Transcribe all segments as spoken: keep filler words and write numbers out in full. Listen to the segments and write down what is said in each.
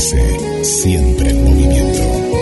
Ese, siempre en movimiento.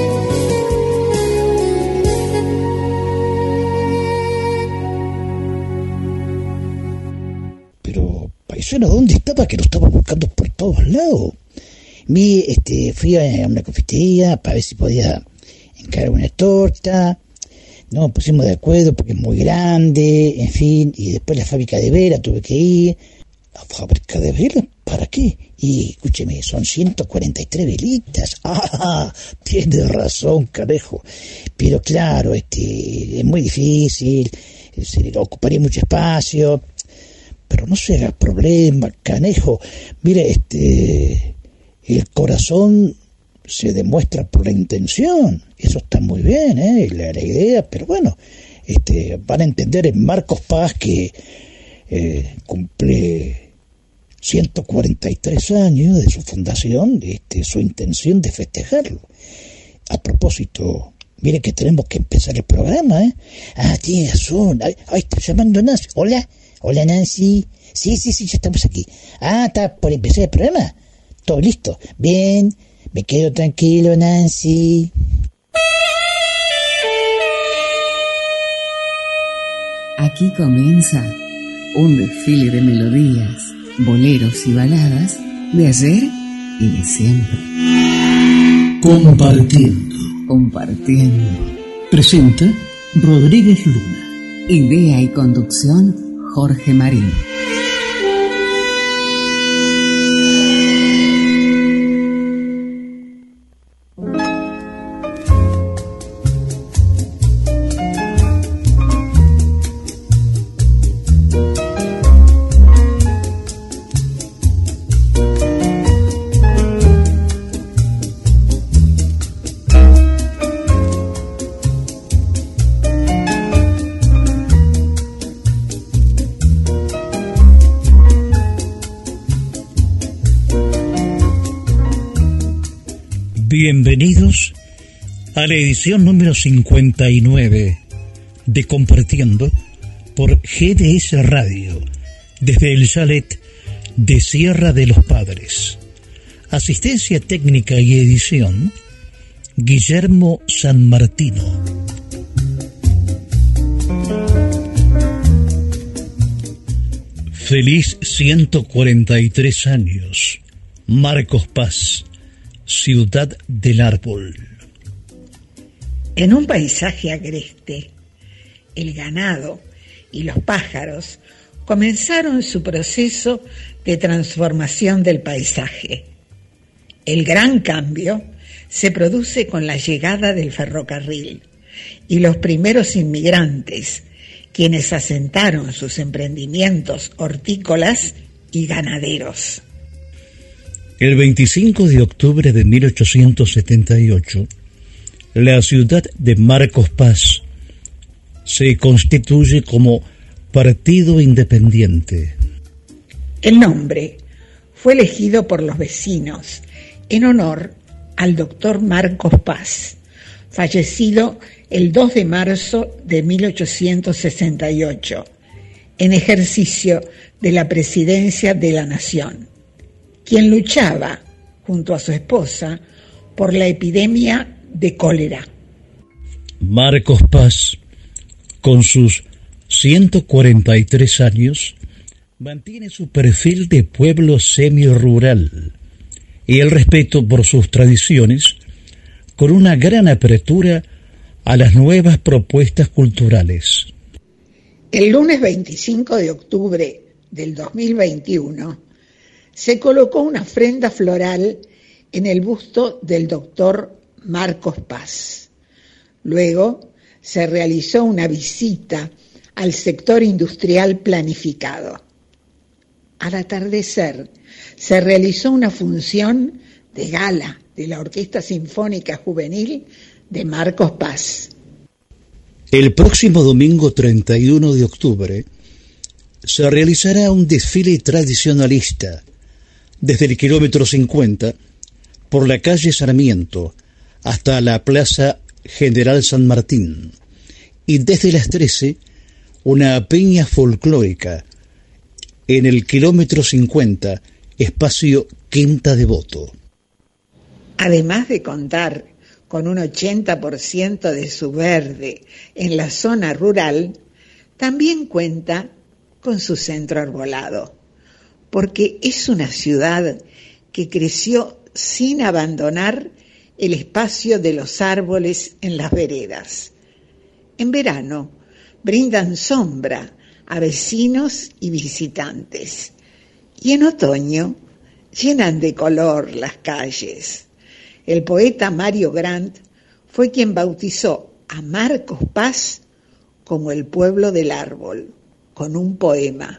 Pero, paisano, ¿dónde estaba? Que lo estaba buscando por todos lados. Mi, este, fui a una confitería para ver si podía encargar una torta. No nos pusimos de acuerdo porque es muy grande, en fin. Y después la fábrica de velas tuve que ir. ¿La fábrica de velas? ¿Para qué? Y escúcheme, son ciento cuarenta y tres velitas. Ah, tiene razón, carajo. Pero claro, este, es muy difícil, se ocuparía mucho espacio. Pero no se haga problema, canejo. Mire, este, el corazón se demuestra por la intención. Eso está muy bien, ¿eh? La, la idea, pero bueno, este, van a entender en Marcos Paz que eh, cumple ciento cuarenta y tres años de su fundación, este, su intención de festejarlo. A propósito, mire que tenemos que empezar el programa, ¿eh? Ah, tiene razón. Ay, ay, está llamando Nancy. Hola, hola Nancy. Sí, sí, sí, ya estamos aquí. Ah, está por empezar el programa. Todo listo. Bien, me quedo tranquilo, Nancy. Aquí comienza un desfile de melodías, boleros y baladas de ayer y de siempre. Compartiendo. Compartiendo. Presenta Rodríguez Luna. Idea y conducción Jorge Marín. Bienvenidos a la edición número cincuenta y nueve de Compartiendo por G D S Radio, desde el chalet de Sierra de los Padres. Asistencia técnica y edición, Guillermo San Martino. Feliz ciento cuarenta y tres años, Marcos Paz, Ciudad del Árbol. En un paisaje agreste, el ganado y los pájaros comenzaron su proceso de transformación del paisaje. El gran cambio se produce con la llegada del ferrocarril y los primeros inmigrantes, quienes asentaron sus emprendimientos hortícolas y ganaderos. El veinticinco de octubre de mil ochocientos setenta y ocho, la ciudad de Marcos Paz se constituye como partido independiente. El nombre fue elegido por los vecinos en honor al doctor Marcos Paz, fallecido el dos de marzo de mil ochocientos sesenta y ocho, en ejercicio de la presidencia de la Nación, quien luchaba, junto a su esposa, por la epidemia de cólera. Marcos Paz, con sus ciento cuarenta y tres años, mantiene su perfil de pueblo semi-rural y el respeto por sus tradiciones, con una gran apertura a las nuevas propuestas culturales. El lunes veinticinco de octubre del dos mil veintiuno, se colocó una ofrenda floral en el busto del doctor Marcos Paz. Luego se realizó una visita al sector industrial planificado. Al atardecer se realizó una función de gala de la Orquesta Sinfónica Juvenil de Marcos Paz. El próximo domingo treinta y uno de octubre se realizará un desfile tradicionalista desde el kilómetro cincuenta por la calle Sarmiento hasta la Plaza General San Martín, y desde las trece una peña folclórica en el kilómetro cincuenta, espacio Quinta Devoto. Además de contar con un ochenta por ciento de su verde en la zona rural, también cuenta con su centro arbolado, porque es una ciudad que creció sin abandonar el espacio de los árboles en las veredas. En verano brindan sombra a vecinos y visitantes, y en otoño llenan de color las calles. El poeta Mario Grant fue quien bautizó a Marcos Paz como el pueblo del árbol, con un poema.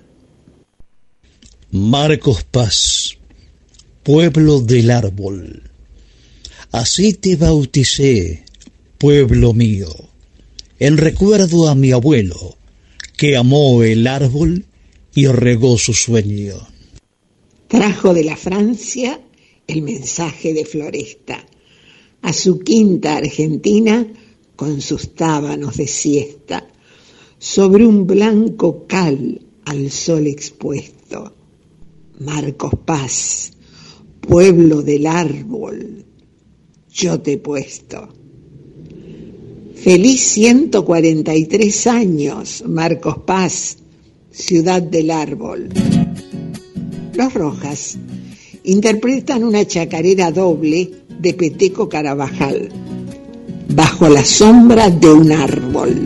Marcos Paz, pueblo del árbol. Así te bauticé, pueblo mío, en recuerdo a mi abuelo, que amó el árbol y regó su sueño. Trajo de la Francia el mensaje de Floresta a su quinta argentina con sus tábanos de siesta, sobre un blanco cal al sol expuesto. Marcos Paz, pueblo del árbol, yo te he puesto. Feliz ciento cuarenta y tres años, Marcos Paz, ciudad del árbol. Los Rojas interpretan una chacarera doble de Peteco Carabajal, Bajo la sombra de un árbol.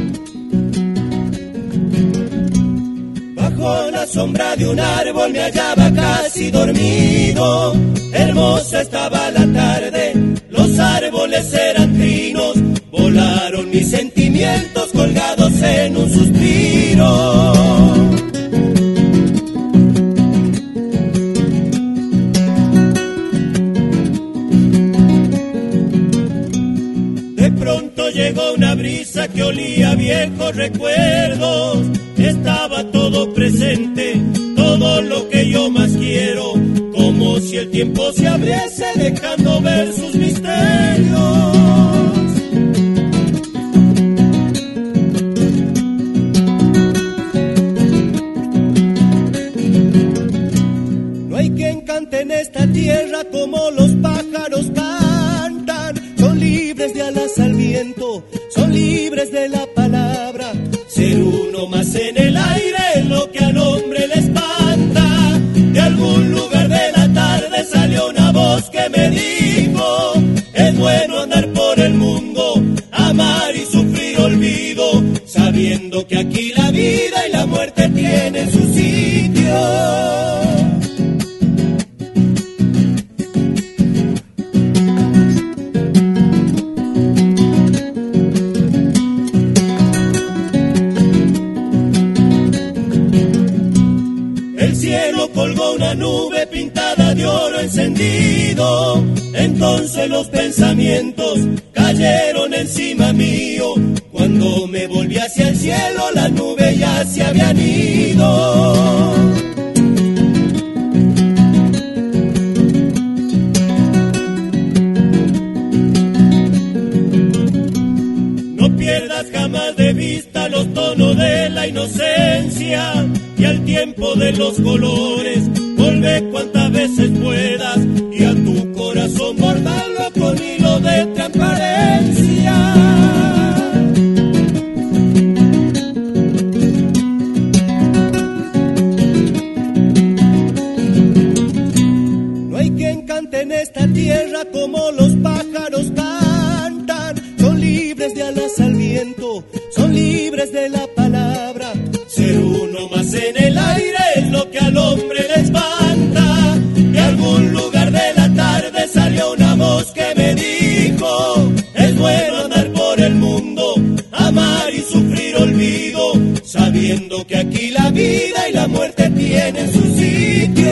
Bajo la sombra de un árbol me hallaba casi dormido, hermosa estaba la tarde, los árboles eran trinos, volaron mis sentimientos colgados en un suspiro. Llegó una brisa que olía a viejos recuerdos, estaba todo presente, todo lo que yo más quiero, como si el tiempo se abriese dejando ver sus misterios. No hay quien cante en esta tierra como los pájaros cantan, son libres de alas al viento, son libres de la palabra. Ser uno más en el aire es lo que al hombre le espanta. De algún lugar de la tarde salió una voz que me dijo: es bueno andar por el mundo, amar y sufrir olvido, sabiendo que aquí la vida y la muerte tienen su sitio. Colgó una nube pintada de oro encendido, entonces los pensamientos cayeron encima mío. Cuando me volví hacia el cielo, la nube ya se habían ido. No pierdas jamás de vista los tonos de la inocencia y al tiempo de los colores, vuelve cuantas veces puedas y a tu corazón bordarlo con hilo de transparencia. No hay quien cante en esta tierra como los pájaros cantan, son libres de alas al viento, son libres de la palabra. Ser uno más en el aire es lo que al hombre le espanta. De algún lugar de la tarde salió una voz que me dijo: es bueno andar por el mundo, amar y sufrir olvido, sabiendo que aquí la vida y la muerte tienen su sitio.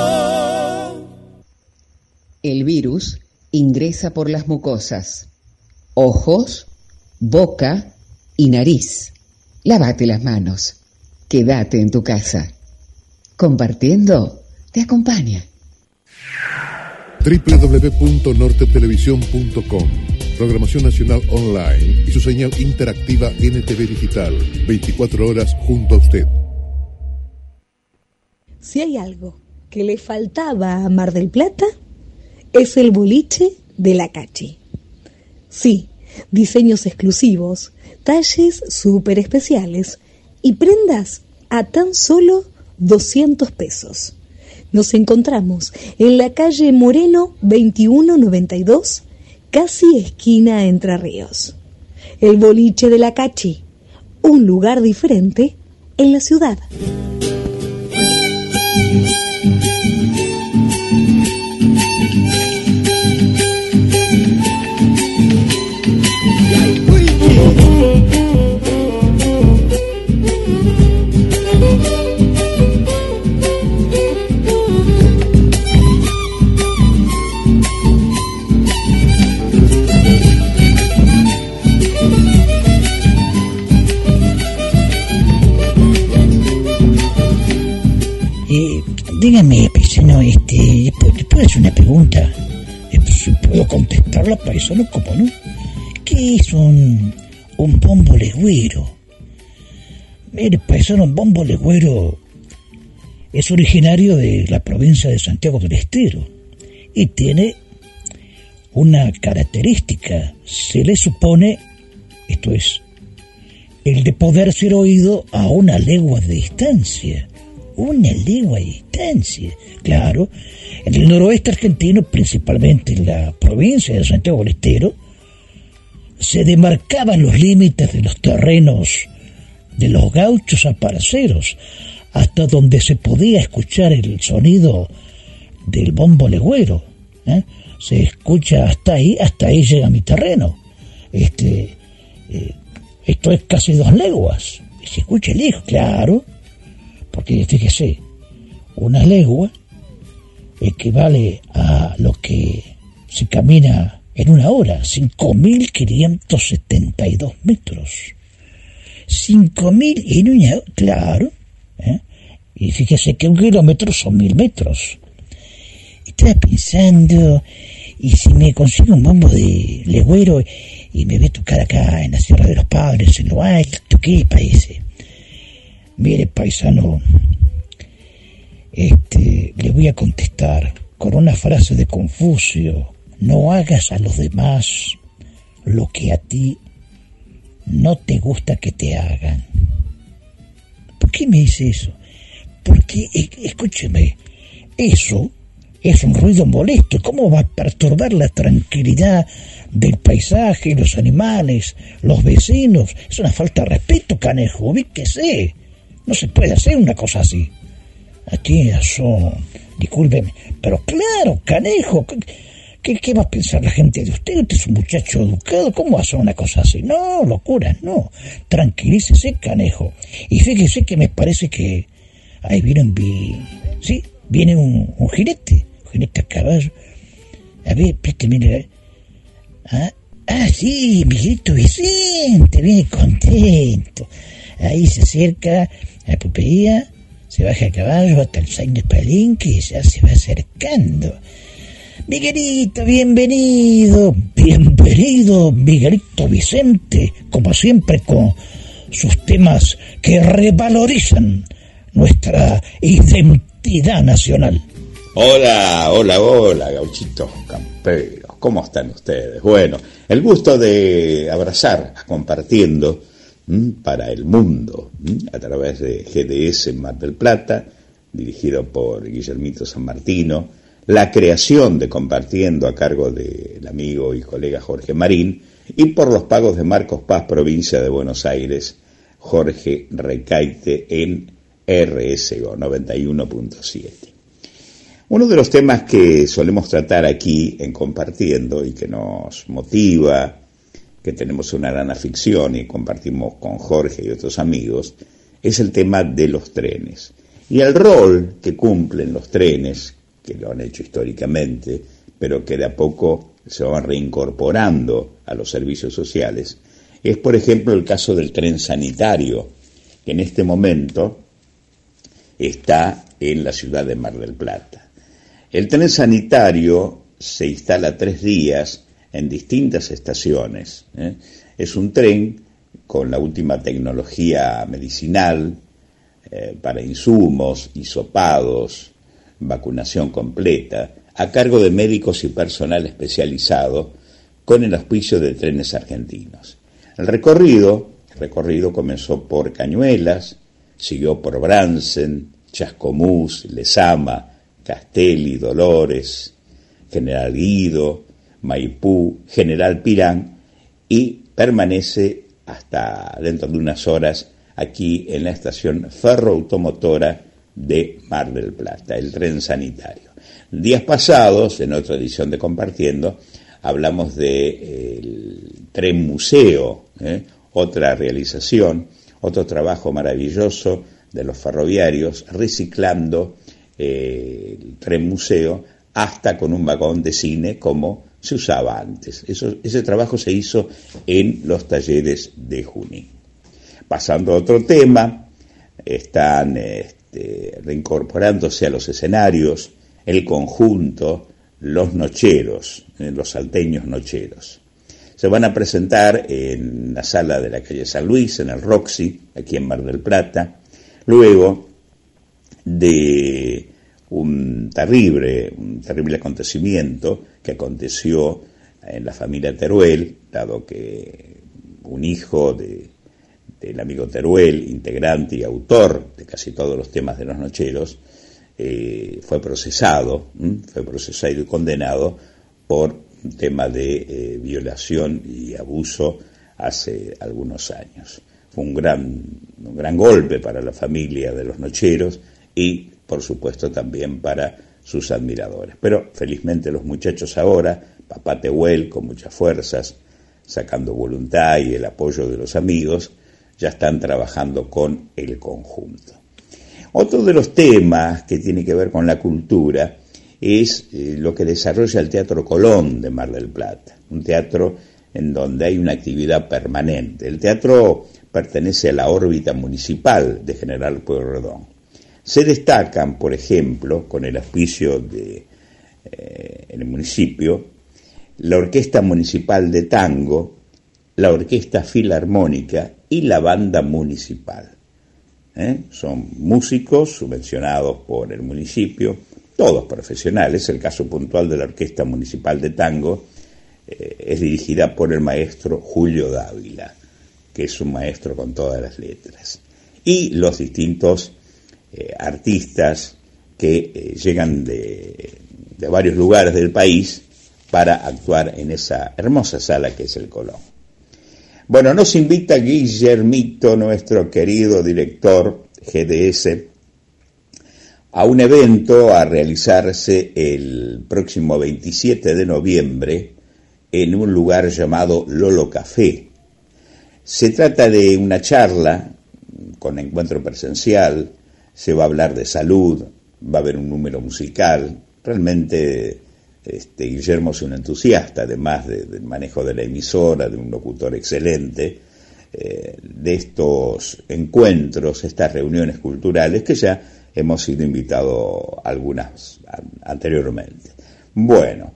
El virus ingresa por las mucosas, ojos, boca y nariz. Lávate las manos. Quédate en tu casa. Compartiendo te acompaña. doble u doble u doble u punto norte televisión punto com. Programación nacional online y su señal interactiva N T V digital. veinticuatro horas junto a usted. Si hay algo que le faltaba a Mar del Plata, es el boliche de la Cachi. Sí, diseños exclusivos, talles súper especiales y prendas a tan solo doscientos pesos. Nos encontramos en la calle Moreno veintiuno noventa y dos, casi esquina Entre Ríos. El boliche de la Cachi, un lugar diferente en la ciudad. Dígame, paisano, este, ¿le puedo hacer una pregunta? Si puedo contestarla, paisano, ¿cómo no? ¿Qué es un, un bombo legüero? Mire, paisano, un bombo legüero es originario de la provincia de Santiago del Estero y tiene una característica. Se le supone, esto es, el de poder ser oído a una legua de distancia. Una legua de distancia, claro. En el noroeste argentino, principalmente en la provincia de Santiago del Estero, se demarcaban los límites de los terrenos de los gauchos aparceros, hasta donde se podía escuchar el sonido del bombo legüero. ¿eh? Se escucha hasta ahí, hasta ahí llega mi terreno. Este, eh, esto es casi dos leguas. Y se escucha lejos, claro. Porque fíjese, una legua equivale a lo que se camina en una hora, cinco mil quinientos setenta y dos metros. cinco mil en una hora, claro. ¿eh? Y fíjese que un kilómetro son mil metros. Estaba pensando, y si me consigo un bombo de legüero y me ve tocar acá en la Sierra de los Padres, en lo alto, ¿qué parece? Mire, paisano, este, le voy a contestar con una frase de Confucio: no hagas a los demás lo que a ti no te gusta que te hagan. ¿Por qué me dice eso? Porque, escúcheme, eso es un ruido molesto. ¿Cómo va a perturbar la tranquilidad del paisaje, los animales, los vecinos? Es una falta de respeto, canejo, ubíquese. No se puede hacer una cosa así. Aquí son, discúlpeme, pero claro, canejo, ¿qué, qué va a pensar la gente de usted? Usted es un muchacho educado, ¿cómo va a hacer una cosa así? No, locura, no. Tranquilícese, canejo. Y fíjese que me parece que ahí viene un, sí, viene un, un jinete, un jinete a caballo. A ver, preste, mire. Ah, ah, sí, Miguelito Vicente, viene contento. Ahí se acerca a la pulpería, se baja a caballo hasta el Sainz de Palenque y ya se va acercando. Miguelito, bienvenido, bienvenido, Miguelito Vicente, como siempre con sus temas que revalorizan nuestra identidad nacional. Hola, hola, hola, gauchitos camperos, ¿cómo están ustedes? Bueno, el gusto de abrazar, compartiendo para el mundo, a través de G D S en Mar del Plata, dirigido por Guillermito San Martino, la creación de Compartiendo a cargo del amigo y colega Jorge Marín, y por los pagos de Marcos Paz, provincia de Buenos Aires, Jorge Recaite en R S G O noventa y uno punto siete. Uno de los temas que solemos tratar aquí en Compartiendo y que nos motiva, que tenemos una gran afición y compartimos con Jorge y otros amigos, es el tema de los trenes. Y el rol que cumplen los trenes, que lo han hecho históricamente, pero que de a poco se van reincorporando a los servicios sociales, es por ejemplo el caso del tren sanitario, que en este momento está en la ciudad de Mar del Plata. El tren sanitario se instala tres días en distintas estaciones. ¿eh? Es un tren con la última tecnología medicinal eh, para insumos, hisopados, vacunación completa, a cargo de médicos y personal especializado con el auspicio de Trenes Argentinos. El recorrido, el recorrido comenzó por Cañuelas, siguió por Bransen, Chascomús, Lezama, Castelli, Dolores, General Guido, Maipú, General Pirán y permanece hasta dentro de unas horas aquí en la estación ferroautomotora de Mar del Plata, el tren sanitario. Días pasados, en otra edición de Compartiendo, hablamos del eh, tren museo, ¿eh? otra realización, otro trabajo maravilloso de los ferroviarios, reciclando eh, el tren museo hasta con un vagón de cine como se usaba antes. Eso, ese trabajo se hizo en los talleres de Junín. Pasando a otro tema, están este, reincorporándose a los escenarios el conjunto Los Nocheros, eh, los salteños Nocheros. Se van a presentar en la sala de la calle San Luis, en el Roxy, aquí en Mar del Plata, luego de un terrible, un terrible acontecimiento que aconteció en la familia Teruel, dado que un hijo de, del amigo Teruel, integrante y autor de casi todos los temas de Los Nocheros, eh, fue procesado, ¿m? fue procesado y condenado por un tema de eh, violación y abuso hace algunos años. Fue un gran, un gran golpe para la familia de Los Nocheros y, por supuesto, también para sus admiradores. Pero, felizmente, los muchachos ahora, papá Tehuel, con muchas fuerzas, sacando voluntad y el apoyo de los amigos, ya están trabajando con el conjunto. Otro de los temas que tiene que ver con la cultura es eh, lo que desarrolla el Teatro Colón de Mar del Plata, un teatro en donde hay una actividad permanente. El teatro pertenece a la órbita municipal de General Pueyrredón. Se destacan, por ejemplo, con el auspicio de eh, en el municipio, la Orquesta Municipal de Tango, la Orquesta Filarmónica y la Banda Municipal. ¿Eh? Son músicos subvencionados por el municipio, todos profesionales. El caso puntual de la Orquesta Municipal de Tango eh, es dirigida por el maestro Julio Dávila, que es un maestro con todas las letras. Y los distintos eh, artistas que eh, llegan de, de varios lugares del país para actuar en esa hermosa sala que es el Colón. Bueno, nos invita Guillermito, nuestro querido director G D S, a un evento a realizarse el próximo veintisiete de noviembre en un lugar llamado Lolo Café. Se trata de una charla con encuentro presencial, se va a hablar de salud, va a haber un número musical. Realmente este, Guillermo es un entusiasta, además de, del manejo de la emisora, de un locutor excelente, eh, de estos encuentros, estas reuniones culturales que ya hemos sido invitados algunas anteriormente. Bueno,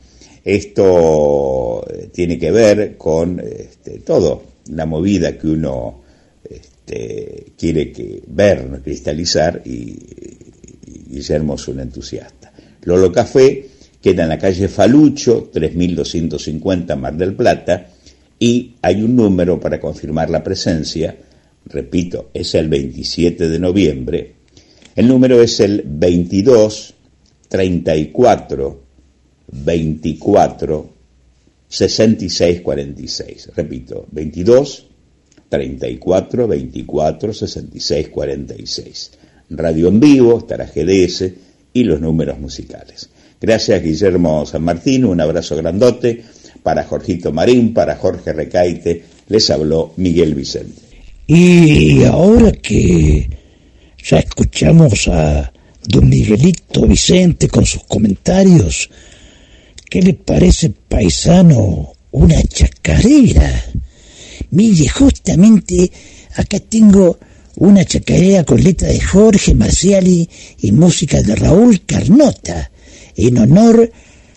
esto tiene que ver con este, todo la movida que uno este, quiere que ver, cristalizar, y, y Guillermo es un entusiasta. Lolo Café queda en la calle Falucho, tres mil doscientos cincuenta, Mar del Plata, y hay un número para confirmar la presencia. Repito, es el veintisiete de noviembre. El número es el veintidós, treinta y cuatro, veinticuatro, sesenta y seis, cuarenta y seis. Repito, veintidós, treinta y cuatro, veinticuatro, sesenta y seis, cuarenta y seis. Radio en vivo, estará G D S y los números musicales. Gracias, Guillermo San Martín, un abrazo grandote para Jorgito Marín, para Jorge Recaite, les habló Miguel Vicente. Y ahora que ya escuchamos a don Miguelito Vicente con sus comentarios, ¿qué le parece, paisano, una chacarera? Mire, justamente acá tengo una chacarera con letra de Jorge Marciali y música de Raúl Carnota, en honor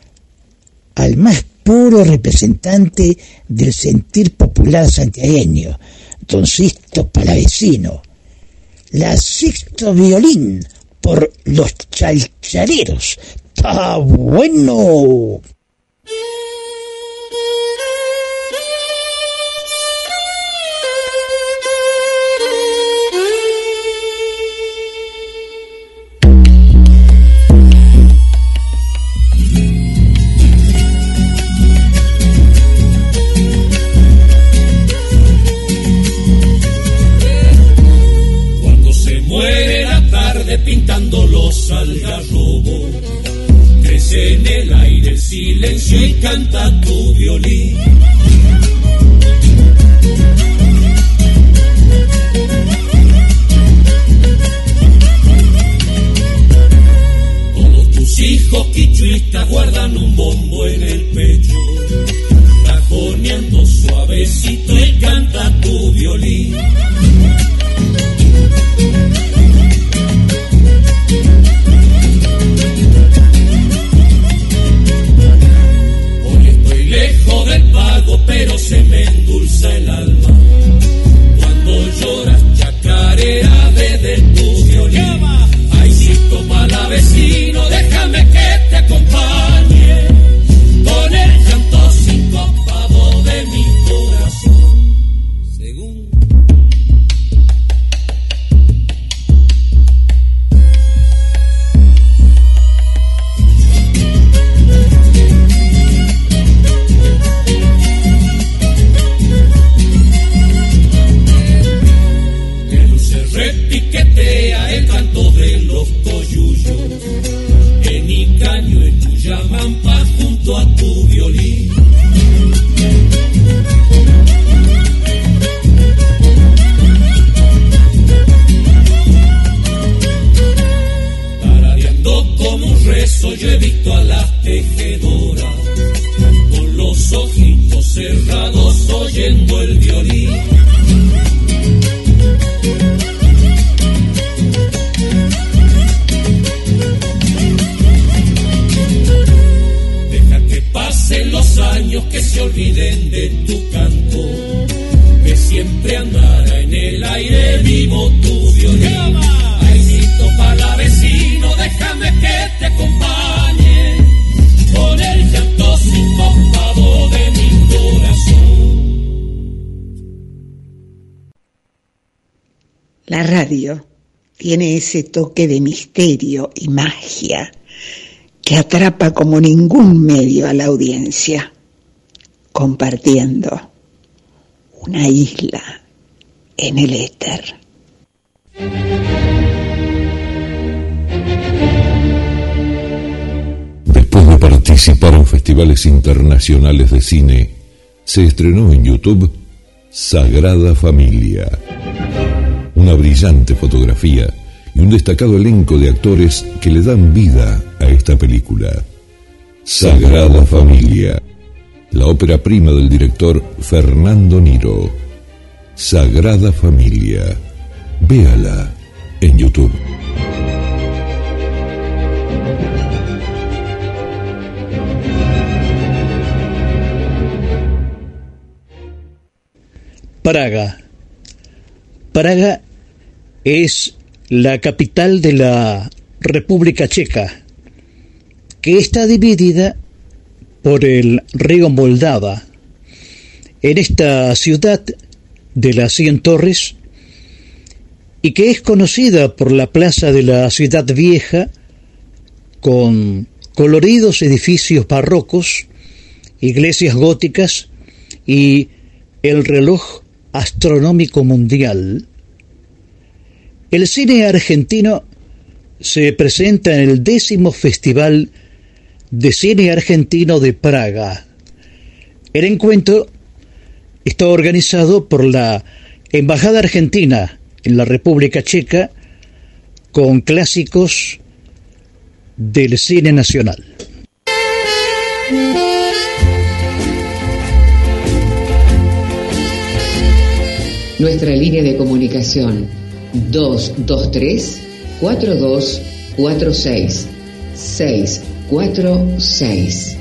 al más puro representante del sentir popular santiagueño, don Sisto Palavecino. La Sixto Violín por Los Chalchareros, está bueno. Pintando los algarrobos, crece en el aire el silencio y canta tu violín. Todos tus hijos quichuistas guardan un bombo en el pecho, cajoneando suavecito y canta tu violín. Lejos del pago, pero se me endulza el alma cuando lloras chacarera desde tu violín. Aycito para vecino, déjame que te acompañe con el llanto sincopado de mi corazón. Según repiquetea el canto de los coyullos en Icaño, en Uyamampa, junto a tu violín. Tarareando como un rezo yo he visto a las tejedoras con los ojitos cerrados oyendo el violín. Los años que se olviden de tu canto, que siempre andará en el aire vivo tu violín. Aycito para vecino, déjame que te acompañe con el llanto sincopado de mi corazón. La radio tiene ese toque de misterio y magia que atrapa como ningún medio a la audiencia, compartiendo una isla en el éter. Después de participar en festivales internacionales de cine, se estrenó en YouTube Sagrada Familia. Una brillante fotografía y un destacado elenco de actores que le dan vida a esta película. Sagrada Familia, la ópera prima del director Fernando Niro. Sagrada Familia, véala en YouTube. Praga. Praga es la capital de la República Checa, que está dividida por el río Moldava. En esta ciudad de las Cien Torres, y que es conocida por la plaza de la Ciudad Vieja, con coloridos edificios barrocos, iglesias góticas y el reloj astronómico mundial. El cine argentino se presenta en el décimo Festival de Cine Argentino de Praga. El encuentro está organizado por la Embajada Argentina en la República Checa, con clásicos del cine nacional. Nuestra línea de comunicación dos dos tres, cuatro dos cuatro seis, seis cuatro seis.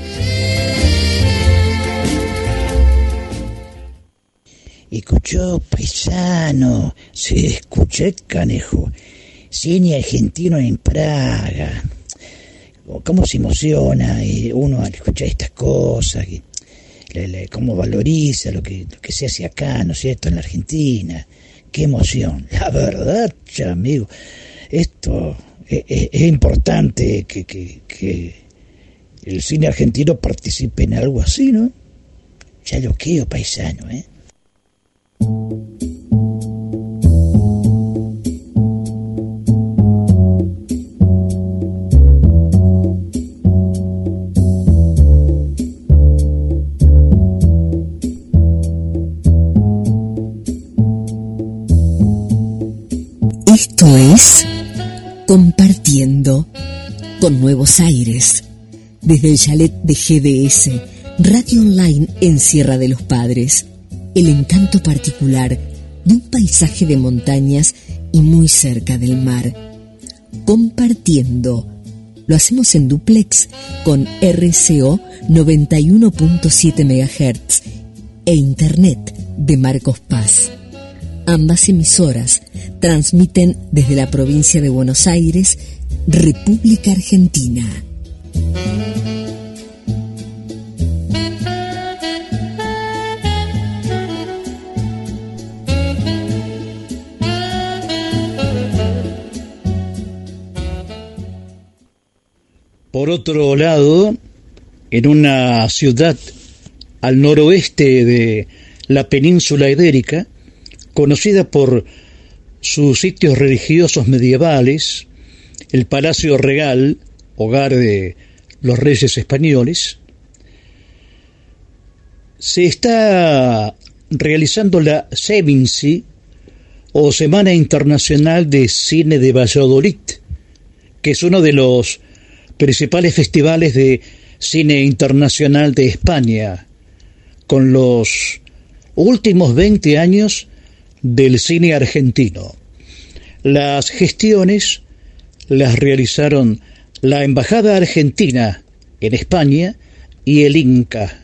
Escuchó, paisano, se escuché, canejo. Cine argentino en Praga. cómo se emociona y uno al escuchar estas cosas, que, le, le, cómo valoriza lo que, lo que se hace acá, ¿no es cierto?, en la Argentina. Qué emoción. La verdad, ya, amigo, esto es, es, es importante que, que, que el cine argentino participe en algo así, ¿no? Ya lo quiero, paisano, ¿eh? Esto es Compartiendo con Nuevos Aires, desde el chalet de G D S, radio online en Sierra de los Padres, el encanto particular de un paisaje de montañas y muy cerca del mar. Compartiendo, lo hacemos en duplex con R C O noventa y uno punto siete megahertz e internet de Marcos Paz. Ambas emisoras transmiten desde la provincia de Buenos Aires, República Argentina. Por otro lado, en una ciudad al noroeste de la península ibérica, conocida por sus sitios religiosos medievales, el Palacio Real, hogar de los reyes españoles, se está realizando la SEVINCI, o Semana Internacional de Cine de Valladolid, que es uno de los principales festivales de cine internacional de España, con los últimos veinte años del cine argentino. Las gestiones las realizaron la Embajada Argentina en España y el INCA.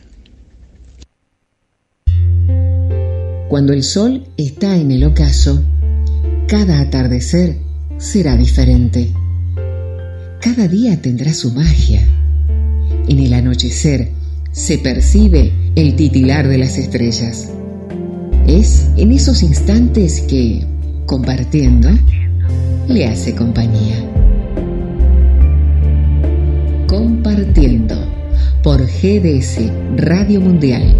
Cuando el sol está en el ocaso, cada atardecer será diferente. Cada día tendrá su magia. En el anochecer se percibe el titilar de las estrellas. Es en esos instantes que, compartiendo, le hace compañía. Compartiendo por G D S Radio Mundial.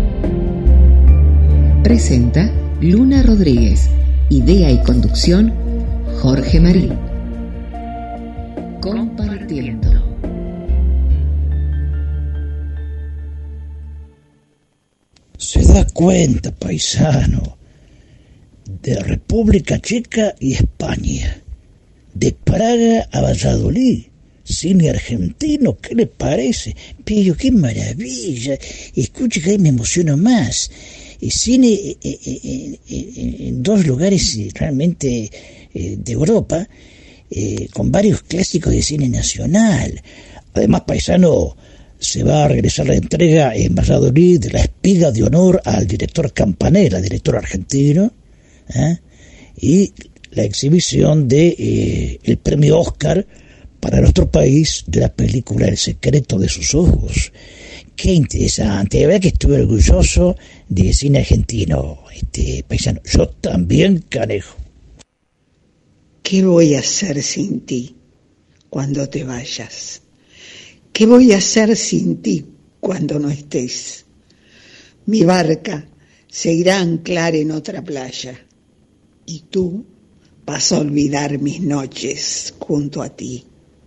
Presenta Luna Rodríguez. Idea y conducción Jorge Marín. Compartiendo. Se da cuenta, paisano, de República Checa y España, de Praga a Valladolid, cine argentino, ¿qué le parece? Pero qué maravilla, escuche que ahí me emociono más. El cine eh, eh, eh, en dos lugares realmente eh, de Europa, eh, con varios clásicos de cine nacional. Además, paisano, se va a regresar la entrega en Valladolid de la Espiga de Honor al director Campanella, director argentino, ¿eh? y la exhibición de eh, el premio Oscar para nuestro país de la película El secreto de sus ojos. Qué interesante, de verdad que estuve orgulloso de cine argentino, este paisano. Yo también, canejo. ¿Qué voy a hacer sin ti cuando te vayas? ¿Qué voy a hacer sin ti cuando no estés? Mi barca se irá a anclar en otra playa y tú vas a olvidar mis noches junto a ti.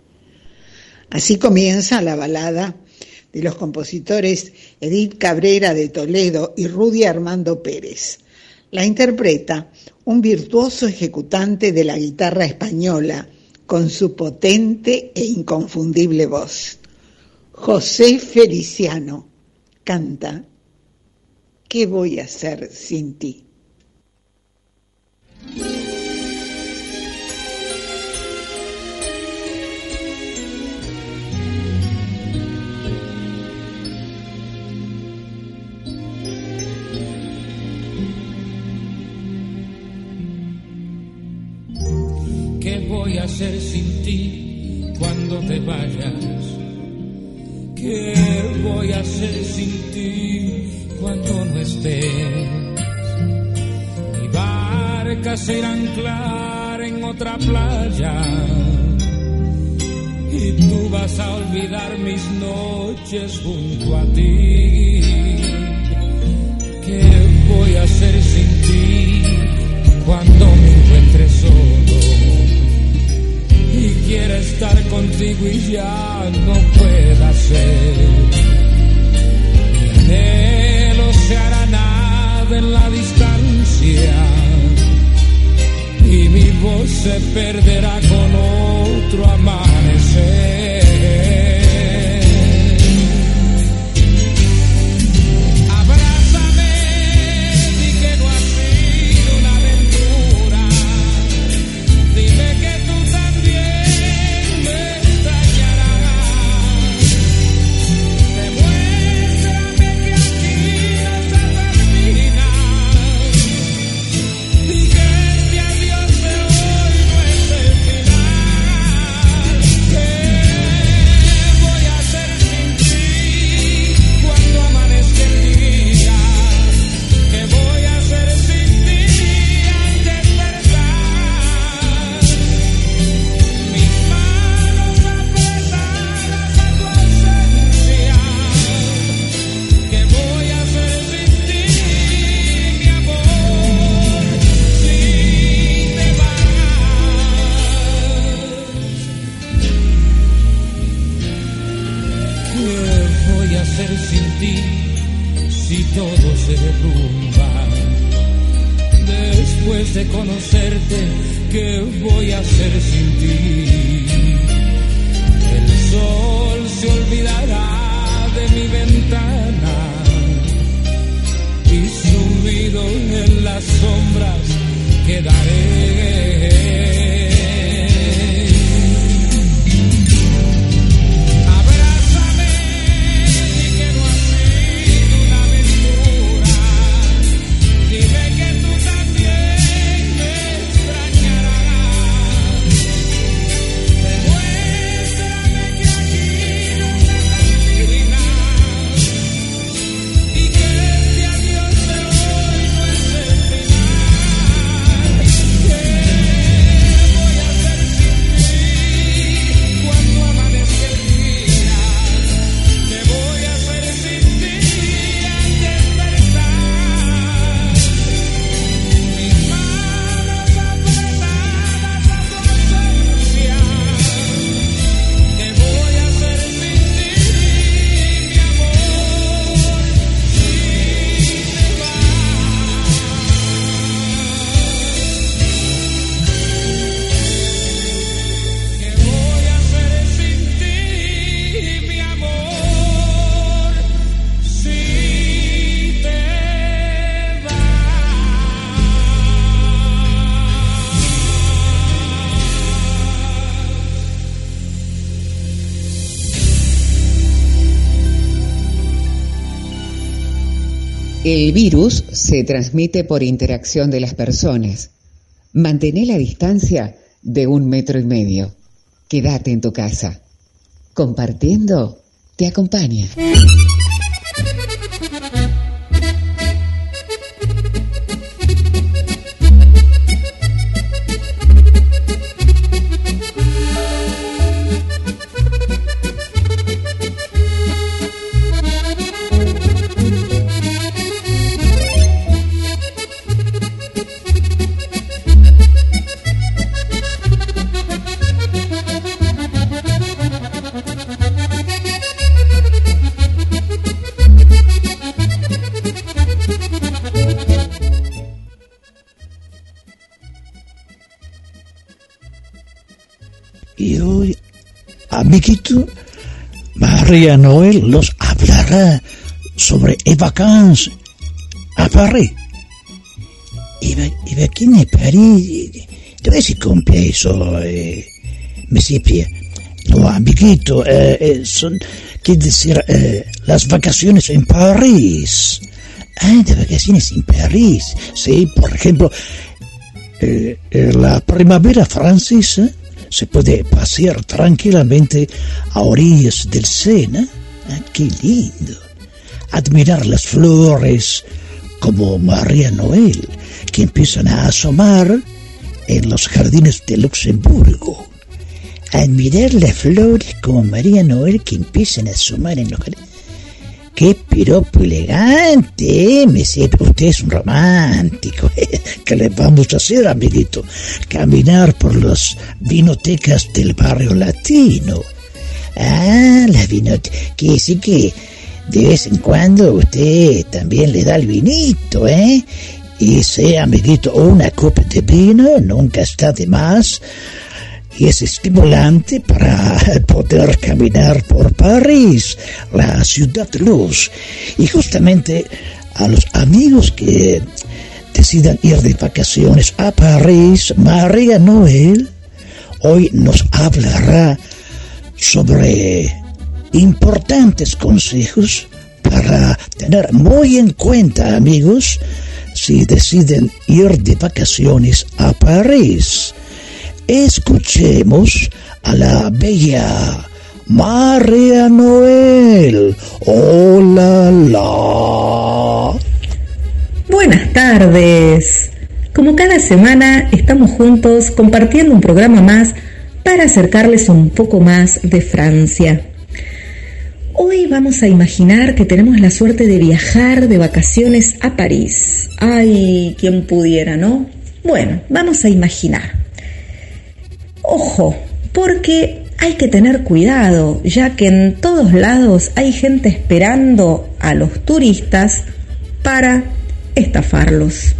Así comienza la balada de los compositores Edith Cabrera de Toledo y Rudy Armando Pérez. La interpreta un virtuoso ejecutante de la guitarra española con su potente e inconfundible voz. José Feliciano canta ¿Qué voy a hacer sin ti? ¿Qué voy a hacer sin ti cuando te vayas? ¿Qué voy a hacer sin ti cuando no estés? Mi barca se irá a anclar en otra playa y tú vas a olvidar mis noches junto a ti. ¿Qué voy a hacer sin ti cuando me encuentre solo y quiera estar contigo y ya no pueda ser? Mi anhelo se hará nada en la distancia y mi voz se perderá con otro amanecer. De conocerte, ¿qué voy a hacer sin ti? El sol se olvidará de mi ventana y sumido en las sombras quedaré. El virus se transmite por interacción de las personas. Mantén la distancia de un metro y medio. Quédate en tu casa. Compartiendo te acompaña. Y hoy, amiguito, María Noel los hablará sobre les vacances a París. Et, et vacances à Paris, dove si compie eso, eh, Monsieur Pierre? No, amiguito, eh, eh, son, quiere decir, eh, las vacaciones en París. Ah, de vacaciones en París. Sí, por ejemplo, eh, en la primavera francesa se puede pasear tranquilamente a orillas del Sena Ah, qué lindo. Admirar las flores como María Noel, que empiezan a asomar en los jardines de Luxemburgo. Admirar las flores como María Noel que empiezan a asomar en los jardines. ¡Qué piropo elegante! ¿eh? Me sé, usted es un romántico. ¿eh? ¿Qué le vamos a hacer, amiguito? Caminar por las vinotecas del barrio latino. Ah, las vinotecas. Que sí que de vez en cuando usted también le da el vinito, ¿eh? Y sea, amiguito, una copa de vino nunca está de más. Y es estimulante para poder caminar por París, la ciudad de luz. Y justamente a los amigos que decidan ir de vacaciones a París, María Noel hoy nos hablará sobre importantes consejos para tener muy en cuenta, amigos, si deciden ir de vacaciones a París. Escuchemos a la bella María Noel. ¡Hola, la! Buenas tardes. Como cada semana estamos juntos compartiendo un programa más para acercarles un poco más de Francia. Hoy vamos a imaginar que tenemos la suerte de viajar de vacaciones a París. Ay, quien pudiera, ¿no? Bueno, vamos a imaginar. Ojo, porque hay que tener cuidado, ya que en todos lados hay gente esperando a los turistas para estafarlos.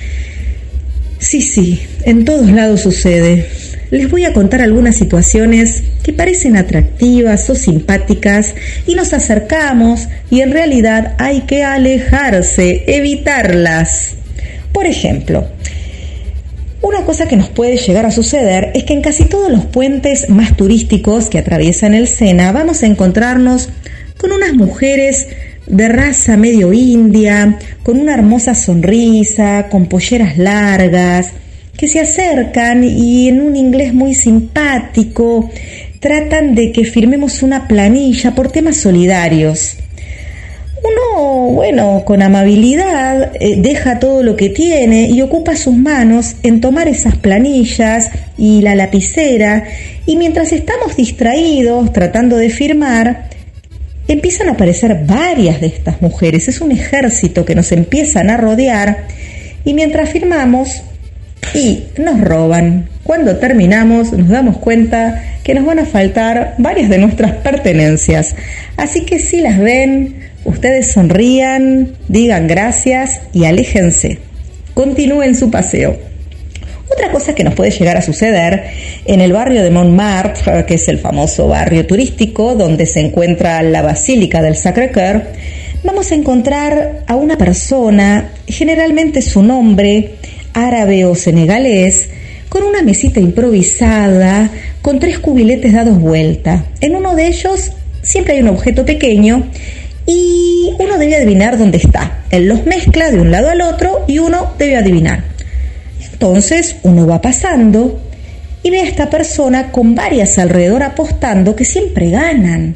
Sí, sí, en todos lados sucede. Les voy a contar algunas situaciones que parecen atractivas o simpáticas y nos acercamos y en realidad hay que alejarse, evitarlas. Por ejemplo, una cosa que nos puede llegar a suceder es que en casi todos los puentes más turísticos que atraviesan el Sena vamos a encontrarnos con unas mujeres de raza medio india, con una hermosa sonrisa, con polleras largas, que se acercan y en un inglés muy simpático tratan de que firmemos una planilla por temas solidarios. Uno, bueno, con amabilidad eh, deja todo lo que tiene y ocupa sus manos en tomar esas planillas y la lapicera, y mientras estamos distraídos tratando de firmar, empiezan a aparecer varias de estas mujeres. Es un ejército que nos empiezan a rodear y mientras firmamos y nos roban. Cuando terminamos nos damos cuenta que nos van a faltar varias de nuestras pertenencias. Así que si las ven, ustedes sonrían, digan gracias y aléjense. Continúen su paseo. Otra cosa que nos puede llegar a suceder en el barrio de Montmartre, que es el famoso barrio turístico donde se encuentra la Basílica del Sacré-Cœur, vamos a encontrar a una persona, generalmente su nombre árabe o senegalés, con una mesita improvisada, con tres cubiletes dados vuelta. En uno de ellos siempre hay un objeto pequeño y uno debe adivinar dónde está. Él los mezcla de un lado al otro y uno debe adivinar. Entonces uno va pasando y ve a esta persona con varias alrededor apostando que siempre ganan.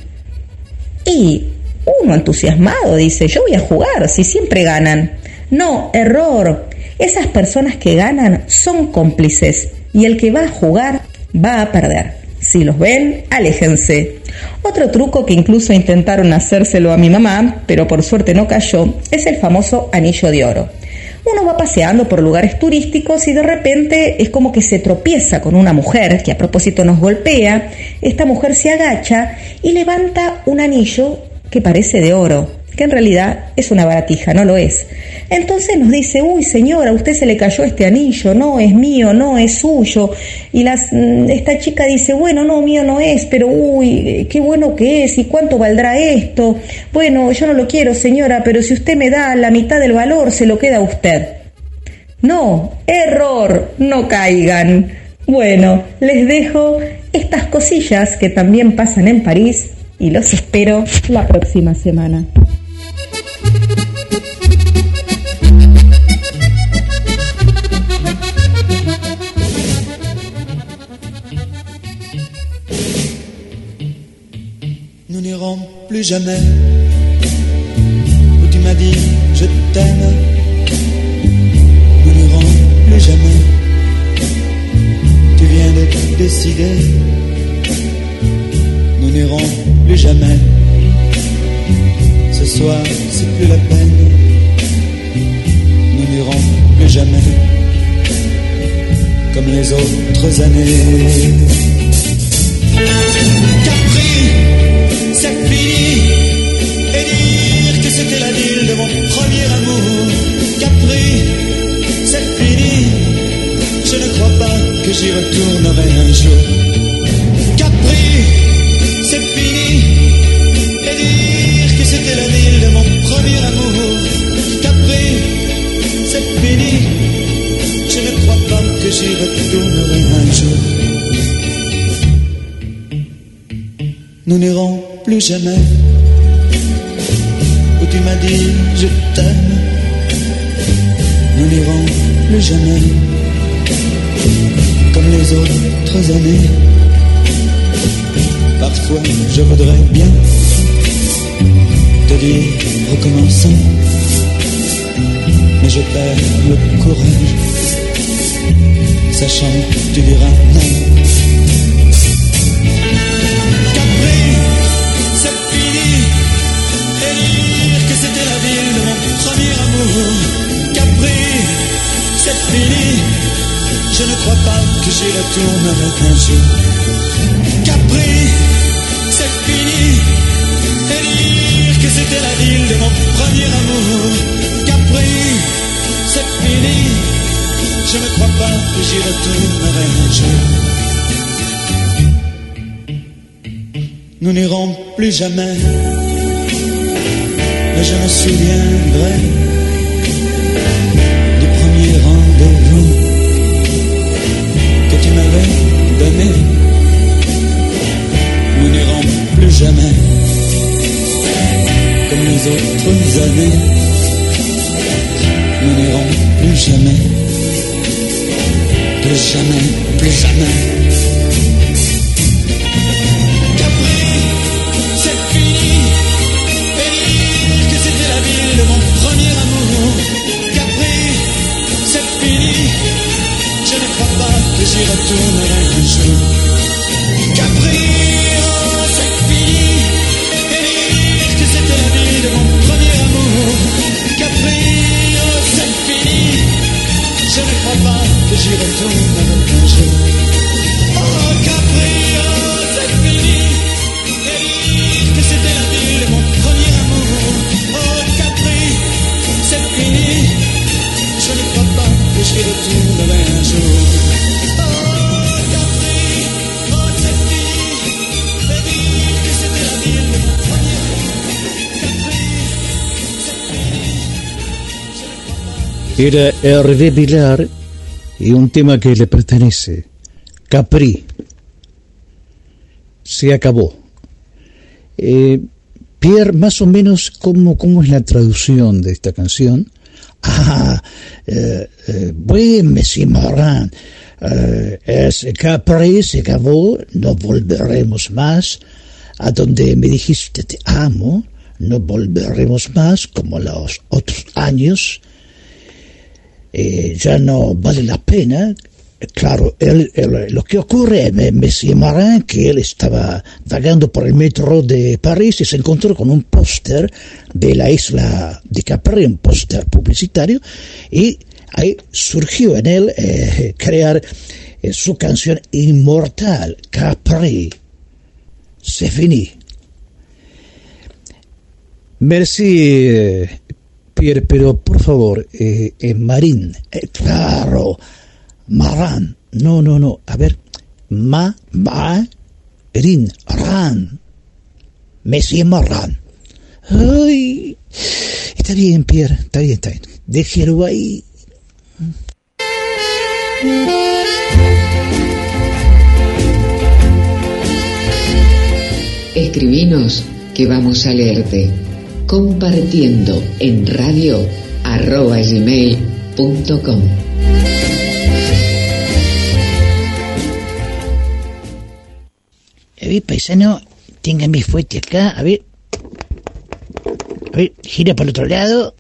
Y uno entusiasmado dice, yo voy a jugar si siempre ganan. No, error. Esas personas que ganan son cómplices y el que va a jugar va a perder. Si los ven, aléjense. Otro truco que incluso intentaron hacérselo a mi mamá, pero por suerte no cayó, es el famoso anillo de oro. Uno va paseando por lugares turísticos y de repente es como que se tropieza con una mujer que a propósito nos golpea. Esta mujer se agacha y levanta un anillo que parece de oro, que en realidad es una baratija, no lo es. Entonces nos dice, uy señora, a usted se le cayó este anillo, no, es mío, no, es suyo. Y las, esta chica dice, bueno, no, mío no es, pero uy, qué bueno que es, y cuánto valdrá esto. Bueno, yo no lo quiero señora, pero si usted me da la mitad del valor, se lo queda a usted. No, error, no caigan. Bueno, les dejo estas cosillas que también pasan en París y los espero la próxima semana. Nous n'irons plus jamais. Où tu m'as dit je t'aime. Nous n'irons plus jamais. Tu viens de te décider. Nous n'irons plus jamais. Ce soir c'est plus la peine. Nous n'irons plus jamais. Comme les autres années. Capri, c'est fini. Et dire que c'était la ville de mon premier amour. Capri, c'est fini. Je ne crois pas que j'y retournerai un jour. Capri, c'est fini. Et dire que c'était la ville de mon premier amour. Capri, c'est fini. Je ne crois pas que j'y retournerai un jour. Nous n'irons plus jamais. Où tu m'as dit je t'aime. Nous n'irons plus jamais. Comme les autres années. Parfois je voudrais bien te dire recommençons. Mais je perds le courage. Sachant que tu diras non. Capri, c'est fini. Et dire que c'était la ville de mon premier amour. Capri, c'est fini. Je ne crois pas que j'y retournerai un jour. Capri, c'est fini. Et dire que c'était la ville de mon premier amour. Capri, c'est fini. Je ne crois pas que j'y retournerai un jour. Nous n'irons plus jamais. Mais je me souviendrai du premier rendez-vous que tu m'avais donné. Nous n'irons plus jamais. Comme les autres années. Nous n'irons plus jamais. Plus jamais, plus jamais. Capri, c'est fini. Et dire que c'était la ville de mon premier amour. Capri, c'est fini. Je ne crois pas que j'y retournerai un jour. Capri, oh, c'est fini. Et dire que c'était la ville de mon premier amour. Capri, oh, c'est fini. Je ne crois pas que j'y retourne avec un jour. Oh Capri, oh c'est fini. Et dire que c'était la ville de mon premier amour. Oh Capri, c'est fini. Je ne crois pas que j'y retournerai un jour. Oh Capri, oh c'est fini. Et dire que c'était la ville de mon premier amour. Capri, c'est fini. Je ne crois pas. Era Hervé Vilar y un tema que le pertenece, Capri. Se acabó. Eh, Pierre, más o menos, ¿cómo, cómo es la traducción de esta canción? Ah, eh, eh, buen Monsieur Morin, eh, es Capri, se acabó, no volveremos más. A donde me dijiste te amo, no volveremos más, como los otros años. Eh, ya no vale la pena. Claro, él, él, lo que ocurre en Monsieur Morin, que él estaba vagando por el metro de París y se encontró con un póster de la isla de Capri, un póster publicitario, y ahí surgió en él eh, crear eh, su canción inmortal, Capri, c'est fini. Merci, eh, Pierre, pero por favor, eh, eh, Marín, eh, claro, Maran, no, no, no, a ver, ma, ma, rin, ran, Monsieur Morin. Ay, está bien, Pierre, está bien, está bien, déjelo ahí. Escribinos que vamos a leerte. Compartiendo en radio arroba gmail punto com. A ver, paisano, tenga mi fuerte acá, a ver. A ver, gira para el otro lado.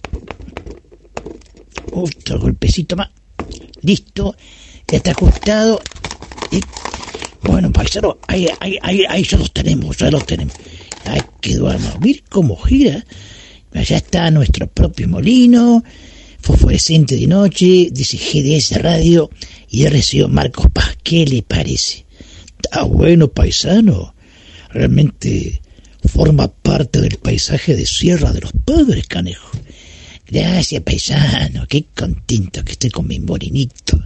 Otro golpecito más. Listo. Ya está ajustado. Y, bueno, paisano, ahí, ahí, ahí, ahí ya los tenemos, ya los tenemos. Ahí quedó a ver cómo gira. Allá está nuestro propio molino, fosforescente de noche, dice G D S Radio y R C O Marcos Paz. ¿Qué le parece? Está bueno, paisano. Realmente forma parte del paisaje de Sierra de los Padres, canejo. Gracias, paisano. Qué contento que estoy con mi molinito.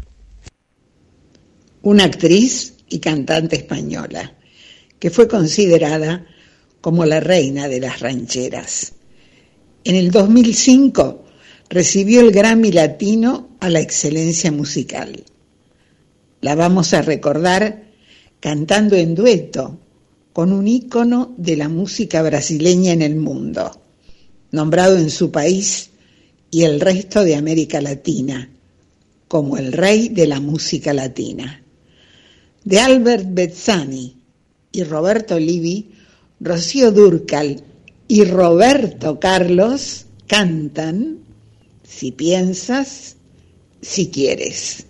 Una actriz y cantante española que fue considerada como la reina de las rancheras. En el dos mil cinco recibió el Grammy Latino a la excelencia musical. La vamos a recordar cantando en dueto con un ícono de la música brasileña en el mundo, nombrado en su país y el resto de América Latina como el rey de la música latina. De Albert Bezzani y Roberto Livi, Rocío Dúrcal y Roberto Carlos cantan Si piensas, si quieres.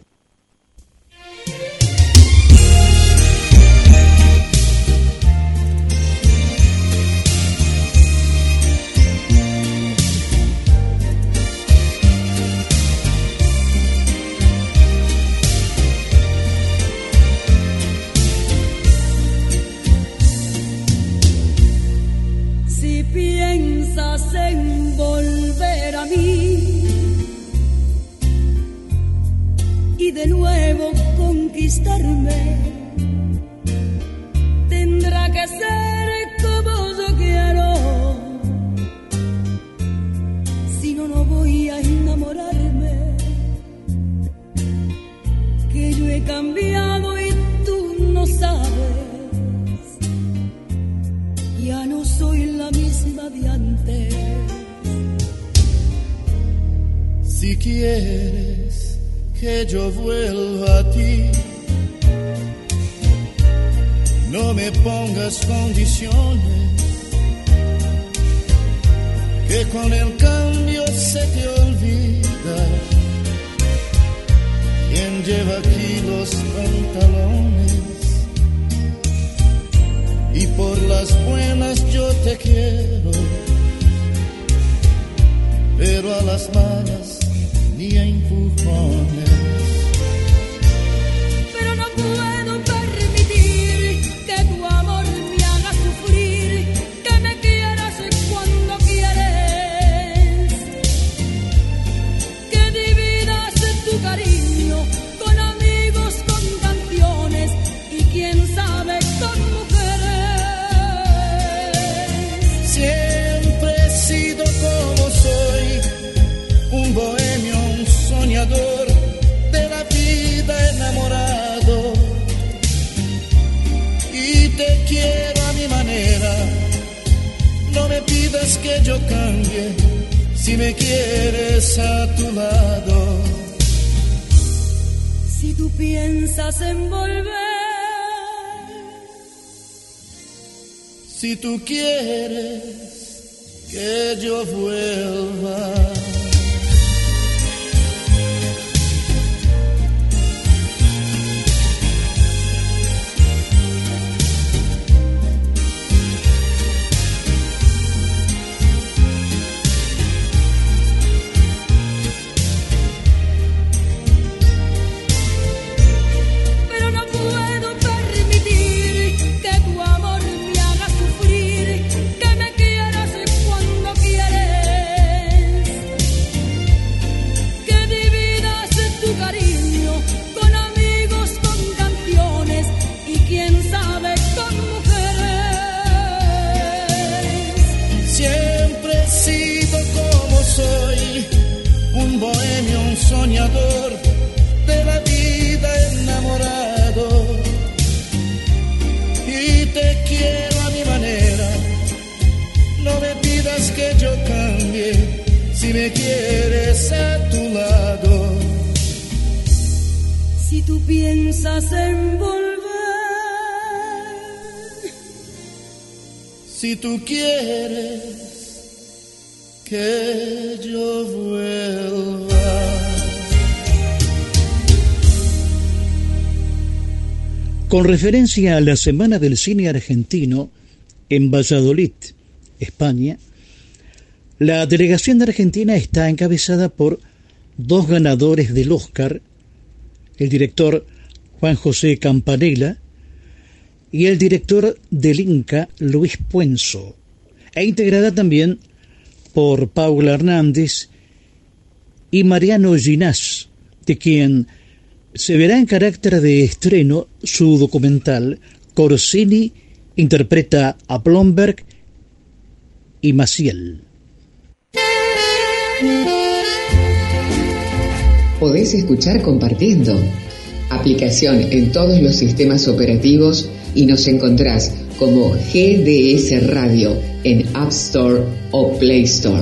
Piensas en volver a mí y de nuevo conquistarme, tendrá que ser como yo quiero, si no, no voy a enamorarme, que yo he cambiado y tú no sabes. Ya no soy la misma de antes. Si quieres que yo vuelva a ti, no me pongas condiciones, que con el cambio se te olvida quién lleva aquí los pantalones. Y por las buenas yo te quiero, pero a las malas ni a empujones. Pero no puedo permitir que tu amor me haga sufrir, que me quieras cuando quieres, que dividas tu cariño con amigos, con canciones y quién sabe con mujeres. Siempre he sido como soy, un bohemio, un soñador de la vida enamorado. Y te quiero a mi manera, no me pidas que yo cambie, si me quieres a tu lado. Si tú piensas en volver, si tú quieres que yo vuelva. Soñador de la vida enamorado, y te quiero a mi manera, no me pidas que yo cambie, si me quieres a tu lado. Si tú piensas en volver, si tú quieres que yo vuelva. Con referencia a la Semana del Cine Argentino en Valladolid, España, la delegación de Argentina está encabezada por dos ganadores del Oscar, el director Juan José Campanella y el director del Inca, Luis Puenzo, e integrada también por Paula Hernández y Mariano Ginás, de quien se verá en carácter de estreno su documental Corsini interpreta a Blomberg y Maciel. Podés escuchar Compartiendo, aplicación en todos los sistemas operativos, y nos encontrás como G D S Radio en App Store o Play Store.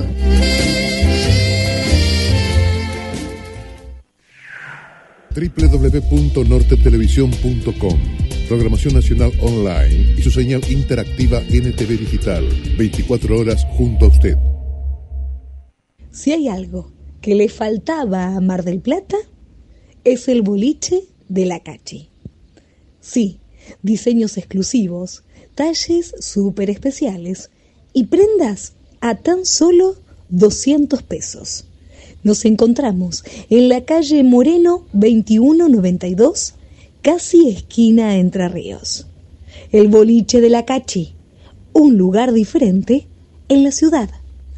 doble u doble u doble u punto norte televisión punto com, programación nacional online y su señal interactiva N T V digital, veinticuatro horas junto a usted. Si hay algo que le faltaba a Mar del Plata, es el boliche de la Cachi. Sí, diseños exclusivos, talles súper especiales y prendas a tan solo doscientos pesos. Nos encontramos en la calle Moreno veintiuno noventa y dos, casi esquina Entre Ríos. El boliche de la Cachi, un lugar diferente en la ciudad.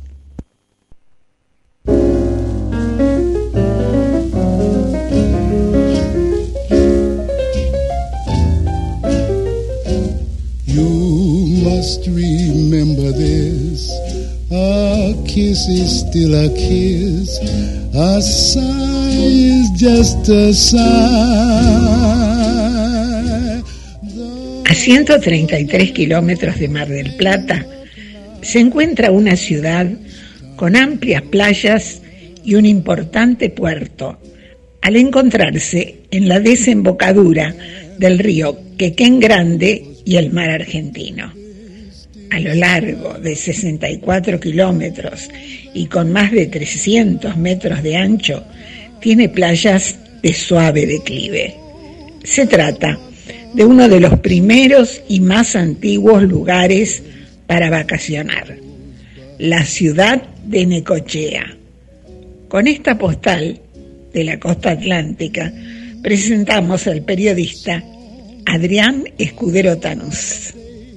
You must remember this. A kiss is still a kiss. A sigh is just a sigh. A ciento treinta y tres kilómetros de Mar del Plata se encuentra una ciudad con amplias playas y un importante puerto, al encontrarse en la desembocadura del río Quequén Grande y el mar Argentino. A lo largo de sesenta y cuatro kilómetros y con más de trescientos metros de ancho, tiene playas de suave declive. Se trata de uno de los primeros y más antiguos lugares para vacacionar, la ciudad de Necochea. Con esta postal de la costa atlántica presentamos al periodista Adrián Escudero Tanús.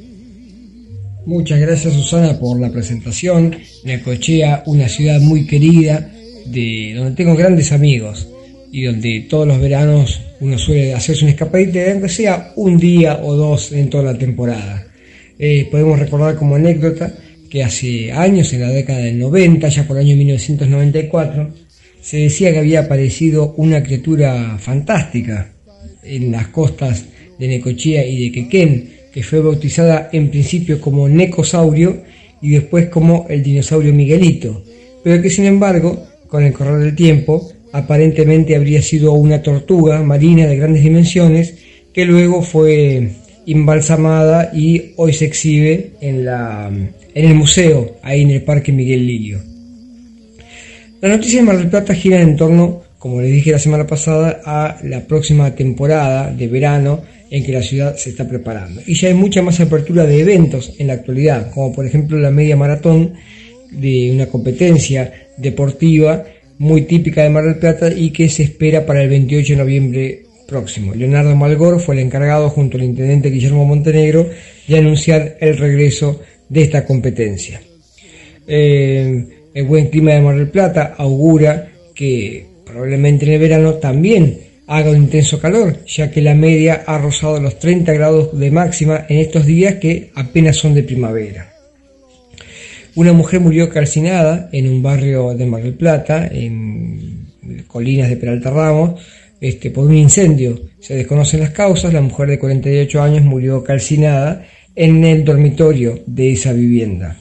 Muchas gracias, Susana, por la presentación. Necochea, una ciudad muy querida, de donde tengo grandes amigos y donde todos los veranos uno suele hacerse un escapadita, aunque sea un día o dos en toda la temporada. Eh, podemos recordar como anécdota que hace años, en la década del noventa, ya por el año mil novecientos noventa y cuatro, se decía que había aparecido una criatura fantástica en las costas de Necochea y de Quequén, que fue bautizada en principio como Necosaurio y después como el dinosaurio Miguelito, pero que sin embargo, con el correr del tiempo, aparentemente habría sido una tortuga marina de grandes dimensiones que luego fue embalsamada y hoy se exhibe en, la, en el museo, ahí en el Parque Miguel Lillo. Las noticias de Mar del Plata giran en torno, como les dije la semana pasada, a la próxima temporada de verano en que la ciudad se está preparando. Y ya hay mucha más apertura de eventos en la actualidad, como por ejemplo la media maratón, de una competencia deportiva muy típica de Mar del Plata y que se espera para el veintiocho de noviembre próximo. Leonardo Malgor fue el encargado, junto al intendente Guillermo Montenegro, de anunciar el regreso de esta competencia. Eh, el buen clima de Mar del Plata augura que probablemente en el verano también haga un intenso calor, ya que la media ha rozado los treinta grados de máxima en estos días que apenas son de primavera. Una mujer murió calcinada en un barrio de Mar del Plata, en Colinas de Peralta Ramos, este, por un incendio. Se desconocen las causas. La mujer de cuarenta y ocho años murió calcinada en el dormitorio de esa vivienda.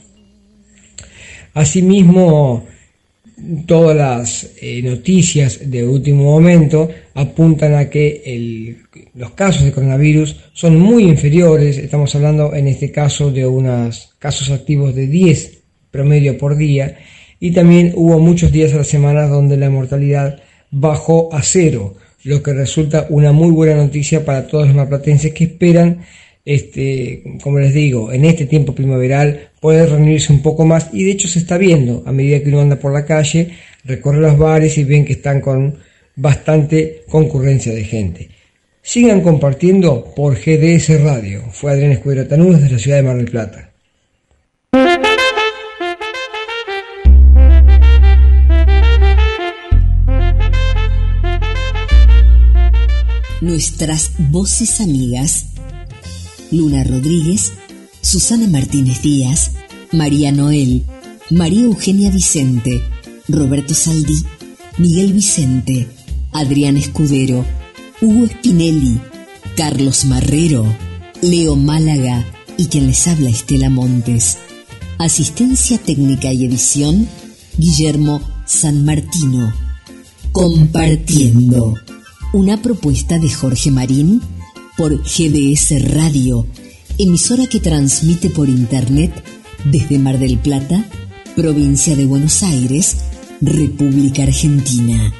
Asimismo, todas las eh, noticias de último momento apuntan a que el, los casos de coronavirus son muy inferiores. Estamos hablando en este caso de unos casos activos de diez promedio por día, y también hubo muchos días a la semana donde la mortalidad bajó a cero, lo que resulta una muy buena noticia para todos los marplatenses que esperan, este, como les digo, en este tiempo primaveral poder reunirse un poco más, y de hecho se está viendo a medida que uno anda por la calle, recorre los bares y ven que están con bastante concurrencia de gente. Sigan compartiendo por G D S Radio. Fue Adrián Escudero Tanús desde la ciudad de Mar del Plata. Nuestras voces amigas: Luna Rodríguez, Susana Martínez Díaz, María Noel, María Eugenia Vicente, Roberto Saldí, Miguel Vicente, Adrián Escudero, Hugo Spinelli, Carlos Marrero, Leo Málaga y quien les habla, Estela Montes. Asistencia técnica y edición, Guillermo San Martino. Compartiendo, una propuesta de Jorge Marín por G D S Radio, emisora que transmite por internet desde Mar del Plata, provincia de Buenos Aires, República Argentina.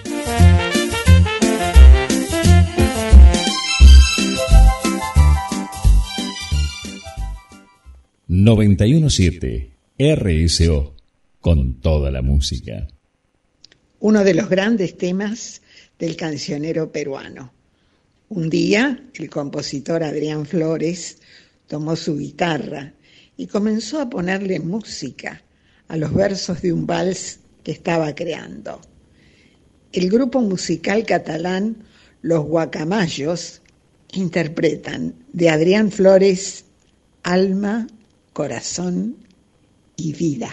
noventa y uno punto siete R S O, con toda la música. Uno de los grandes temas del cancionero peruano. Un día, el compositor Adrián Flores tomó su guitarra y comenzó a ponerle música a los versos de un vals que estaba creando. El grupo musical catalán Los Guacamayos interpretan de Adrián Flores Alma, Corazón y Vida.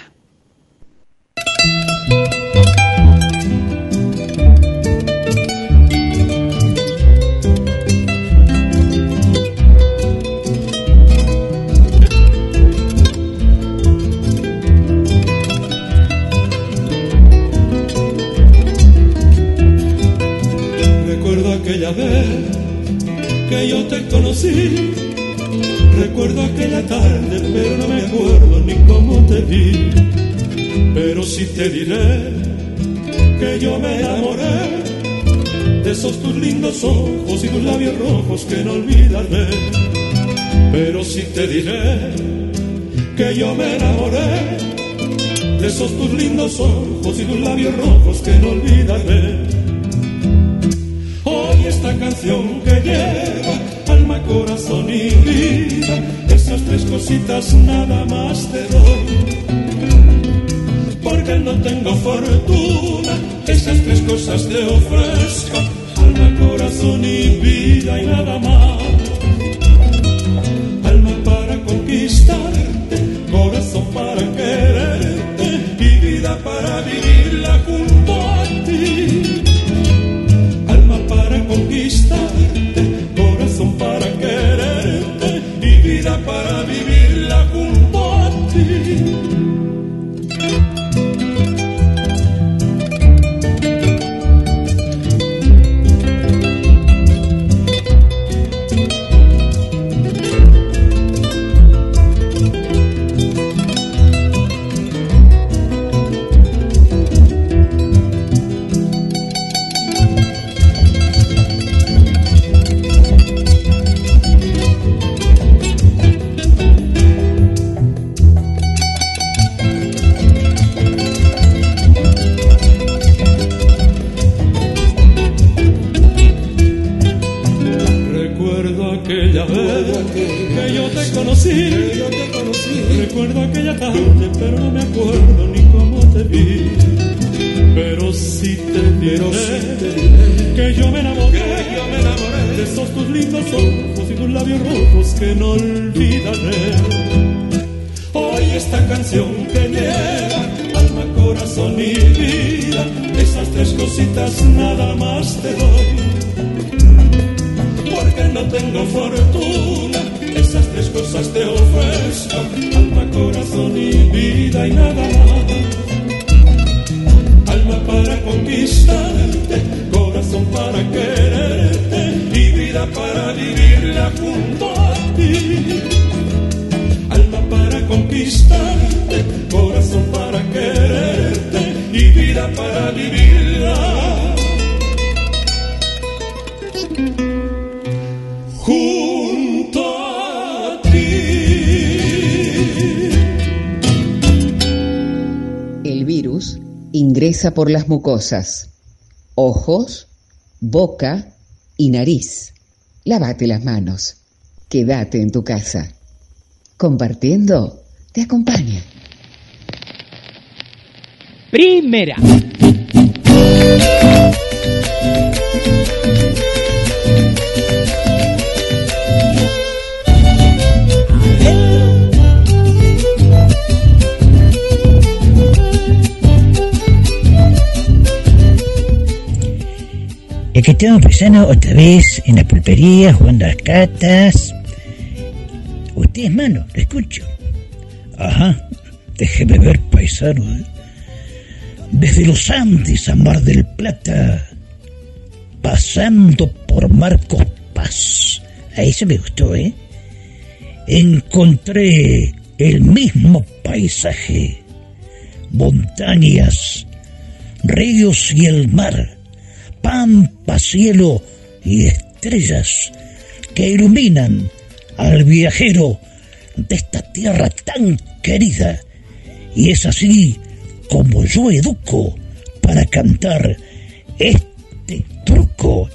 Recuerdo aquella vez que yo te conocí, recuerdo aquella tarde, pero no me acuerdo ni cómo te vi. Pero sí te diré que yo me enamoré de esos tus lindos ojos y tus labios rojos que no olvidaré. Pero sí te diré que yo me enamoré de esos tus lindos ojos y tus labios rojos que no olvidaré. Hoy esta canción que lleva alma, corazón y vida, esas tres cositas nada más te doy. Porque no tengo fortuna, esas tres cosas te ofrezco, alma, corazón y vida y nada más. Alma para conquistarte, corazón para quererte y vida para vivirla junto a ti. Alma para conquistarte, corazón para quererte y vida para vivirla junto a ti. Recuerdo aquella tarde, pero no me acuerdo ni cómo te vi. Pero sí te diré que yo me enamoré de esos tus lindos ojos y tus labios rojos que no olvidaré. Hoy esta canción que lleva alma, corazón y vida, esas tres cositas nada más te doy. Porque no tengo fortuna, esas tres cosas te ofrezco, alma, corazón y vida y nada más. Alma para conquistarte, corazón para quererte y vida para vivirla junto a ti. Alma para conquistarte, corazón para quererte vida para vivirla. Junto a ti. El virus ingresa por las mucosas, ojos, boca y nariz. Lávate las manos. Quédate en tu casa. Compartiendo te acompaña. Primera. Es que estamos pensando otra vez en la pulpería, jugando a las cartas. Usted es mano, lo escucho. Ajá, déjeme ver, paisano. ¿eh? Desde los Andes a Mar del Plata, pasando por Marcos Paz. Ahí se me gustó, ¿eh? Encontré el mismo paisaje. Montañas, ríos y el mar. Pampa, cielo y estrellas que iluminan al viajero de esta tierra tan querida. Y es así como yo educo para cantar este truco.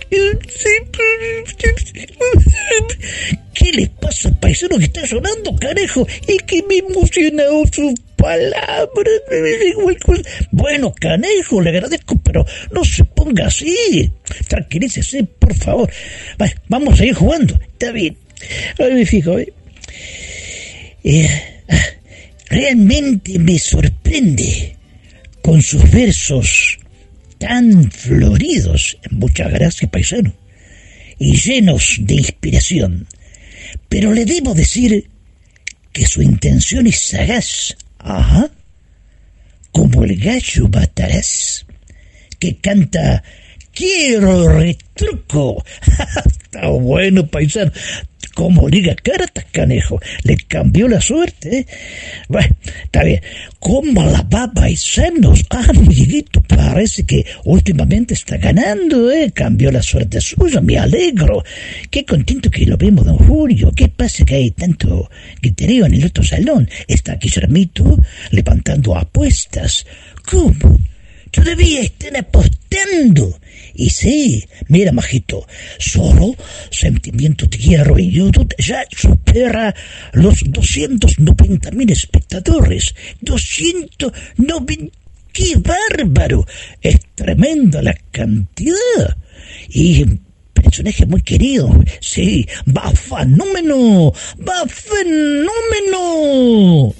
¿Qué le pasa, paisano, que está sonando, carajo? Es que me emocionó su palabra. Bueno, canejo, le agradezco, pero no se ponga así. Tranquilícese, por favor. Vale, vamos a ir jugando. Está bien. Ahora me fijo, ¿eh? Eh, realmente me sorprende con sus versos tan floridos. Muchas gracias, paisano. Y llenos de inspiración. Pero le debo decir que su intención es sagaz. Ajá. Como el gallo Bataraz, que canta "Quiero retruco". Está bueno, paisano. Como diga cartas, canejo, le cambió la suerte, ¿eh? Bueno, está bien. ¿Cómo la va, paisanos? Ah, amiguito, parece que últimamente está ganando, ¿eh? Cambió la suerte suya, me alegro. Qué contento que lo vemos, don Julio. ¿Qué pasa que hay tanto griterío en el otro salón? Está Guillermito levantando apuestas. ¿Cómo? Todavía están apostando. Y sí, mira, majito, solo Sentimiento de Hierro en YouTube ya supera los doscientos noventa mil espectadores. doscientos noventa, ¡qué bárbaro! Es tremenda la cantidad. Y personaje muy querido, sí, va fenómeno, va fenómeno.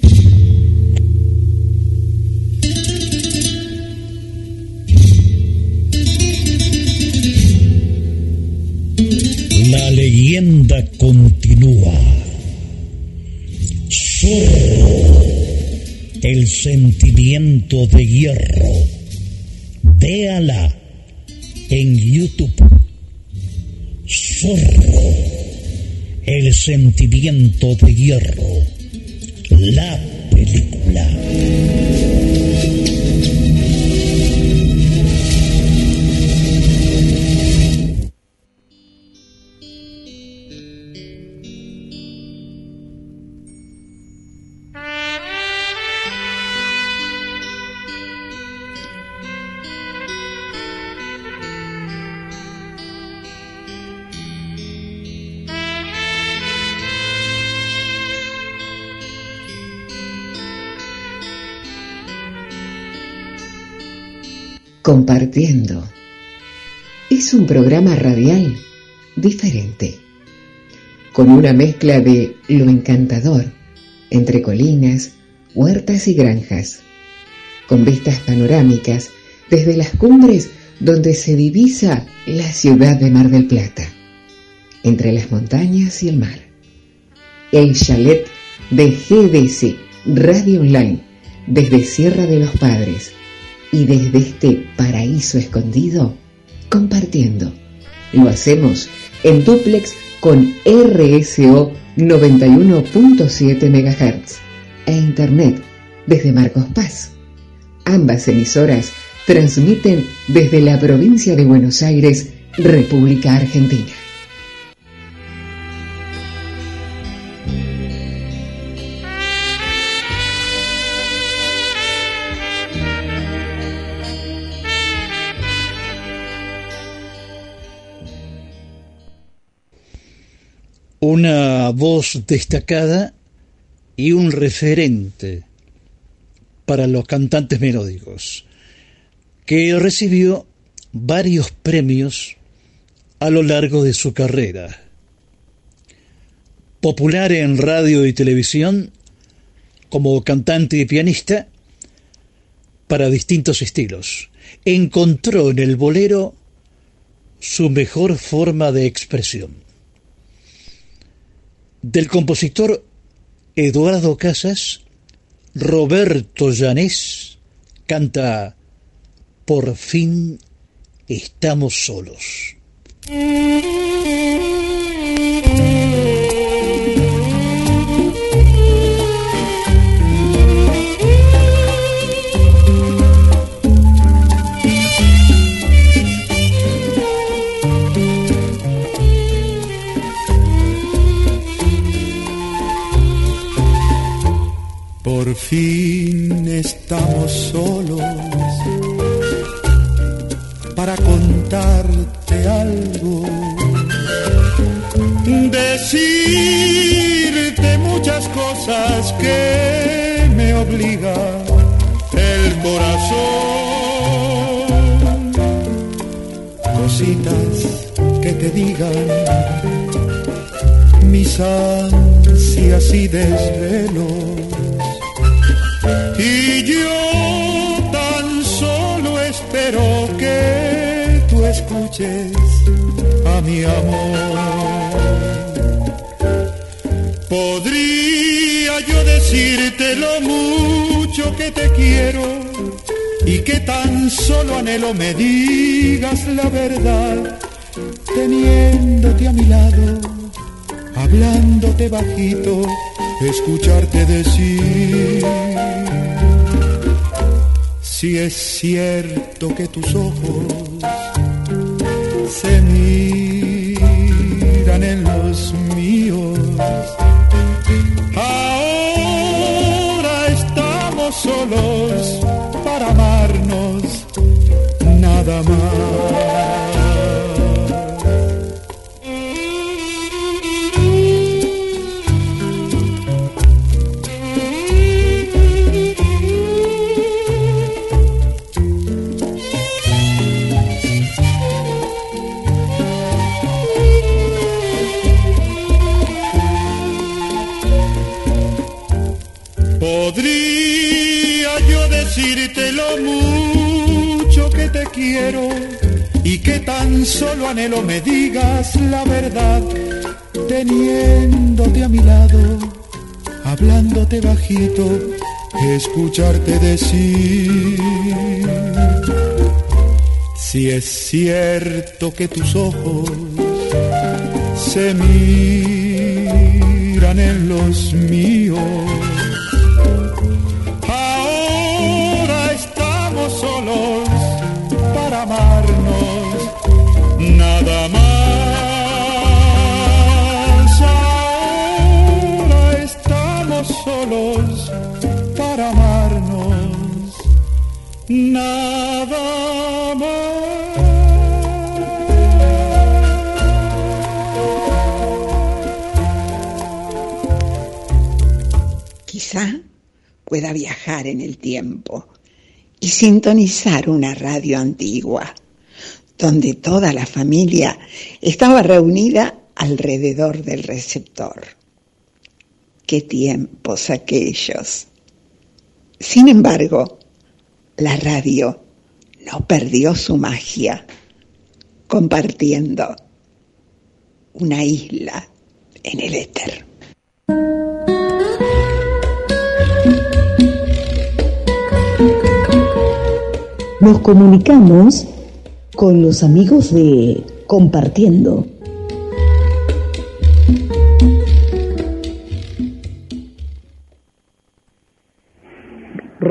La leyenda continúa. Zorro, el sentimiento de hierro. Véala en YouTube. Zorro, el sentimiento de hierro. La película. Compartiendo. Es un programa radial diferente, con una mezcla de lo encantador, entre colinas, huertas y granjas, con vistas panorámicas desde las cumbres donde se divisa la ciudad de Mar del Plata, entre las montañas y el mar. El chalet de G D C Radio Online, desde Sierra de los Padres, y desde este paraíso escondido, compartiendo. Lo hacemos en dúplex con R S O noventa y uno punto siete megahertz e internet desde Marcos Paz. Ambas emisoras Transmiten desde la provincia de Buenos Aires, República Argentina. Una voz destacada y un referente para los cantantes melódicos, que recibió varios premios a lo largo de su carrera. Popular en radio y televisión como cantante y pianista para distintos estilos, encontró en el bolero su mejor forma de expresión. Del compositor Eduardo Casas, Roberto Llanés canta Por fin estamos solos. Por fin estamos solos para contarte algo, decirte muchas cosas que me obliga el corazón, cositas que te digan mis ansias y desvelos. Y yo tan solo espero que tú escuches a mi amor. Podría yo decirte lo mucho que te quiero y que tan solo anhelo me digas la verdad, teniéndote a mi lado, hablándote bajito, escucharte decir. Si es cierto que tus ojos se miran en los míos, ahora estamos solos para amarnos, nada más. Podría yo decirte lo mucho que te quiero y que tan solo anhelo me digas la verdad, teniéndote a mi lado, hablándote bajito, escucharte decir. Si es cierto que tus ojos se miran en los míos, solos para amarnos, nada más. Ahora estamos solos para amarnos, nada más. Quizá pueda viajar en el tiempo y sintonizar una radio antigua, donde toda la familia estaba reunida alrededor del receptor. ¡Qué tiempos aquellos! Sin embargo, la radio no perdió su magia, compartiendo una isla en el éter. Nos comunicamos con los amigos de Compartiendo.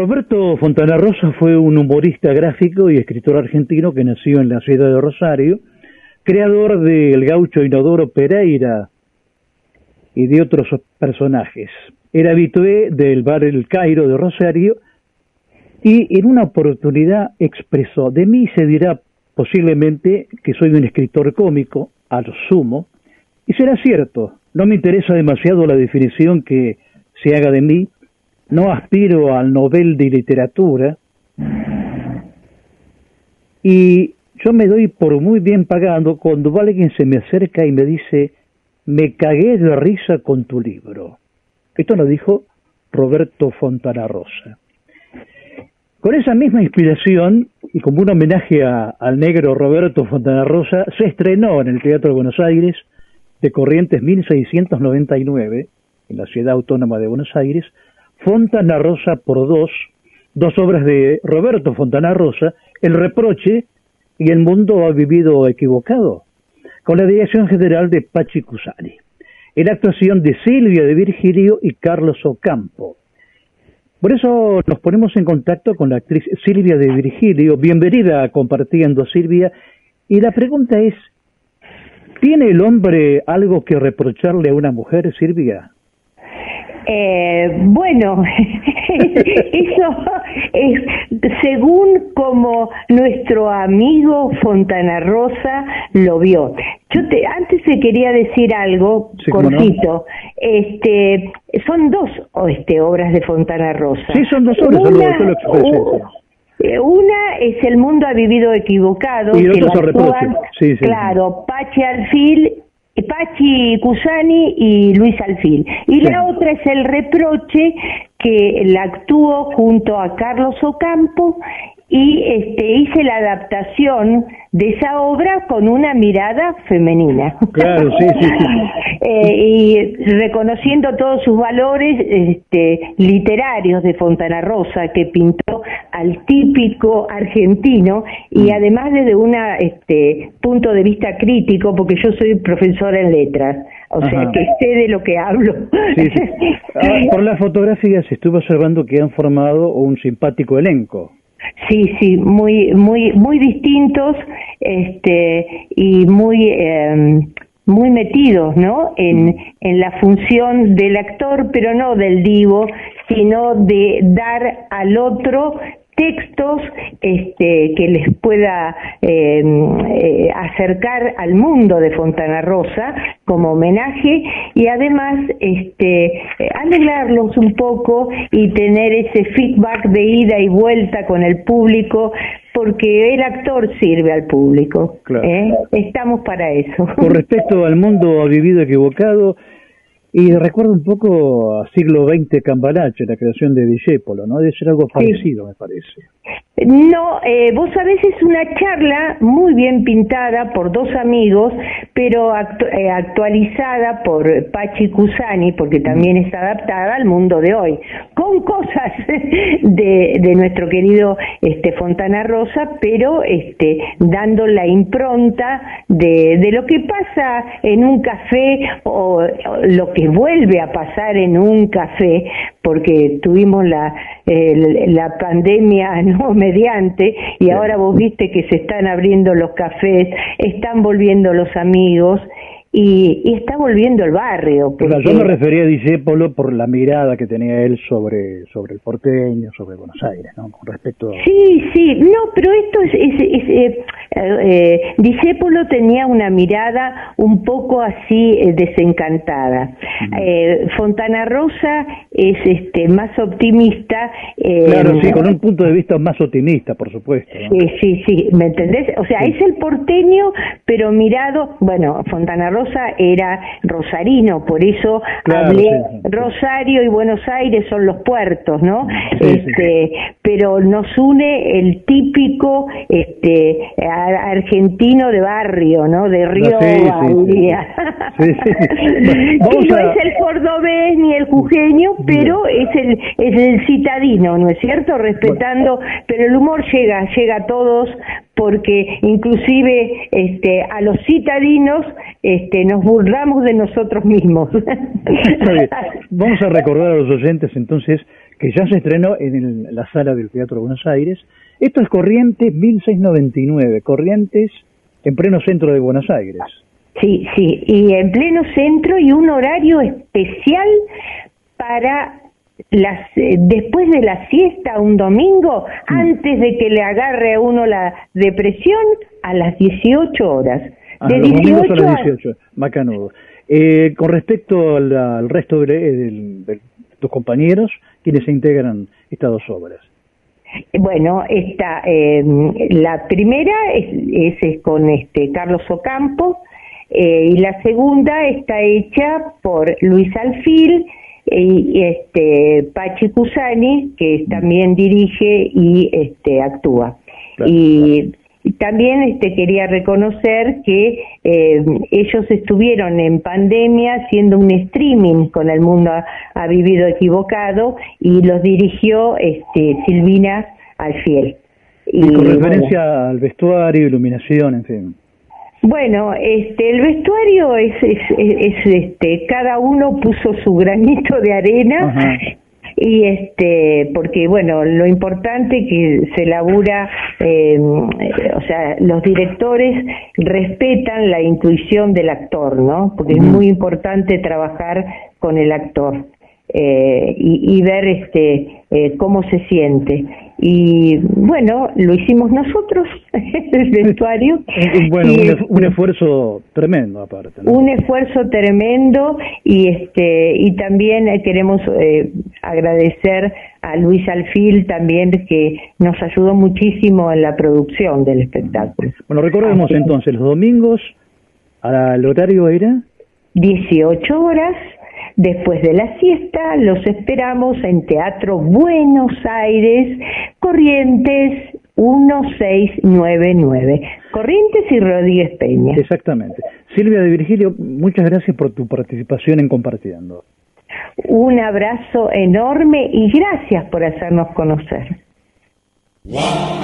Roberto Fontana Rosa fue un humorista gráfico y escritor argentino que nació en la ciudad de Rosario, creador del gaucho Inodoro Pereira y de otros personajes. Era habitué del bar El Cairo de Rosario y en una oportunidad expresó: de mí se dirá posiblemente que soy un escritor cómico, a lo sumo, y será cierto, no me interesa demasiado la definición que se haga de mí, no aspiro al Nobel de Literatura, y yo me doy por muy bien pagado cuando alguien se me acerca y me dice: me cagué de risa con tu libro. Esto lo dijo Roberto Fontana Rosa. Con esa misma inspiración, y como un homenaje a, al negro Roberto Fontana Rosa, se estrenó en el Teatro de Buenos Aires de Corrientes mil seiscientos noventa y nueve, en la ciudad autónoma de Buenos Aires, Fontana Rosa por dos, dos obras de Roberto Fontana Rosa, El reproche y El mundo ha vivido equivocado, con la dirección general de Pachi Cusani, en la actuación de Silvia de Virgilio y Carlos Ocampo. Por eso nos ponemos en contacto con la actriz Silvia de Virgilio. Bienvenida a Compartiendo, Silvia. Y la pregunta es: ¿tiene el hombre algo que reprocharle a una mujer, Silvia? Eh, bueno, eso es según como nuestro amigo Fontana Rosa lo vio. Yo te, antes te quería decir algo sí, cortito. No. Este, son dos este, obras de Fontana Rosa. Sí, son dos obras. Una, solo, solo una es El mundo ha vivido equivocado. Y el que otro es actúan, sí, sí, claro, Pachi Alfil. Pachi Cusani y Luis Alfil. Y sí. La otra es El reproche, que la actuó junto a Carlos Ocampo, y este, hice la adaptación de esa obra con una mirada femenina. Claro, sí, sí, sí. eh, y reconociendo todos sus valores este, literarios de Fontana Rosa, que pintó al típico argentino, y además desde un este, punto de vista crítico, porque yo soy profesora en letras, o Ajá. sea que sé de lo que hablo. Sí, sí. Ah, por las fotografías estuve observando que han formado un simpático elenco. Sí, sí, muy, muy, muy distintos, este, y muy, eh, muy metidos, ¿no? En, en la función del actor, pero no del divo, sino de dar al otro textos este, que les pueda eh, eh, acercar al mundo de Fontana Rosa como homenaje, y además este, alegrarlos un poco y tener ese feedback de ida y vuelta con el público, porque el actor sirve al público. Claro. ¿eh? Estamos para eso. Con respecto al mundo ha vivido equivocado, y recuerdo un poco a siglo veinte Cambalache, la creación de Discépolo, ¿no? Debe ser algo parecido, sí. Me parece. No, eh, vos sabés, es una charla muy bien pintada por dos amigos, pero actu eh, actualizada por Pachi Cusani, porque también está adaptada al mundo de hoy, con cosas de, de nuestro querido este, Fontana Rosa, pero este, dando la impronta de, de lo que pasa en un café, o, o lo que vuelve a pasar en un café, porque tuvimos la, eh, la pandemia, ¿no?, mediante, y ahora vos viste que se están abriendo los cafés, están volviendo los amigos, y, y está volviendo el barrio. Porque... Yo me refería a Discépolo por la mirada que tenía él sobre sobre el porteño, sobre Buenos Aires, ¿no? Con respecto a... Sí, sí, no, pero esto es... es, es eh, eh, Discépolo tenía una mirada un poco así eh, desencantada. Uh-huh. eh, Fontana Rosa es este más optimista. Eh, claro, sí, con un punto de vista más optimista, por supuesto, ¿no? Sí, sí, sí, ¿me entendés? O sea, sí. Es el porteño, pero mirado... Bueno, Fontana Rosa era rosarino, por eso claro, hablé sí, sí. Rosario y Buenos Aires son los puertos, ¿no? Sí, este, sí. Pero nos une el típico este argentino de barrio, ¿no? De Río Bahía. Sí, sí, sí. Sí, sí. Que no a... es el cordobés ni el jujeño, pero es el es el citadino, ¿no es cierto? Respetando, bueno. Pero el humor llega, llega a todos, porque inclusive este a los citadinos este nos burlamos de nosotros mismos. Vamos a recordar a los oyentes entonces que ya se estrenó en el, la sala del Teatro de Buenos Aires. Esto es Corrientes mil seiscientos noventa y nueve, Corrientes en pleno centro de Buenos Aires. Sí, sí, y en pleno centro y un horario especial para las eh, después de la siesta un domingo, mm. antes de que le agarre a uno la depresión, a las dieciocho horas. Ah, de los dieciocho domingos a las dieciocho, macanudo. Eh, con respecto al, al resto de, de, de tus compañeros, ¿quiénes se integran estas dos obras? Bueno, esta, eh, la primera es, es, es con este Carlos Ocampo, eh, y la segunda está hecha por Luis Alfil y este Pachi Cusani, que también dirige y este actúa. Claro, y claro. También este quería reconocer que eh, ellos estuvieron en pandemia haciendo un streaming con El Mundo ha, ha Vivido Equivocado, y los dirigió este Silvina Alfiel. Y, y con referencia bueno, al vestuario, iluminación, en fin. Bueno, este, el vestuario es, es, es, es este, cada uno puso su granito de arena. Ajá. Y este, porque bueno, lo importante que se labura, eh, o sea, los directores respetan la intuición del actor, ¿no? Porque uh-huh. es muy importante trabajar con el actor eh, y, y ver este eh, cómo se siente. Y bueno, lo hicimos nosotros, el vestuario. Bueno, y, un, un esfuerzo tremendo aparte, ¿no? Un esfuerzo tremendo, y este y también queremos eh, agradecer a Luis Alfil también, que nos ayudó muchísimo en la producción del espectáculo. Bueno, recordemos Así. entonces, los domingos, ¿el horario era? dieciocho horas. Después de la siesta, los esperamos en Teatro Buenos Aires, Corrientes mil seiscientos noventa y nueve. Corrientes y Rodríguez Peña. Exactamente. Silvia de Virgilio, muchas gracias por tu participación en Compartiendo. Un abrazo enorme y gracias por hacernos conocer. Wow.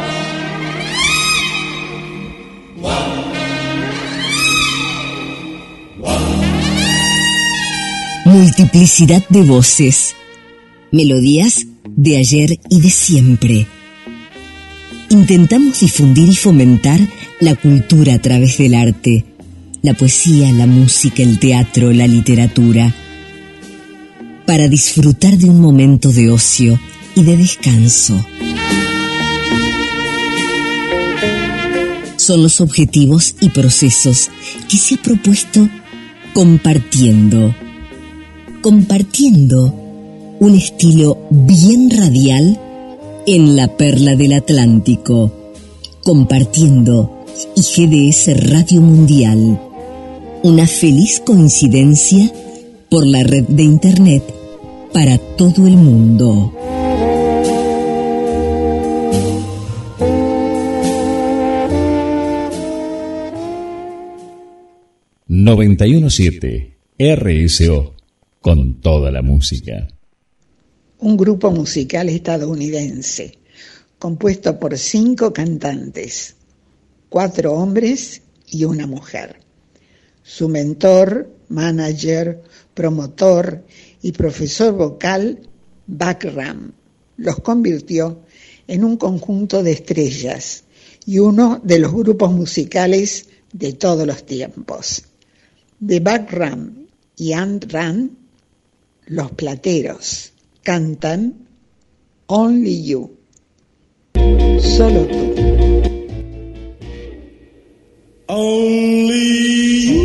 Wow. Multiplicidad de voces, melodías de ayer y de siempre. Intentamos difundir y fomentar la cultura a través del arte, la poesía, la música, el teatro, la literatura, para disfrutar de un momento de ocio y de descanso. Son los objetivos y procesos que se ha propuesto Compartiendo. Compartiendo un estilo bien radial en la perla del Atlántico. Compartiendo y G D S Radio Mundial. Una feliz coincidencia por la red de Internet para todo el mundo. noventa y uno punto siete R S O, con toda la música. Un grupo musical estadounidense compuesto por cinco cantantes, cuatro hombres y una mujer. Su mentor, manager, promotor y profesor vocal, Buck Ram, los convirtió en un conjunto de estrellas y uno de los grupos musicales de todos los tiempos. De Buck Ram y Ant Ran, Los Plateros, cantan Only You, solo tú. Only you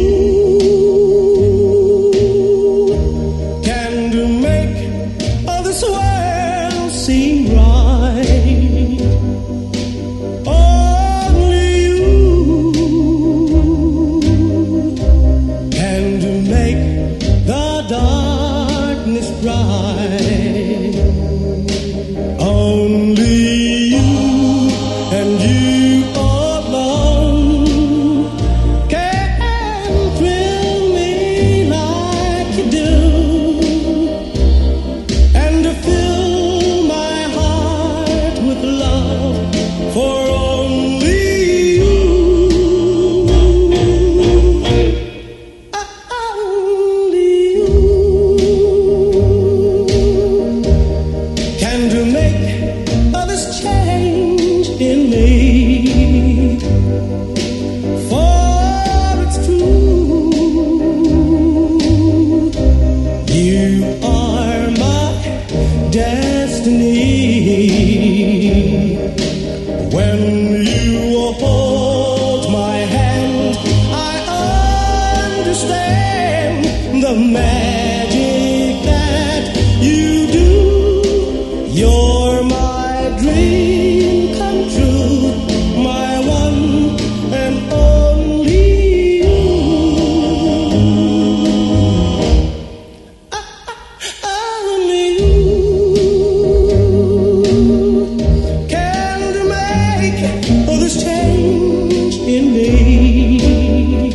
can make all this world seem right. Only you can make the darkness bright. Only you and you. magic that you do. You're my dream come true, my one and only you. Only you can make all this change in me.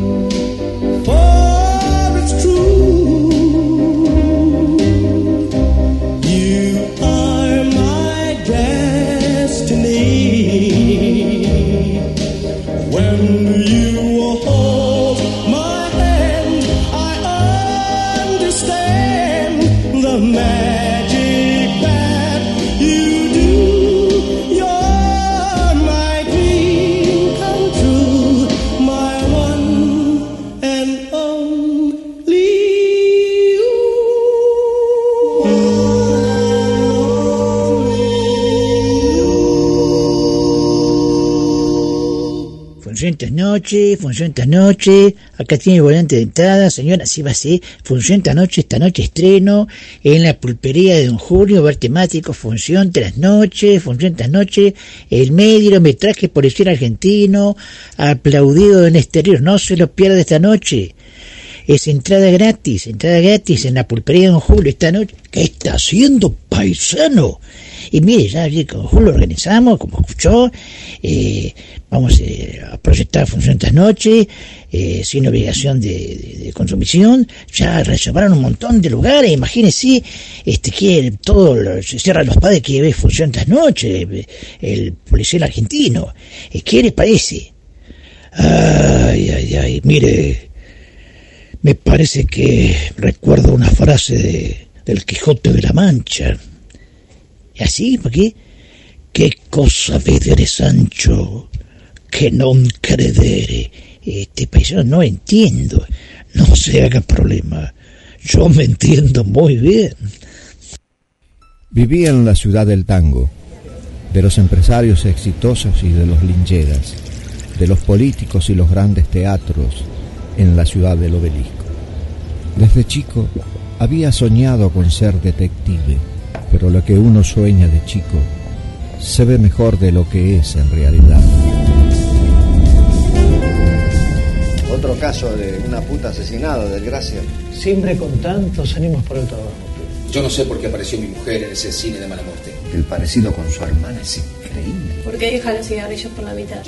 For it's true, you are my destiny. When you hold my hand, I understand the magic that you do. You're my dream come true, my one and only Función esta noche, función esta noche, acá tiene el volante de entrada, señora, así va a ser, función esta noche, esta noche estreno, en la pulpería de Don Julio, bar temático, función tras noche, función tras noche, el mediometraje policial argentino, aplaudido en el exterior, no se lo pierda esta noche. Es entrada gratis, entrada gratis en la pulpería de Don Julio esta noche. ¿Qué está haciendo, paisano? Y mire, ya con Julio organizamos, como escuchó, eh, vamos eh, a proyectar función esta noche, eh, sin obligación de, de, de consumición. Ya reservaron un montón de lugares, imagínense, este, que todo lo- se cierra los padres que ve función esta noche, eh, el policial argentino. Eh, ¿Qué les parece? Ay, ay, ay, mire, me parece que recuerdo una frase de, del Quijote de la Mancha. ¿Y así? ¿Por qué? ¿Qué cosa vedere Sancho que non credere? Este paisano no entiendo. No se haga problema. Yo me entiendo muy bien. Vivía en la ciudad del tango, de los empresarios exitosos y de los lincheras, de los políticos y los grandes teatros en la ciudad del obelisco. Desde chico había soñado con ser detective, pero lo que uno sueña de chico se ve mejor de lo que es en realidad. Otro caso de una puta asesinada, desgracia. Siempre con tantos ánimos por el trabajo. Yo no sé por qué apareció mi mujer en ese cine de mala muerte. El parecido con su hermana es increíble. ¿Por qué deja los cigarrillos por la mitad?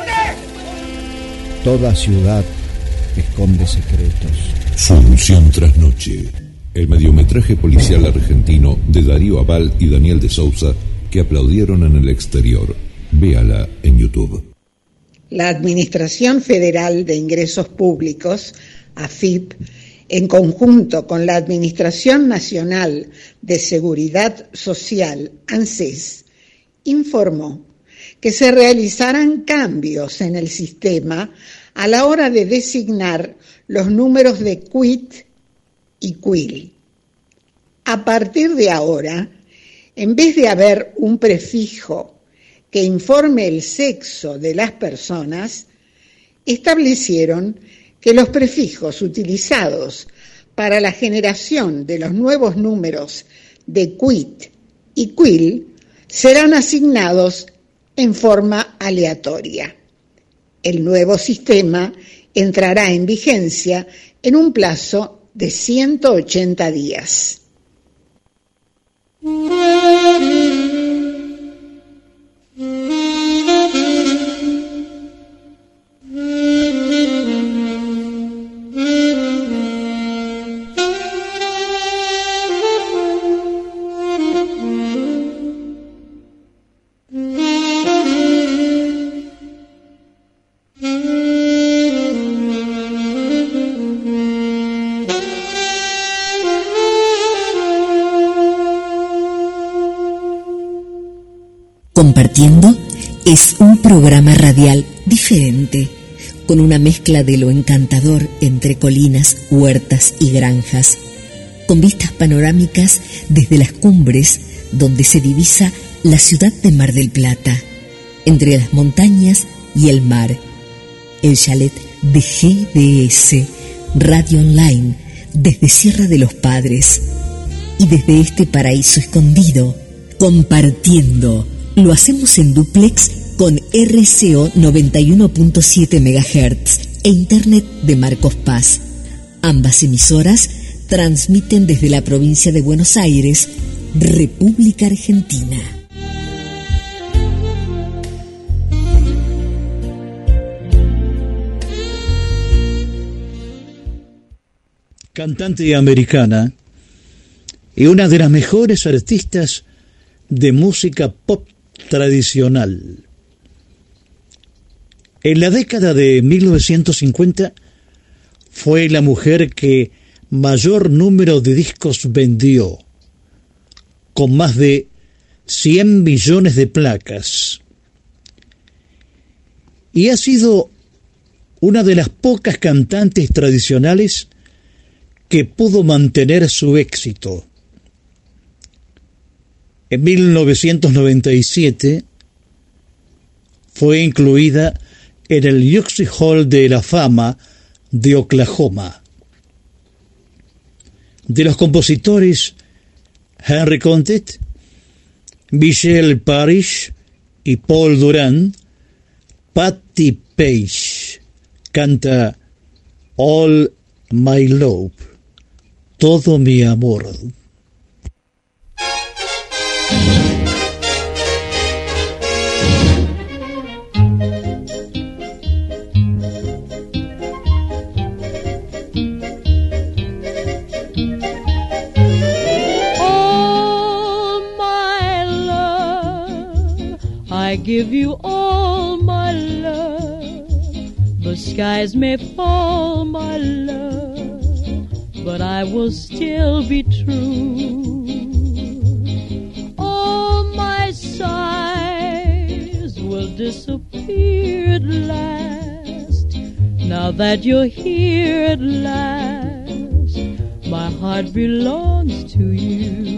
Toda ciudad esconde secretos. Función tras noche. El mediometraje policial argentino de Darío Aval y Daniel de Sousa que aplaudieron en el exterior. Véala en YouTube. La Administración Federal de Ingresos Públicos, A F I P, en conjunto con la Administración Nacional de Seguridad Social, ANSES, informó que se realizarán cambios en el sistema a la hora de designar los números de Q I T y Q I L. A partir de ahora, en vez de haber un prefijo que informe el sexo de las personas, establecieron que los prefijos utilizados para la generación de los nuevos números de Q I T y Q I L serán asignados en forma aleatoria. El nuevo sistema entrará en vigencia en un plazo de ciento ochenta días. Compartiendo es un programa radial diferente, con una mezcla de lo encantador entre colinas, huertas y granjas, con vistas panorámicas desde las cumbres donde se divisa la ciudad de Mar del Plata, entre las montañas y el mar. El chalet de G D S, Radio Online, desde Sierra de los Padres y desde este paraíso escondido, compartiendo. Lo hacemos en dúplex con R C O noventa y uno punto siete megahertz e Internet de Marcos Paz. Ambas emisoras transmiten desde la provincia de Buenos Aires, República Argentina. Cantante americana y una de las mejores artistas de música pop tradicional. En la década de mil novecientos cincuenta fue la mujer que mayor número de discos vendió, con más de cien millones de placas. Y ha sido una de las pocas cantantes tradicionales que pudo mantener su éxito. En mil novecientos noventa y siete fue incluida en el Music Hall de la Fama de Oklahoma. De los compositores Henry Contet, Michelle Parrish y Paul Duran, Patti Page canta All My Love, todo mi amor. I give you all my love. The skies may fall, my love, but I will still be true. All my sighs will disappear at last. Now that you're here at last, my heart belongs to you.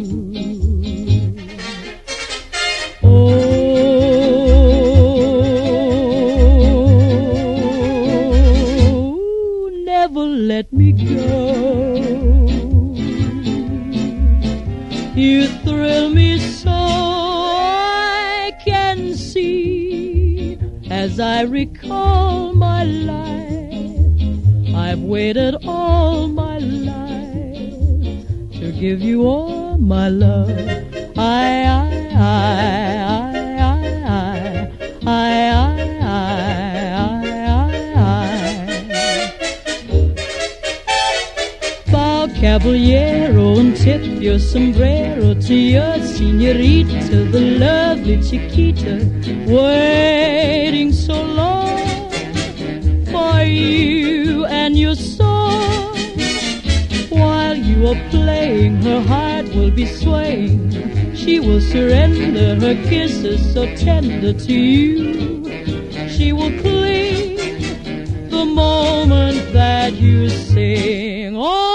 Let me go. You thrill me so I can see. As I recall my life, I've waited all my life to give you all my love. I, I, I, I, I, I, I. Caballero, and tip your sombrero to your senorita, the lovely Chiquita, waiting so long for you and your song. While you are playing, her heart will be swaying. She will surrender her kisses so tender to you. She will cling the moment that you sing. Oh,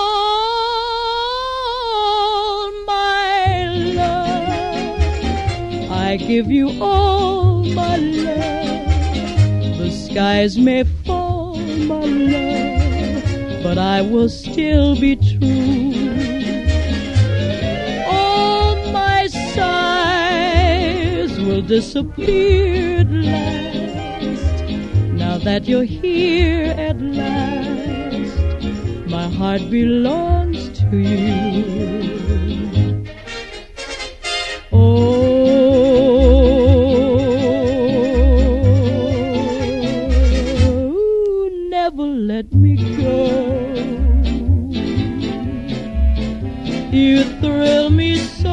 I give you all my love. The skies may fall, my love, but I will still be true. All my sighs will disappear at last. Now that you're here at last, my heart belongs to you. Oh, let me go. You thrill me so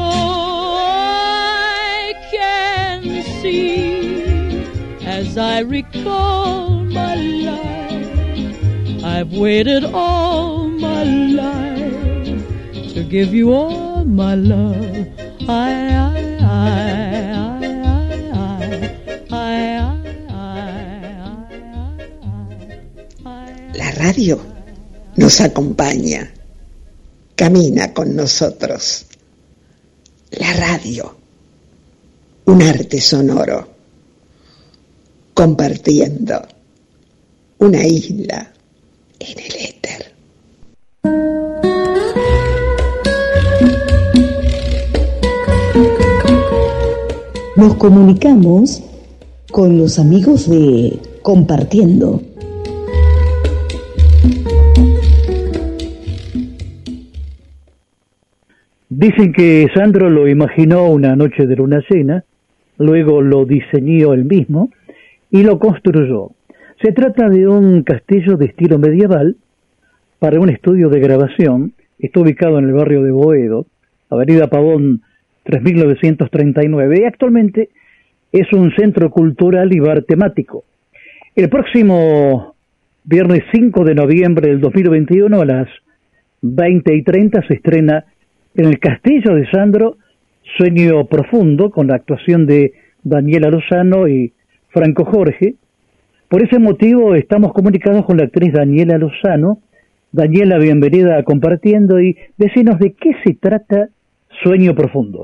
I can see. As I recall my life, I've waited all my life to give you all my love. I, I, I, I, I, I, La radio nos acompaña, camina con nosotros. La radio, un arte sonoro, compartiendo una isla en el éter. Nos comunicamos con los amigos de Compartiendo. Dicen que Sandro lo imaginó una noche de luna llena, luego lo diseñó él mismo y lo construyó. Se trata de un castillo de estilo medieval para un estudio de grabación. Está ubicado en el barrio de Boedo, Avenida Pavón tres mil novecientos treinta y nueve, y actualmente es un centro cultural y bar temático. El próximo viernes cinco de noviembre del dos mil veintiuno a las veinte y treinta se estrena en el Castillo de Sandro Sueño Profundo, con la actuación de Daniela Lozano y Franco Jorge. Por ese motivo estamos comunicados con la actriz Daniela Lozano. Daniela, bienvenida a Compartiendo, y decinos de qué se trata Sueño Profundo.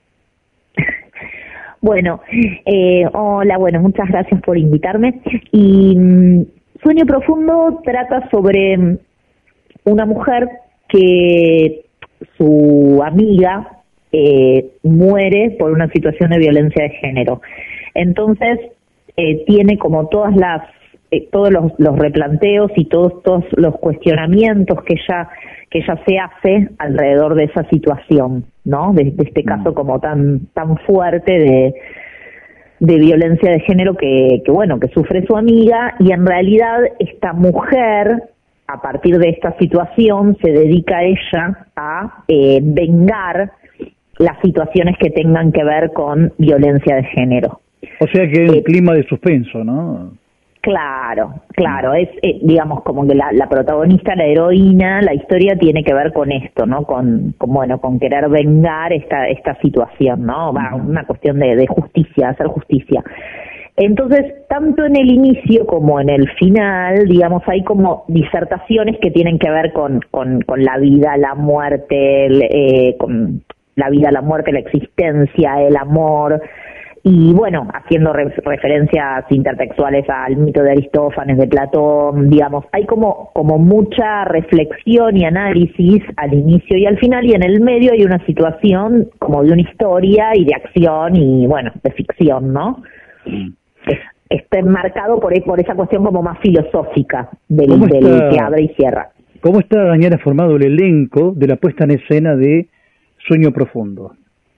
Bueno, eh, hola, bueno, muchas gracias por invitarme. Y mm, Sueño Profundo trata sobre una mujer que su amiga eh, muere por una situación de violencia de género. Entonces, eh, tiene como todas las eh, todos los, los replanteos y todos, todos los cuestionamientos que ella que ella se hace alrededor de esa situación, ¿no? De, de este caso como tan tan fuerte de de violencia de género que, que bueno que sufre su amiga, y en realidad esta mujer, a partir de esta situación, se dedica ella a eh, vengar las situaciones que tengan que ver con violencia de género. O sea que es un eh, clima de suspenso, ¿no? Claro, claro, es eh, digamos como que la, la protagonista, la heroína, la historia tiene que ver con esto, ¿no? Con, con bueno, con querer vengar esta esta situación, ¿no? Va, una cuestión de, de justicia, hacer justicia. Entonces, tanto en el inicio como en el final, digamos, hay como disertaciones que tienen que ver con, con, con la vida, la muerte, el, eh, con la vida, la muerte, la existencia, el amor, y bueno, haciendo re- referencias intertextuales al mito de Aristófanes, de Platón, digamos, hay como, como mucha reflexión y análisis al inicio y al final, y en el medio hay una situación como de una historia y de acción y, bueno, de ficción, ¿no? Mm. Está enmarcado por, por esa cuestión como más filosófica del, del que abre y cierra. ¿Cómo está, Daniela, formado el elenco de la puesta en escena de Sueño Profundo?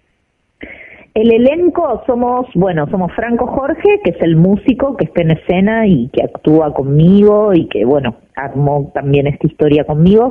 El elenco somos, bueno, somos Franco Jorge, que es el músico que está en escena y que actúa conmigo y que, bueno, armó también esta historia conmigo.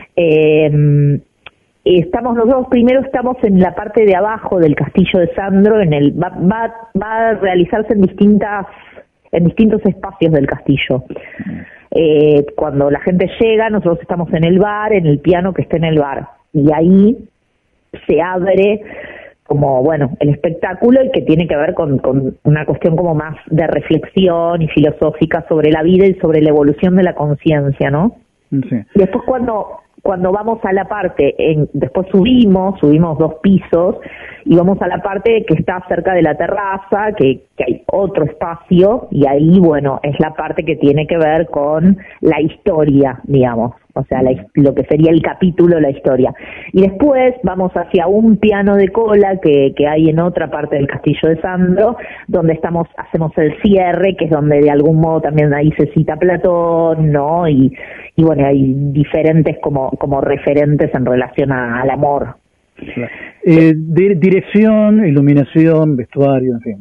Eh, Estamos nosotros primero estamos en la parte de abajo del Castillo de Sandro, en el va va, va a realizarse en distintas en distintos espacios del castillo. Eh, cuando la gente llega, nosotros estamos en el bar, en el piano que está en el bar, y ahí se abre como, bueno, el espectáculo, y que tiene que ver con, con una cuestión como más de reflexión y filosófica sobre la vida y sobre la evolución de la conciencia, ¿no? Sí. Después cuando Cuando vamos a la parte, en, después subimos, subimos dos pisos, y vamos a la parte que está cerca de la terraza, que, que hay otro espacio, y ahí, bueno, es la parte que tiene que ver con la historia, digamos, o sea, la, lo que sería el capítulo de la historia. Y después vamos hacia un piano de cola que, que hay en otra parte del Castillo de Sandro, donde estamos hacemos el cierre, que es donde de algún modo también ahí se cita Platón, ¿no? Y, y bueno, hay diferentes como, como referentes en relación a, al amor. Eh, di- dirección, iluminación, vestuario, en fin.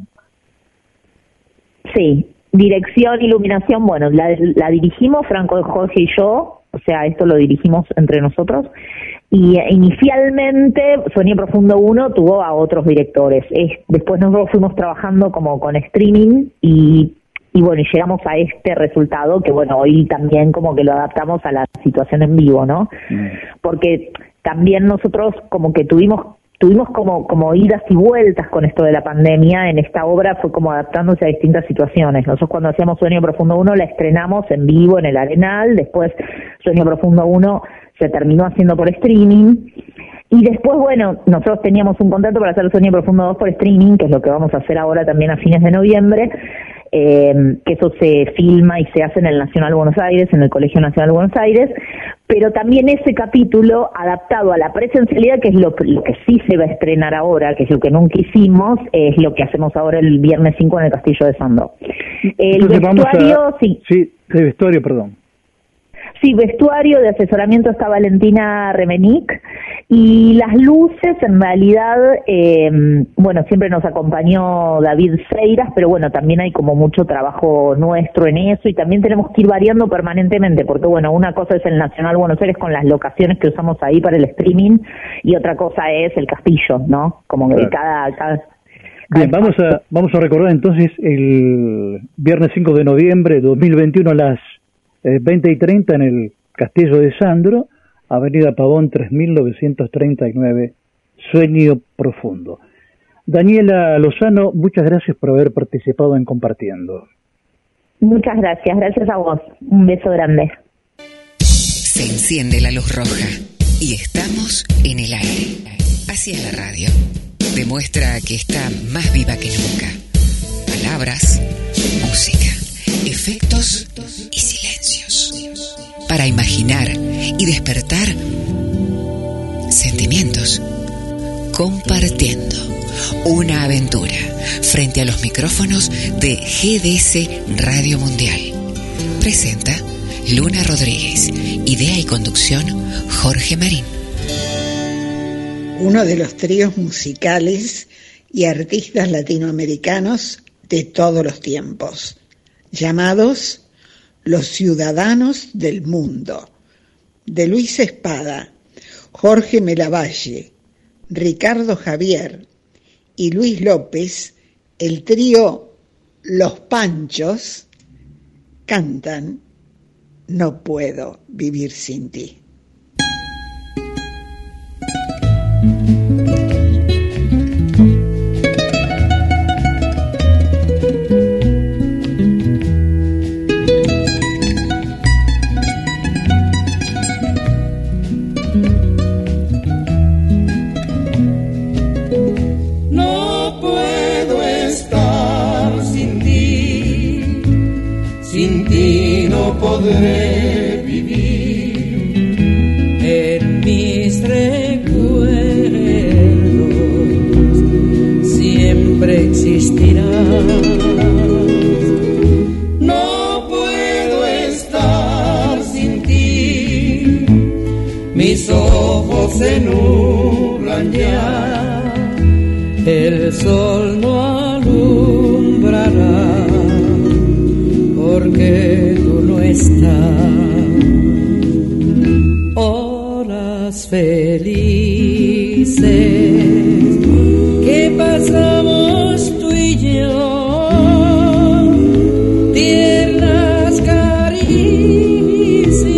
Sí, dirección, iluminación, bueno, la, la dirigimos Franco Jorge y yo, o sea, esto lo dirigimos entre nosotros, y eh, inicialmente Sueño Profundo uno tuvo a otros directores. Es, después nosotros fuimos trabajando como con streaming y, y bueno, y llegamos a este resultado que bueno, hoy también como que lo adaptamos a la situación en vivo, ¿no? Mm. Porque también nosotros como que tuvimos tuvimos como como idas y vueltas con esto de la pandemia. En esta obra fue como adaptándose a distintas situaciones. Nosotros cuando hacíamos Sueño Profundo uno la estrenamos en vivo en el Arenal, después Sueño Profundo uno se terminó haciendo por streaming, y después, bueno, nosotros teníamos un contrato para hacer Sueño Profundo dos por streaming, que es lo que vamos a hacer ahora también a fines de noviembre, eh, que eso se filma y se hace en el Nacional Buenos Aires, en el Colegio Nacional de Buenos Aires, pero también ese capítulo adaptado a la presencialidad, que es lo, lo que sí se va a estrenar ahora, que es lo que nunca hicimos, es lo que hacemos ahora el viernes cinco en el Castillo de Sandro. El Entonces vestuario, vamos a... sí. Sí, el vestuario, perdón. Sí, vestuario de asesoramiento está Valentina Remenick, y las luces en realidad, eh, bueno, siempre nos acompañó David Seiras, pero bueno, también hay como mucho trabajo nuestro en eso, y también tenemos que ir variando permanentemente, porque bueno, una cosa es el Nacional Buenos Aires con las locaciones que usamos ahí para el streaming, y otra cosa es el castillo, ¿no? Como que Claro. cada... cada Bien, vamos a, vamos a recordar entonces el viernes cinco de noviembre de dos mil veintiuno a las eh, veinte y treinta en el Castillo de Sandro, Avenida Pavón tres mil novecientos treinta y nueve, Sueño Profundo. Daniela Lozano, muchas gracias por haber participado en Compartiendo. Muchas gracias, gracias a vos. Un beso grande. Se enciende la luz roja y estamos en el aire. Así es la radio. Demuestra que está más viva que nunca. Palabras, música, efectos y silencios. Para imaginar y despertar sentimientos. Compartiendo una aventura frente a los micrófonos de G D S Radio Mundial. Presenta Luna Rodríguez. Idea y conducción Jorge Marín. Uno de los tríos musicales y artistas latinoamericanos de todos los tiempos, llamados Los Ciudadanos del Mundo, de Luis Espada, Jorge Melavalle, Ricardo Javier y Luis López, el trío Los Panchos, cantan No puedo vivir sin ti. No puedo estar sin ti, sin ti no podré vivir. En mis recuerdos siempre existirás. No puedo estar sin ti, mis ojos se nublan ya. El sol no alumbrará porque tú no estás. Horas felices que pasamos tú y yo, tiernas caricias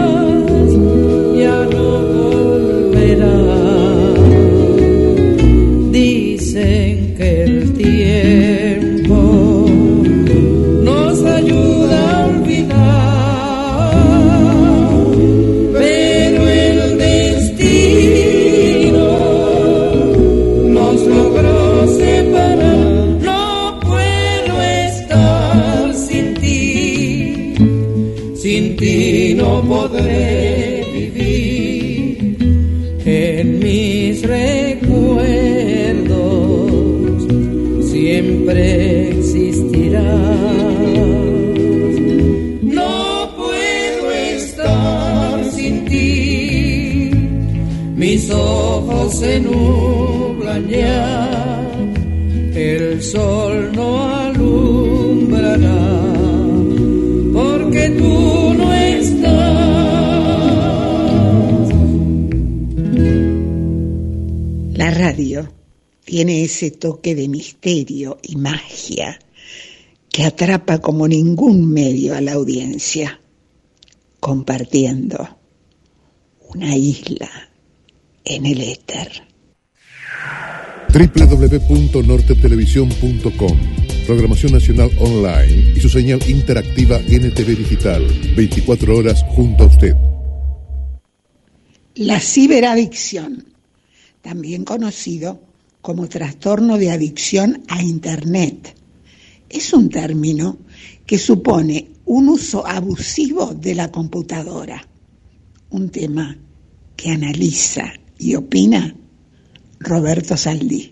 ya no volverán. Dicen que el tiempo nos ayuda a olvidar, pero el destino nos logró separar. No puedo estar sin ti, sin ti no podré vivir. En mis recuerdos siempre existirás. No puedo estar sin ti, mis ojos se nublan ya. El sol no alumbrará porque tú no estás. La radio tiene ese toque de misterio y magia que atrapa como ningún medio a la audiencia, compartiendo una isla en el éter. doble u doble u doble u punto norte televisión punto com, programación nacional online y su señal interactiva N T V digital, veinticuatro horas junto a usted. La ciberadicción, también conocido como trastorno de adicción a Internet, es un término que supone un uso abusivo de la computadora, un tema que analiza y opina Roberto Saldí.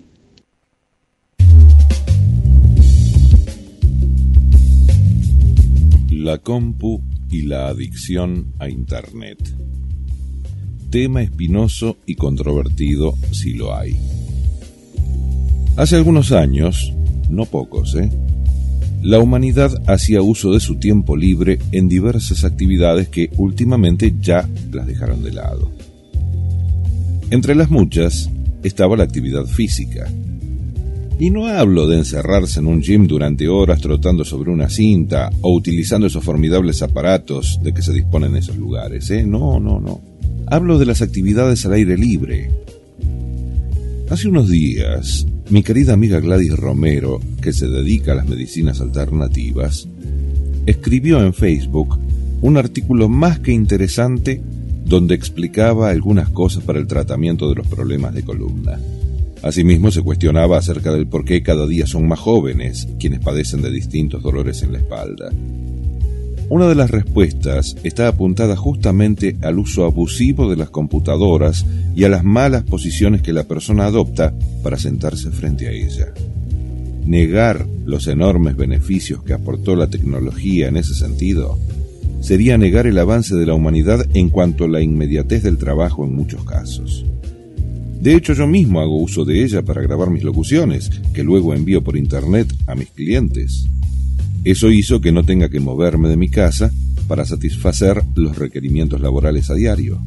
La compu y la adicción a Internet. Tema espinoso y controvertido si lo hay. Hace algunos años, no pocos, ¿eh? la humanidad hacía uso de su tiempo libre en diversas actividades que últimamente ya las dejaron de lado. Entre las muchas estaba la actividad física. Y no hablo de encerrarse en un gym durante horas trotando sobre una cinta o utilizando esos formidables aparatos de que se disponen en esos lugares, ¿eh? No, no, no. Hablo de las actividades al aire libre. Hace unos días, mi querida amiga Gladys Romero, que se dedica a las medicinas alternativas, escribió en Facebook un artículo más que interesante donde explicaba algunas cosas para el tratamiento de los problemas de columna. Asimismo, se cuestionaba acerca del por qué cada día son más jóvenes quienes padecen de distintos dolores en la espalda. Una de las respuestas está apuntada justamente al uso abusivo de las computadoras y a las malas posiciones que la persona adopta para sentarse frente a ella. Negar los enormes beneficios que aportó la tecnología en ese sentido sería negar el avance de la humanidad en cuanto a la inmediatez del trabajo en muchos casos. De hecho, yo mismo hago uso de ella para grabar mis locuciones, que luego envío por internet a mis clientes. Eso hizo que no tenga que moverme de mi casa para satisfacer los requerimientos laborales a diario.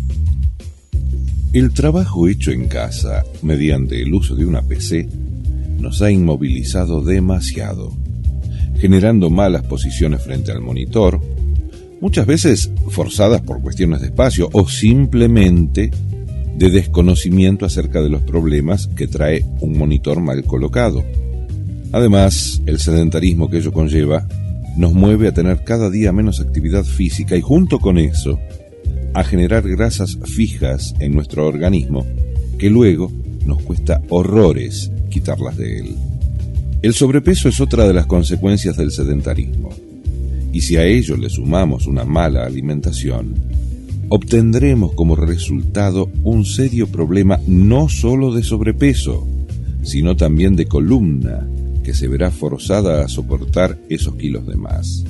El trabajo hecho en casa, mediante el uso de una P C, nos ha inmovilizado demasiado, generando malas posiciones frente al monitor, muchas veces forzadas por cuestiones de espacio o simplemente de desconocimiento acerca de los problemas que trae un monitor mal colocado. Además, el sedentarismo que ello conlleva nos mueve a tener cada día menos actividad física y junto con eso, a generar grasas fijas en nuestro organismo que luego nos cuesta horrores quitarlas de él. El sobrepeso es otra de las consecuencias del sedentarismo, y si a ello le sumamos una mala alimentación, obtendremos como resultado un serio problema no solo de sobrepeso, sino también de columna, que se verá forzada a soportar esos kilos de más.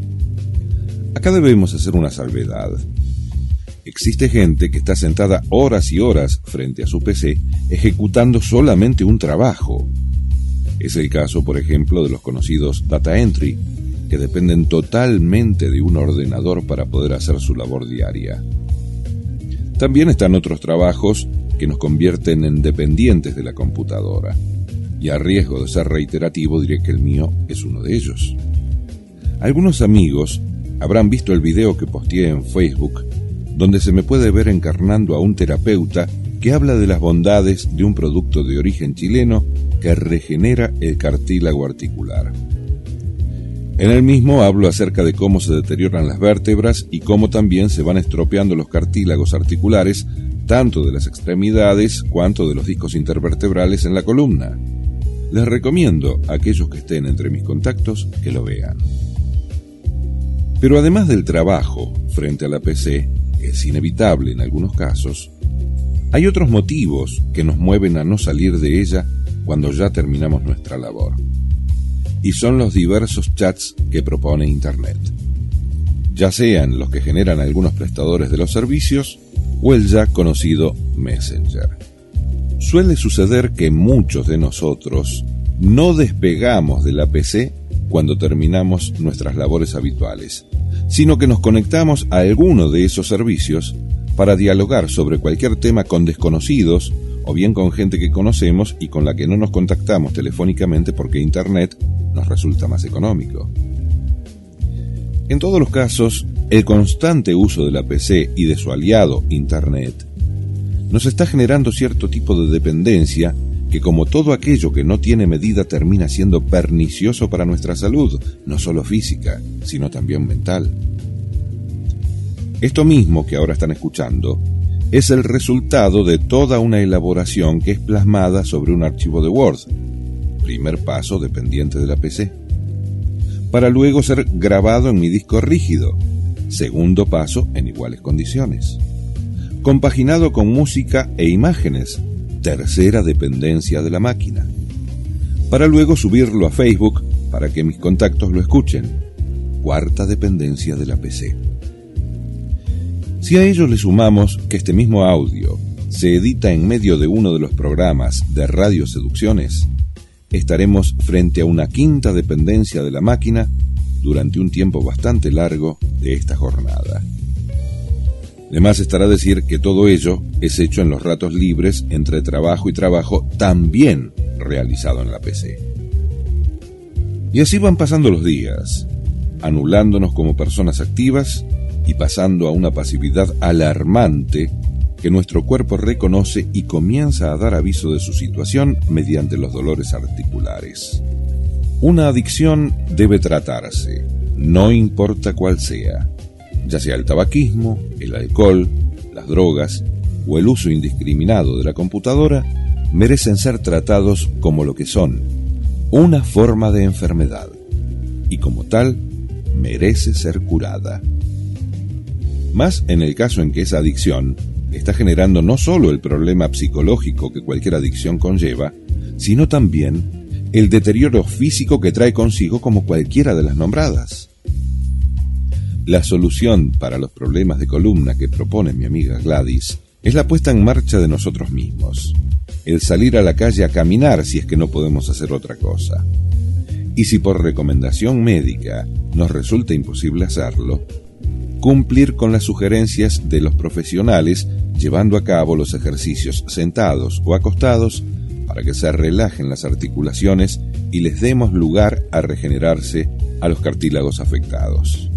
Acá debemos hacer una salvedad. Existe gente que está sentada horas y horas frente a su P C ejecutando solamente un trabajo. Es el caso, por ejemplo, de los conocidos data entry, que dependen totalmente de un ordenador para poder hacer su labor diaria. También están otros trabajos que nos convierten en dependientes de la computadora. Y a riesgo de ser reiterativo diré que el mío es uno de ellos. Algunos amigos habrán visto el video que posteé en Facebook, donde se me puede ver encarnando a un terapeuta que habla de las bondades de un producto de origen chileno que regenera el cartílago articular. En el mismo hablo acerca de cómo se deterioran las vértebras y cómo también se van estropeando los cartílagos articulares, tanto de las extremidades cuanto de los discos intervertebrales en la columna. Les recomiendo a aquellos que estén entre mis contactos que lo vean. Pero además del trabajo frente a la P C, que es inevitable en algunos casos, hay otros motivos que nos mueven a no salir de ella cuando ya terminamos nuestra labor. Y son los diversos chats que propone Internet, ya sean los que generan algunos prestadores de los servicios o el ya conocido Messenger. Suele suceder que muchos de nosotros no despegamos de la P C cuando terminamos nuestras labores habituales, sino que nos conectamos a alguno de esos servicios para dialogar sobre cualquier tema con desconocidos o bien con gente que conocemos y con la que no nos contactamos telefónicamente porque Internet nos resulta más económico. En todos los casos, el constante uso de la P C y de su aliado Internet nos está generando cierto tipo de dependencia que, como todo aquello que no tiene medida, termina siendo pernicioso para nuestra salud, no solo física, sino también mental. Esto mismo que ahora están escuchando es el resultado de toda una elaboración que es plasmada sobre un archivo de Word, primer paso dependiente de la P C. para luego ser grabado en mi disco rígido, segundo paso en iguales condiciones. Compaginado con música e imágenes, tercera dependencia de la máquina, para luego subirlo a Facebook para que mis contactos lo escuchen, cuarta dependencia de la P C. Si a ello le sumamos que este mismo audio se edita en medio de uno de los programas de Radio Seducciones, estaremos frente a una quinta dependencia de la máquina durante un tiempo bastante largo de esta jornada. De más estará decir que todo ello es hecho en los ratos libres entre trabajo y trabajo, también realizado en la P C. Y así van pasando los días, anulándonos como personas activas y pasando a una pasividad alarmante que nuestro cuerpo reconoce y comienza a dar aviso de su situación mediante los dolores articulares. Una adicción debe tratarse, no importa cuál sea, ya sea el tabaquismo, el alcohol, las drogas o el uso indiscriminado de la computadora, merecen ser tratados como lo que son, una forma de enfermedad, y como tal, merece ser curada. Más en el caso en que esa adicción está generando no solo el problema psicológico que cualquier adicción conlleva, sino también el deterioro físico que trae consigo como cualquiera de las nombradas. La solución para los problemas de columna que propone mi amiga Gladys es la puesta en marcha de nosotros mismos, el salir a la calle a caminar si es que no podemos hacer otra cosa. Y si por recomendación médica nos resulta imposible hacerlo, cumplir con las sugerencias de los profesionales llevando a cabo los ejercicios sentados o acostados para que se relajen las articulaciones y les demos lugar a regenerarse a los cartílagos afectados.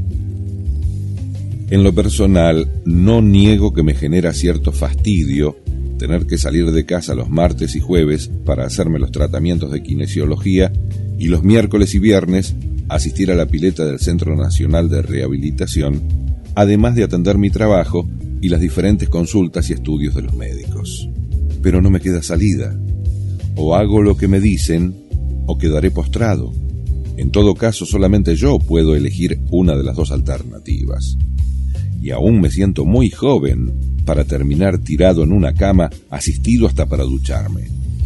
En lo personal, no niego que me genera cierto fastidio tener que salir de casa los martes y jueves para hacerme los tratamientos de kinesiología y los miércoles y viernes asistir a la pileta del Centro Nacional de Rehabilitación, además de atender mi trabajo y las diferentes consultas y estudios de los médicos. Pero no me queda salida. O hago lo que me dicen, o quedaré postrado. En todo caso, solamente yo puedo elegir una de las dos alternativas. Y aún me siento muy joven para terminar tirado en una cama, asistido hasta para ducharme.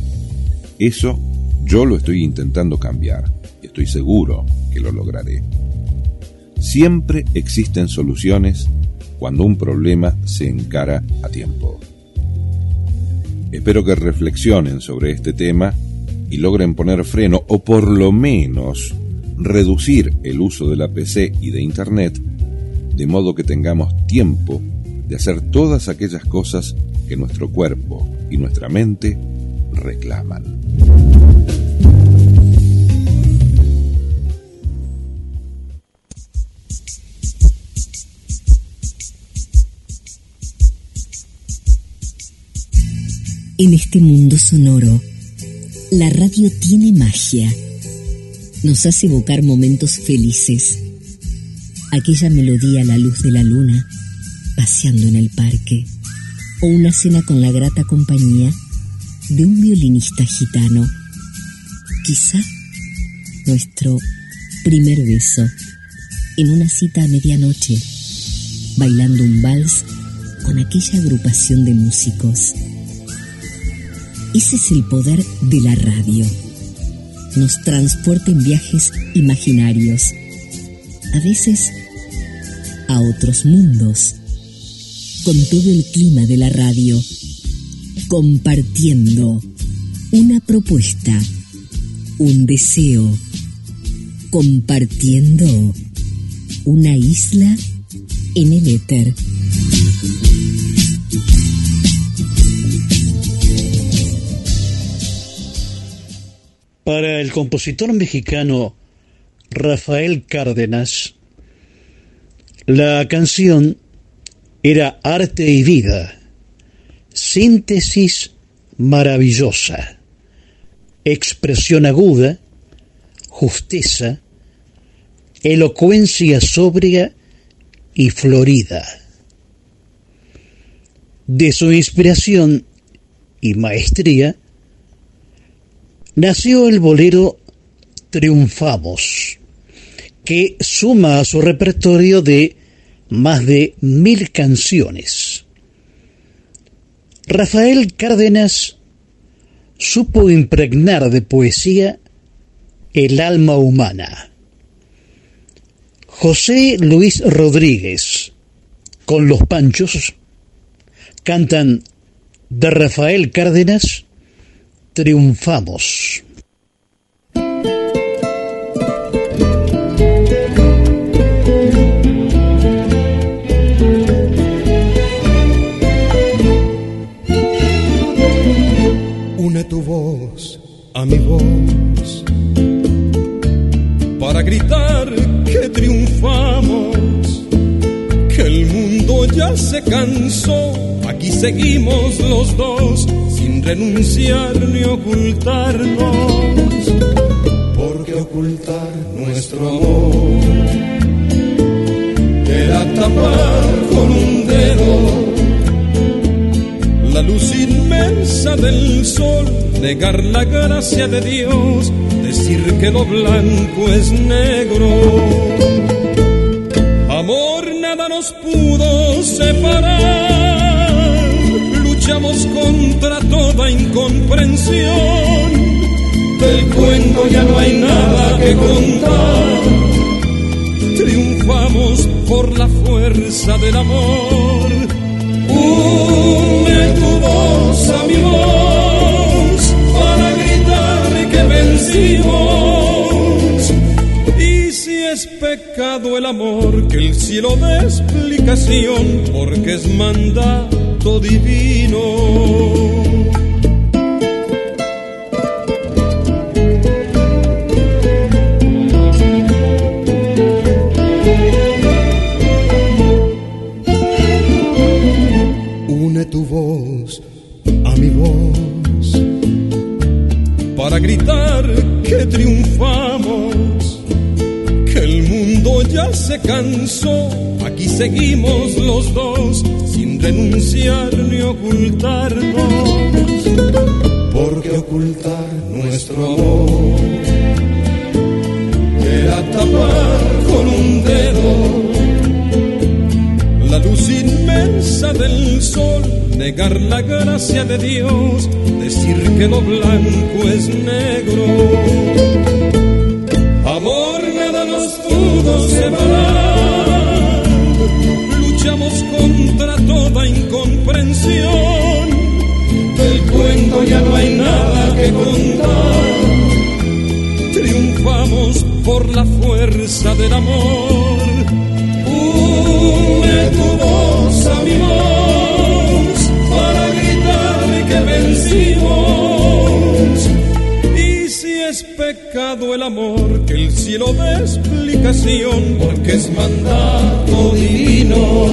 Eso yo lo estoy intentando cambiar, y estoy seguro que lo lograré. Siempre existen soluciones cuando un problema se encara a tiempo. Espero que reflexionen sobre este tema y logren poner freno o por lo menos reducir el uso de la P C y de Internet, de modo que tengamos tiempo de hacer todas aquellas cosas que nuestro cuerpo y nuestra mente reclaman. En este mundo sonoro, la radio tiene magia. Nos hace evocar momentos felices. Aquella melodía a la luz de la luna, paseando en el parque, o una cena con la grata compañía de un violinista gitano. Quizá nuestro primer beso en una cita a medianoche, bailando un vals con aquella agrupación de músicos. Ese es el poder de la radio. Nos transporta en viajes imaginarios, a veces a otros mundos, con todo el clima de la radio, compartiendo una propuesta, un deseo, compartiendo una isla en el éter. Para el compositor mexicano Rafael Cárdenas, la canción era arte y vida, síntesis maravillosa, expresión aguda, justeza, elocuencia sobria y florida. De su inspiración y maestría nació el bolero Triunfamos, que suma a su repertorio de más de mil canciones. Rafael Cárdenas supo impregnar de poesía el alma humana. José Luis Rodríguez, con Los Panchos, cantan de Rafael Cárdenas, Triunfamos. Une tu voz a mi voz para gritar que triunfamos, que el mundo ya se cansó. Aquí seguimos los dos sin renunciar ni ocultarnos, porque ocultar nuestro amor era tapar con un dedo la luz inmensa del sol, negar la gracia de Dios, decir que lo blanco es negro. Amor, nada nos pudo separar, luchamos contra toda incomprensión, del cuento ya no hay nada que contar, triunfamos por la fuerza del amor. Une tu voz a mi voz para gritar que vencimos. Y si es pecado el amor, que el cielo dé explicación, porque es mandato divino. Tu voz a mi voz para gritar que triunfamos, que el mundo ya se cansó. Aquí seguimos los dos sin renunciar ni ocultarnos, porque ocultar nuestro amor era tapar con un dedo la luz inmensa del sol, negar la gracia de Dios, decir que lo blanco es negro. Amor, nada nos pudo separar, luchamos contra toda incomprensión, del cuento ya no hay nada que contar, triunfamos por la fuerza del amor. Une tu voz a mi voz para gritar que vencimos. Y si es pecado el amor, que el cielo dé explicación, porque es mandato divino.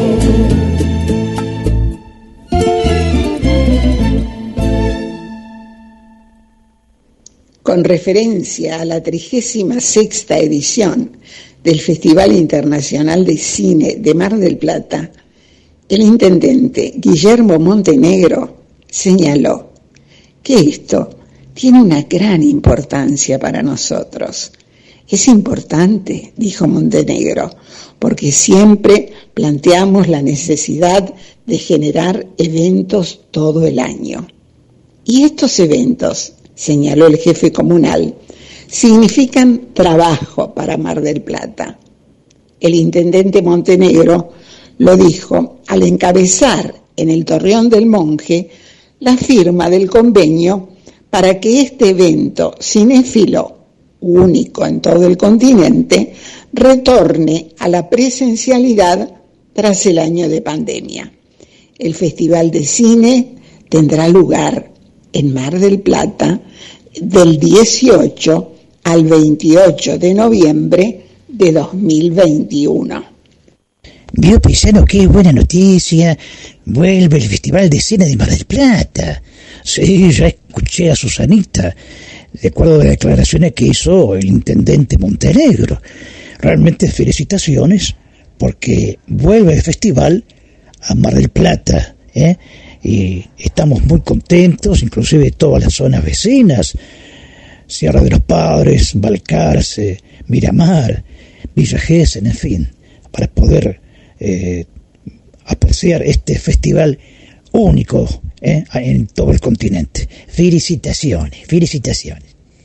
Con referencia a la trigésima sexta edición del Festival Internacional de Cine de Mar del Plata, el intendente Guillermo Montenegro señaló que esto tiene una gran importancia para nosotros. Es importante, dijo Montenegro, porque siempre planteamos la necesidad de generar eventos todo el año. Y estos eventos, señaló el jefe comunal, significan trabajo para Mar del Plata. El intendente Montenegro lo dijo al encabezar en el Torreón del Monje la firma del convenio para que este evento cinéfilo, único en todo el continente, retorne a la presencialidad tras el año de pandemia. El Festival de Cine tendrá lugar en Mar del Plata del dieciocho al veintiocho de noviembre de dos mil veintiuno. Vio, paisano, qué buena noticia. Vuelve el Festival de Cine de Mar del Plata. Sí, ya escuché a Susanita, de acuerdo a las declaraciones que hizo el intendente Montenegro. Realmente felicitaciones, porque vuelve el festival a Mar del Plata, ¿eh? Y estamos muy contentos, inclusive todas las zonas vecinas, Sierra de los Padres, Balcarce, Miramar. Villa Gesell, en fin, para poder eh, apreciar este festival único eh, en todo el continente. Felicitaciones, felicitaciones.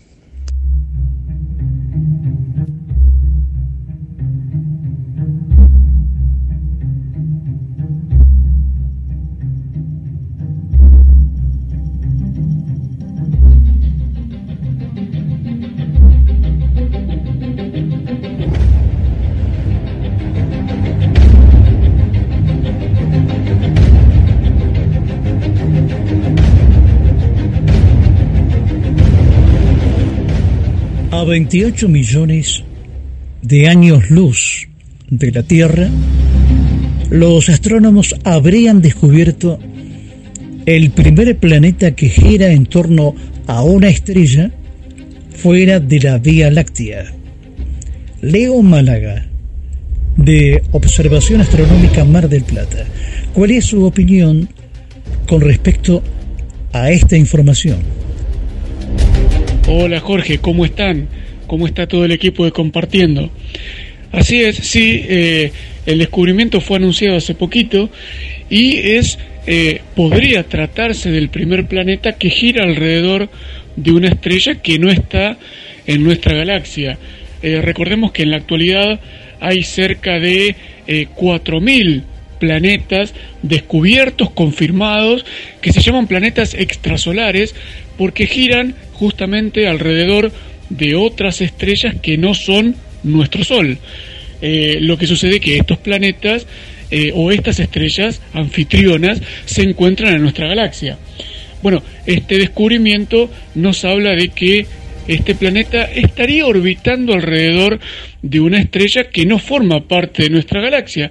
A veintiocho millones de años luz de la Tierra, los astrónomos habrían descubierto el primer planeta que gira en torno a una estrella fuera de la Vía Láctea. Leo Málaga, de Observación Astronómica Mar del Plata, ¿cuál es su opinión con respecto a esta información? Hola Jorge, ¿cómo están? ¿Cómo está todo el equipo de Compartiendo? Así es, sí, eh, el descubrimiento fue anunciado hace poquito y es eh, podría tratarse del primer planeta que gira alrededor de una estrella que no está en nuestra galaxia. Eh, recordemos que en la actualidad hay cerca de eh, cuatro mil planetas descubiertos, confirmados, que se llaman planetas extrasolares porque giran justamente alrededor de otras estrellas que no son nuestro Sol. Eh, lo que sucede es que estos planetas eh, o estas estrellas anfitrionas se encuentran en nuestra galaxia. Bueno, este descubrimiento nos habla de que este planeta estaría orbitando alrededor de una estrella que no forma parte de nuestra galaxia,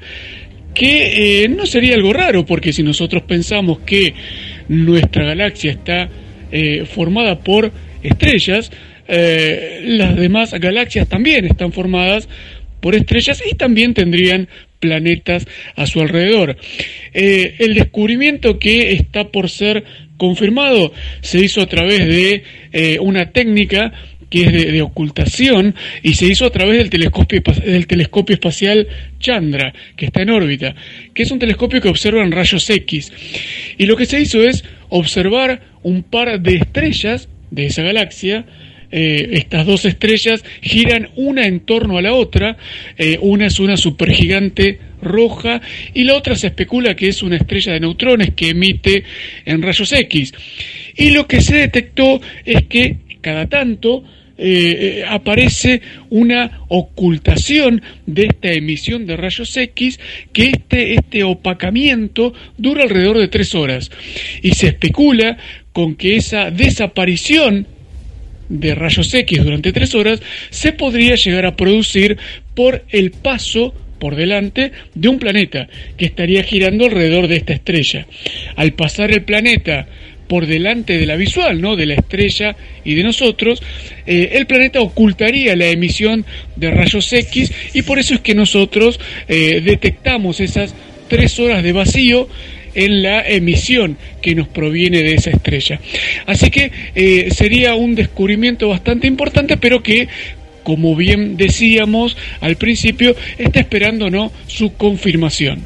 que eh, no sería algo raro, porque si nosotros pensamos que nuestra galaxia está eh, formada por estrellas, eh, las demás galaxias también están formadas por estrellas y también tendrían planetas a su alrededor. Eh, el descubrimiento que está por ser confirmado se hizo a través de eh, una técnica que es de, de ocultación, y se hizo a través del telescopio, del telescopio espacial Chandra, que está en órbita, que es un telescopio que observa en rayos X. Y lo que se hizo es observar un par de estrellas de esa galaxia. Eh, estas dos estrellas giran una en torno a la otra, eh, una es una supergigante roja y la otra se especula que es una estrella de neutrones que emite en rayos X. Y lo que se detectó es que cada tanto eh, eh, aparece una ocultación de esta emisión de rayos X, que este, este opacamiento dura alrededor de tres horas. Y se especula con que esa desaparición de rayos X durante tres horas se podría llegar a producir por el paso por delante de un planeta que estaría girando alrededor de esta estrella. Al pasar el planeta por delante de la visual, ¿no?, de la estrella y de nosotros, eh, el planeta ocultaría la emisión de rayos X, y por eso es que nosotros eh, detectamos esas tres horas de vacío en la emisión que nos proviene de esa estrella. Así que eh, sería un descubrimiento bastante importante, pero que, como bien decíamos al principio, está esperando, ¿no?, su confirmación.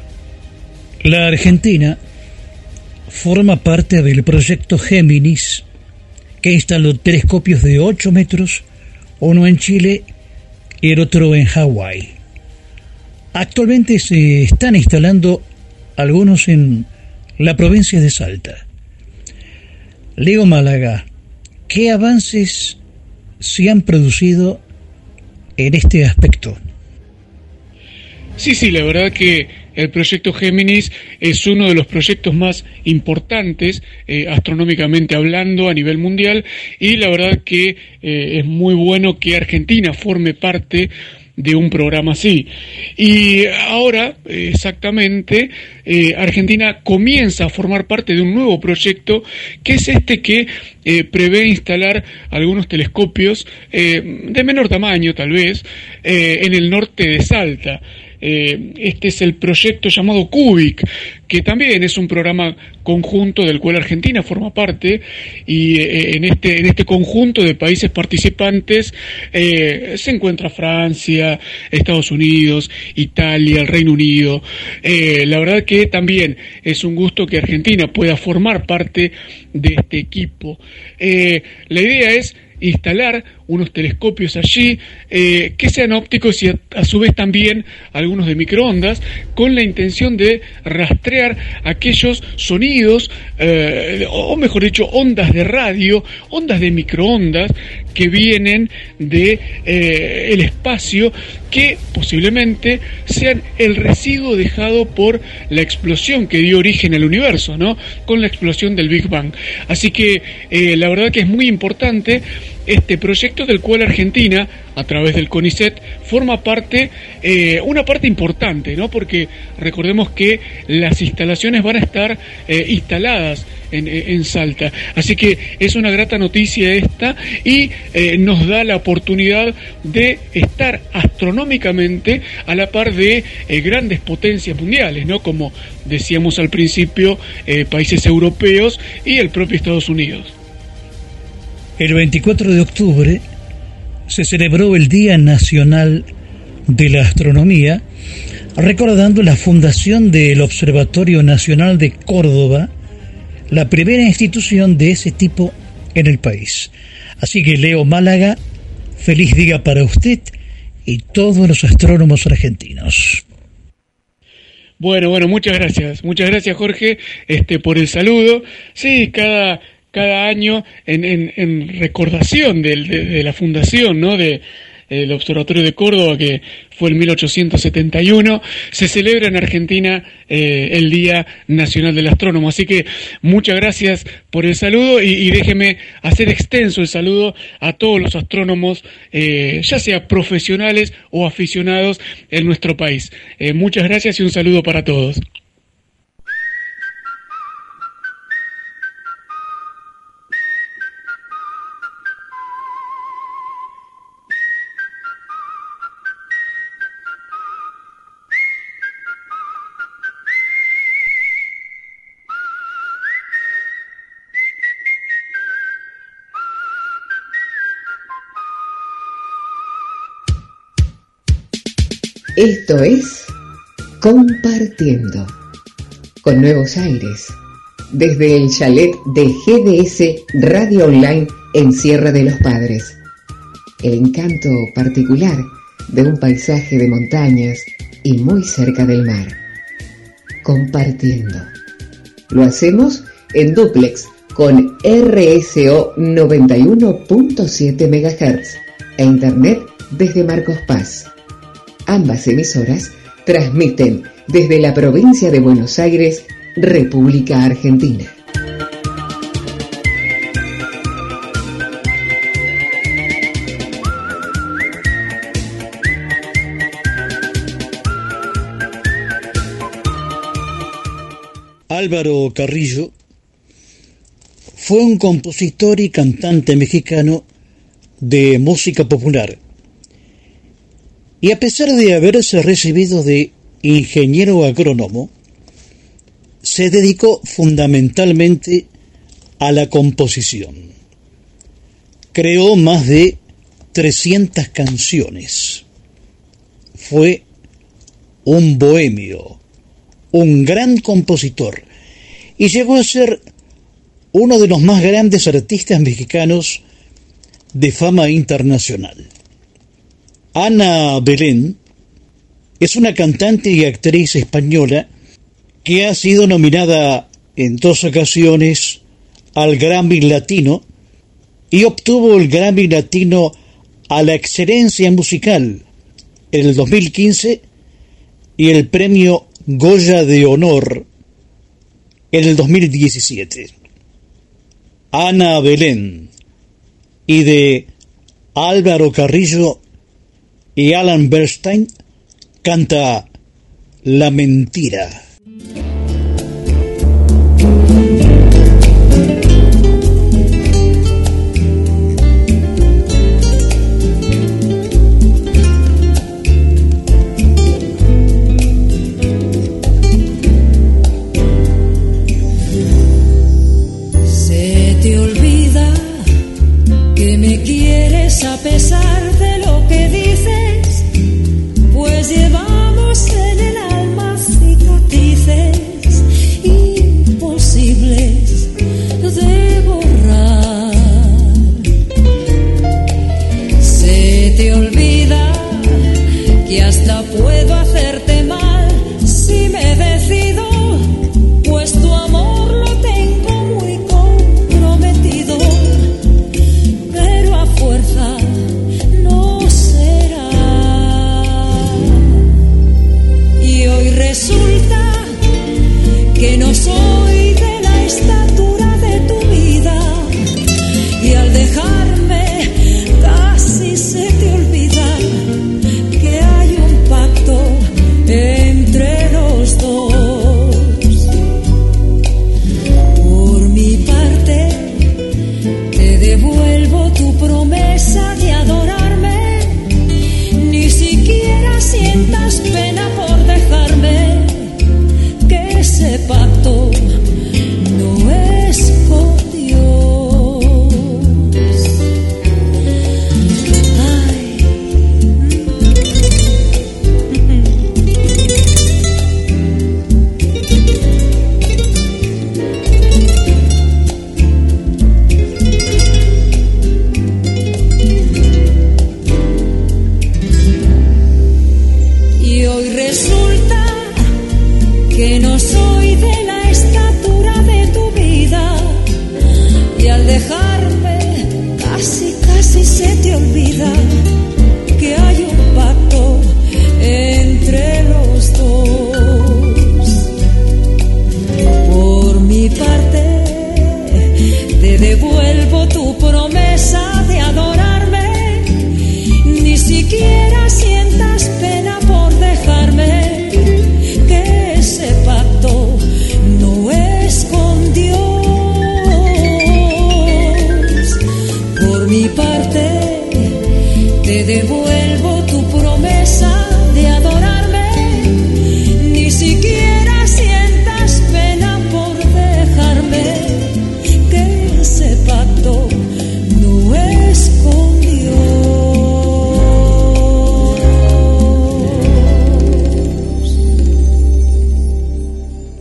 La Argentina forma parte del proyecto Géminis, que instaló telescopios de ocho metros, uno en Chile y el otro en Hawái. Actualmente se están instalando algunos en la provincia de Salta. Leo Málaga, ¿qué avances se han producido en este aspecto? Sí, sí, la verdad que el proyecto Géminis es uno de los proyectos más importantes, eh, astronómicamente hablando, a nivel mundial, y la verdad que eh, es muy bueno que Argentina forme parte de un programa así. Y ahora, exactamente, eh, Argentina comienza a formar parte de un nuevo proyecto, que es este que eh, prevé instalar algunos telescopios eh, de menor tamaño, tal vez, eh, en el norte de Salta. eh, este es el proyecto llamado Cubic, que también es un programa conjunto del cual Argentina forma parte, y eh, en este en este conjunto de países participantes eh, se encuentra Francia, Estados Unidos, Italia, el Reino Unido. Eh, la verdad que también es un gusto que Argentina pueda formar parte de este equipo. Eh, la idea es instalar unos telescopios allí eh, que sean ópticos y a, a su vez también algunos de microondas, con la intención de rastrear aquellos sonidos eh, o mejor dicho ondas de radio, ondas de microondas que vienen de eh, el espacio, que posiblemente sean el residuo dejado por la explosión que dio origen al universo, ¿no? Con la explosión del Big Bang. Así que eh, la verdad que es muy importante este proyecto, del cual Argentina, a través del CONICET, forma parte, eh, una parte importante, ¿no? Porque recordemos que las instalaciones van a estar eh, instaladas en, en Salta. Así que es una grata noticia esta, y eh, nos da la oportunidad de estar astronómicamente a la par de eh, grandes potencias mundiales, ¿no? Como decíamos al principio, eh, países europeos y el propio Estados Unidos. El veinticuatro de octubre se celebró el Día Nacional de la Astronomía, recordando la fundación del Observatorio Nacional de Córdoba, la primera institución de ese tipo en el país. Así que, Leo Málaga, feliz día para usted y todos los astrónomos argentinos. Bueno, bueno, muchas gracias. Muchas gracias, Jorge, este, por el saludo. Sí, cada... cada año en, en, en recordación de, de, de la fundación, ¿no? de el Observatorio de Córdoba, que fue en mil ochocientos setenta y uno, se celebra en Argentina eh, el Día Nacional del Astrónomo. Así que muchas gracias por el saludo, y, y déjeme hacer extenso el saludo a todos los astrónomos, eh, ya sea profesionales o aficionados en nuestro país. Eh, muchas gracias y un saludo para todos. Esto es Compartiendo, con nuevos aires, desde el chalet de G D S Radio Online en Sierra de los Padres. El encanto particular de un paisaje de montañas y muy cerca del mar. Compartiendo. Lo hacemos en dúplex con R S O noventa y uno punto siete megahertz e internet desde Marcos Paz. Ambas emisoras transmiten desde la provincia de Buenos Aires, República Argentina. Álvaro Carrillo fue un compositor y cantante mexicano de música popular. Y a pesar de haberse recibido de ingeniero agrónomo, se dedicó fundamentalmente a la composición. Creó más de trescientas canciones. Fue un bohemio, un gran compositor, y llegó a ser uno de los más grandes artistas mexicanos de fama internacional. Ana Belén es una cantante y actriz española que ha sido nominada en dos ocasiones al Grammy Latino y obtuvo el Grammy Latino a la excelencia musical en el dos mil quince y el premio Goya de Honor en el dos mil diecisiete. Ana Belén, y de Álvaro Carrillo y Alan Bernstein, canta La Mentira.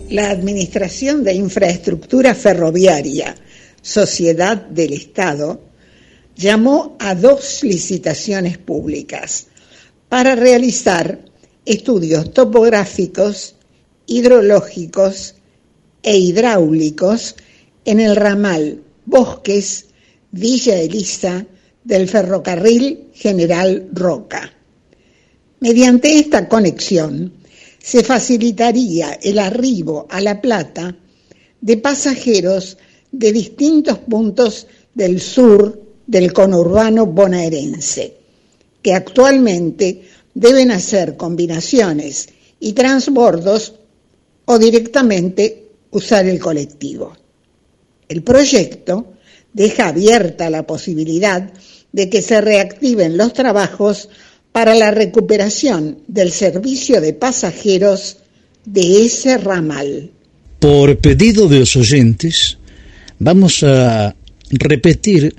La Administración de Infraestructura Ferroviaria, Sociedad del Estado, llamó a dos licitaciones públicas para realizar estudios topográficos, hidrológicos e hidráulicos en el ramal Bosques-Villa Elisa del ferrocarril General Roca. Mediante esta conexión se facilitaría el arribo a La Plata de pasajeros de distintos puntos del sur del conurbano bonaerense, que actualmente deben hacer combinaciones y transbordos o directamente usar el colectivo. El proyecto deja abierta la posibilidad de que se reactiven los trabajos para la recuperación del servicio de pasajeros de ese ramal. Por pedido de los oyentes, vamos a repetir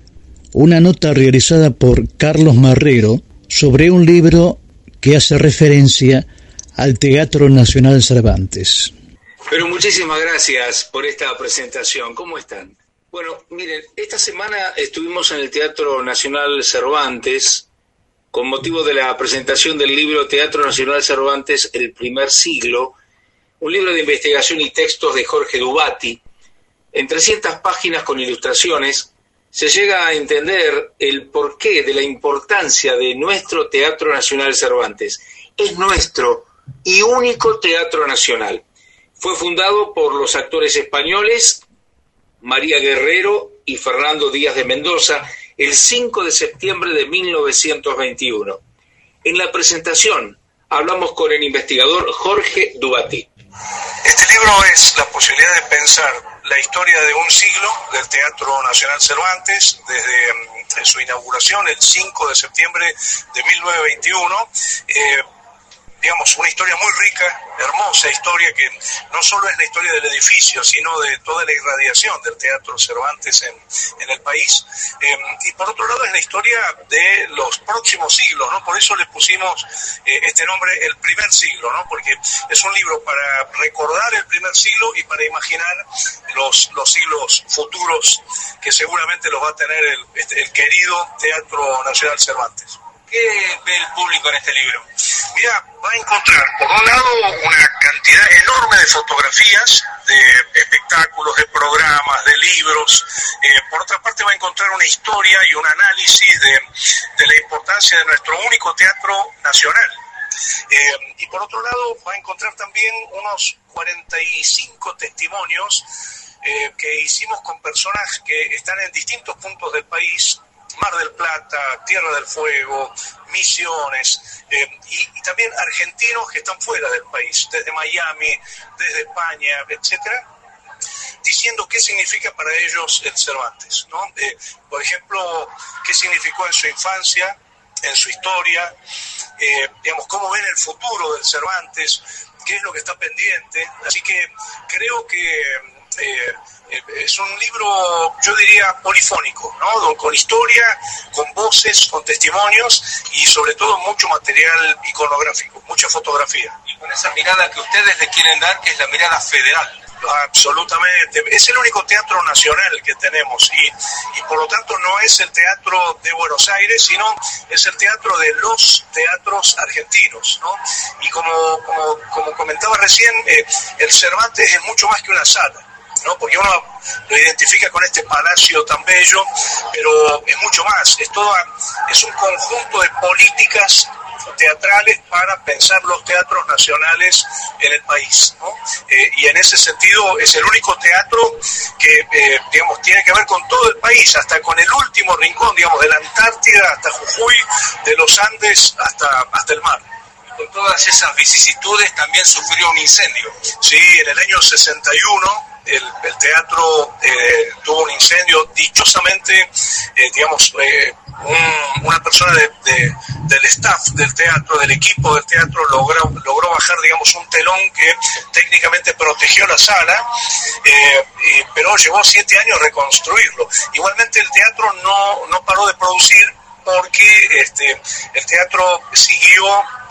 una nota realizada por Carlos Marrero sobre un libro que hace referencia al Teatro Nacional Cervantes. Pero muchísimas gracias por esta presentación. ¿Cómo están? Bueno, miren, esta semana estuvimos en el Teatro Nacional Cervantes con motivo de la presentación del libro Teatro Nacional Cervantes, el primer siglo, un libro de investigación y textos de Jorge Dubati. En trescientas páginas con ilustraciones se llega a entender el porqué de la importancia de nuestro Teatro Nacional Cervantes. Es nuestro y único teatro nacional. Fue fundado por los actores españoles María Guerrero y Fernando Díaz de Mendoza el cinco de septiembre de mil novecientos veintiuno. En la presentación hablamos con el investigador Jorge Dubati. Este libro es la posibilidad de pensar la historia de un siglo del Teatro Nacional Cervantes desde su inauguración el cinco de septiembre de mil novecientos veintiuno. Eh, digamos, una historia muy rica, hermosa historia que no solo es la historia del edificio, sino de toda la irradiación del Teatro Cervantes en, en el país. Eh, y por otro lado es la historia de los próximos siglos, ¿no? Por eso le pusimos eh, este nombre, El Primer Siglo, ¿no? Porque es un libro para recordar el primer siglo y para imaginar los, los siglos futuros que seguramente los va a tener el, este, el querido Teatro Nacional Cervantes. ¿Qué ve el público en este libro? Mira, va a encontrar, por un lado, una cantidad enorme de fotografías, de espectáculos, de programas, de libros. Eh, por otra parte, va a encontrar una historia y un análisis de, de la importancia de nuestro único teatro nacional. Eh, y por otro lado, va a encontrar también unos cuarenta y cinco testimonios eh, que hicimos con personas que están en distintos puntos del país: Mar del Plata, Tierra del Fuego, Misiones, eh, y, y también argentinos que están fuera del país, desde Miami, desde España, etcétera, diciendo qué significa para ellos el Cervantes, ¿no? Eh, por ejemplo, qué significó en su infancia, en su historia, eh, digamos, cómo ven el futuro del Cervantes, qué es lo que está pendiente. Así que creo que eh, es un libro, yo diría, polifónico, ¿no? Con historia, con voces, con testimonios y sobre todo mucho material iconográfico, mucha fotografía. Y con esa mirada que ustedes le quieren dar, que es la mirada federal. Absolutamente, es el único teatro nacional que tenemos y, y por lo tanto no es el teatro de Buenos Aires, sino es el teatro de los teatros argentinos, ¿no? Y como, como, como comentaba recién, eh, el Cervantes es mucho más que una sala, ¿no? Porque uno lo identifica con este palacio tan bello, pero es mucho más, es toda, es un conjunto de políticas teatrales para pensar los teatros nacionales en el país, ¿no? Eh, y en ese sentido es el único teatro que, eh, digamos, tiene que ver con todo el país, hasta con el último rincón, digamos, de la Antártida hasta Jujuy, de los Andes hasta, hasta el mar. Con todas esas vicisitudes también sufrió un incendio. Sí, en el año sesenta y uno el, el teatro eh, tuvo un incendio, dichosamente, eh, digamos, eh, un, una persona de, de, del staff del teatro, del equipo del teatro, logró, logró bajar, digamos, un telón que técnicamente protegió la sala, eh, y, pero llevó siete años reconstruirlo. Igualmente el teatro no, no paró de producir porque este, el teatro siguió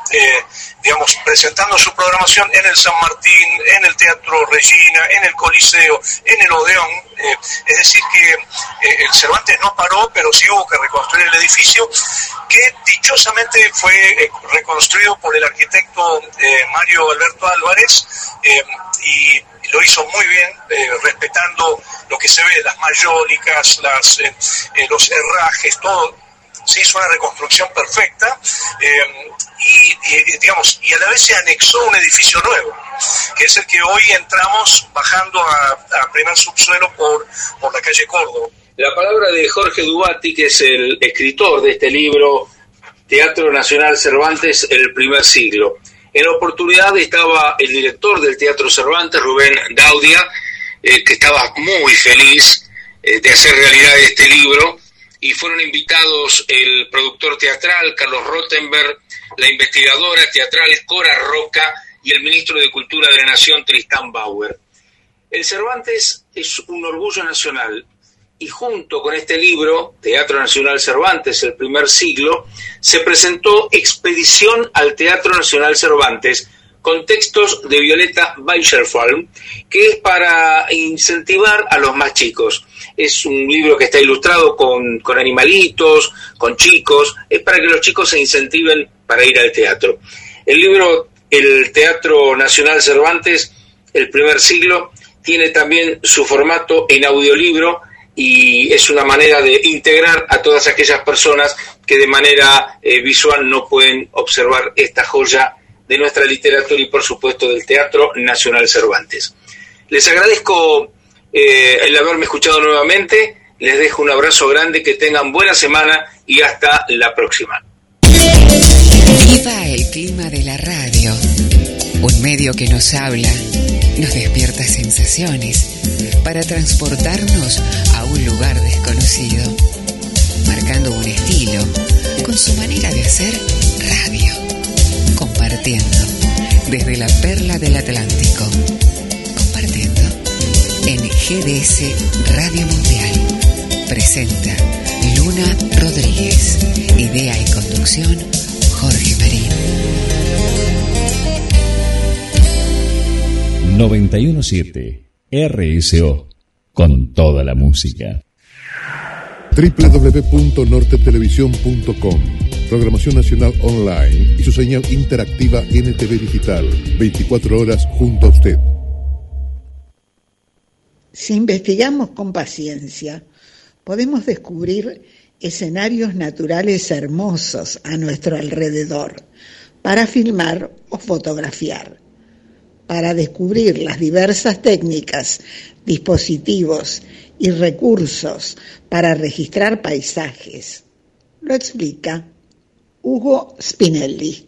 eh, digamos, presentando su programación en el San Martín, en el Teatro Regina, en el Coliseo, en el Odeón. Eh, es decir que eh, el Cervantes no paró, pero sí hubo que reconstruir el edificio, que dichosamente fue eh, reconstruido por el arquitecto eh, Mario Alberto Álvarez, eh, y lo hizo muy bien, eh, respetando lo que se ve, las mayólicas, las, eh, eh, los herrajes, todo. Se hizo una reconstrucción perfecta, eh, y, y, digamos, y a la vez se anexó un edificio nuevo, que es el que hoy entramos bajando a, a primer subsuelo por, por la calle Córdoba. La palabra de Jorge Dubati, que es el escritor de este libro, Teatro Nacional Cervantes, el primer siglo. En la oportunidad estaba el director del Teatro Cervantes, Rubén Daudia, eh, que estaba muy feliz eh, de hacer realidad este libro, y fueron invitados el productor teatral, Carlos Rottenberg, la investigadora teatral, Cora Roca, y el ministro de Cultura de la Nación, Tristán Bauer. El Cervantes es un orgullo nacional, y junto con este libro, Teatro Nacional Cervantes, el primer siglo, se presentó Expedición al Teatro Nacional Cervantes, con textos de Violeta Weicherfalm, que es para incentivar a los más chicos. Es un libro que está ilustrado con, con animalitos, con chicos, es para que los chicos se incentiven para ir al teatro. El libro, el Teatro Nacional Cervantes, el primer siglo, tiene también su formato en audiolibro, y es una manera de integrar a todas aquellas personas que de manera eh, visual no pueden observar esta joya de nuestra literatura y por supuesto del Teatro Nacional Cervantes. Les agradezco eh, el haberme escuchado nuevamente, les dejo un abrazo grande, que tengan buena semana y hasta la próxima. Viva el clima de la radio, un medio que nos habla, nos despierta sensaciones para transportarnos a un lugar desconocido, marcando un estilo con su manera de hacer radio, compartiendo desde la perla del Atlántico, compartiendo en G D S Radio Mundial. Presenta Luna Rodríguez, idea y conducción Jorge Marín. noventa y uno punto siete R S O, con toda la música. doble u doble u doble u punto norte televisión punto com, programación nacional online y su señal interactiva N T V digital, veinticuatro horas junto a usted. Si investigamos con paciencia, podemos descubrir escenarios naturales hermosos a nuestro alrededor para filmar o fotografiar. Para descubrir las diversas técnicas, dispositivos y recursos para registrar paisajes. Lo explica Hugo Spinelli.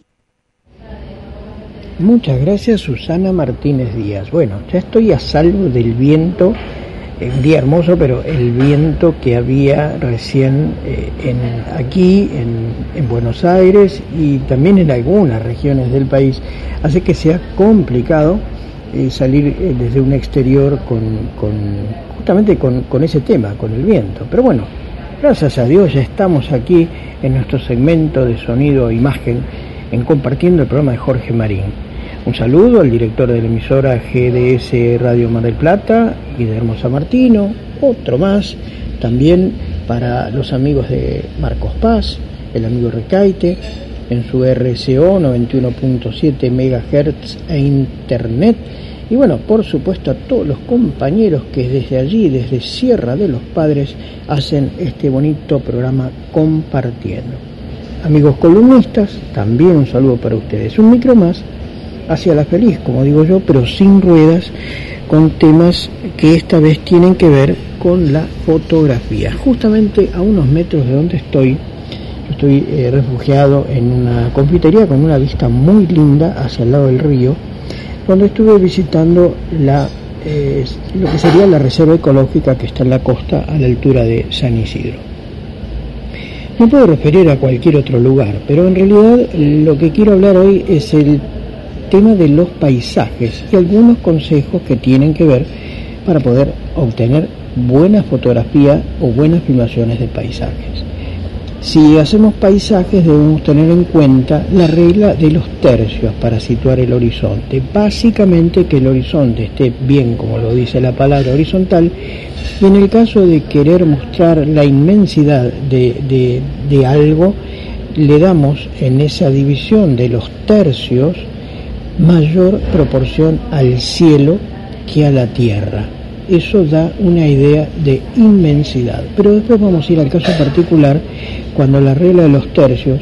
Muchas gracias, Susana Martínez Díaz. Bueno, ya estoy a salvo del viento, un día hermoso, pero el viento que había recién eh, en, aquí en, en Buenos Aires y también en algunas regiones del país, hace que sea complicado eh, salir eh, desde un exterior con, con justamente con, con ese tema, con el viento. Pero bueno, gracias a Dios ya estamos aquí en nuestro segmento de sonido e imagen, en compartiendo el programa de Jorge Marín. Un saludo al director de la emisora G D S Radio Mar del Plata, Guillermo Sammartino, otro más, también para los amigos de Marcos Paz, el amigo Recaite, en su R S O noventa y uno punto siete megahertz e internet, y bueno, por supuesto a todos los compañeros que desde allí, desde Sierra de los Padres, hacen este bonito programa Compartiendo. Amigos columnistas, también un saludo para ustedes. Un micro más hacia la feliz, como digo yo, pero sin ruedas, con temas que esta vez tienen que ver con la fotografía. Justamente a unos metros de donde estoy, yo estoy eh, refugiado en una confitería con una vista muy linda hacia el lado del río, donde estuve visitando la eh, lo que sería la reserva ecológica que está en la costa a la altura de San Isidro. Me puedo referir a cualquier otro lugar, pero en realidad lo que quiero hablar hoy es el tema de los paisajes y algunos consejos que tienen que ver para poder obtener buena fotografía o buenas filmaciones de paisajes. Si hacemos paisajes debemos tener en cuenta la regla de los tercios para situar el horizonte. Básicamente que el horizonte esté bien, como lo dice la palabra, horizontal, y en el caso de querer mostrar la inmensidad de, de, de algo, le damos en esa división de los tercios mayor proporción al cielo que a la tierra. Eso da una idea de inmensidad. Pero después vamos a ir al caso particular, cuando la regla de los tercios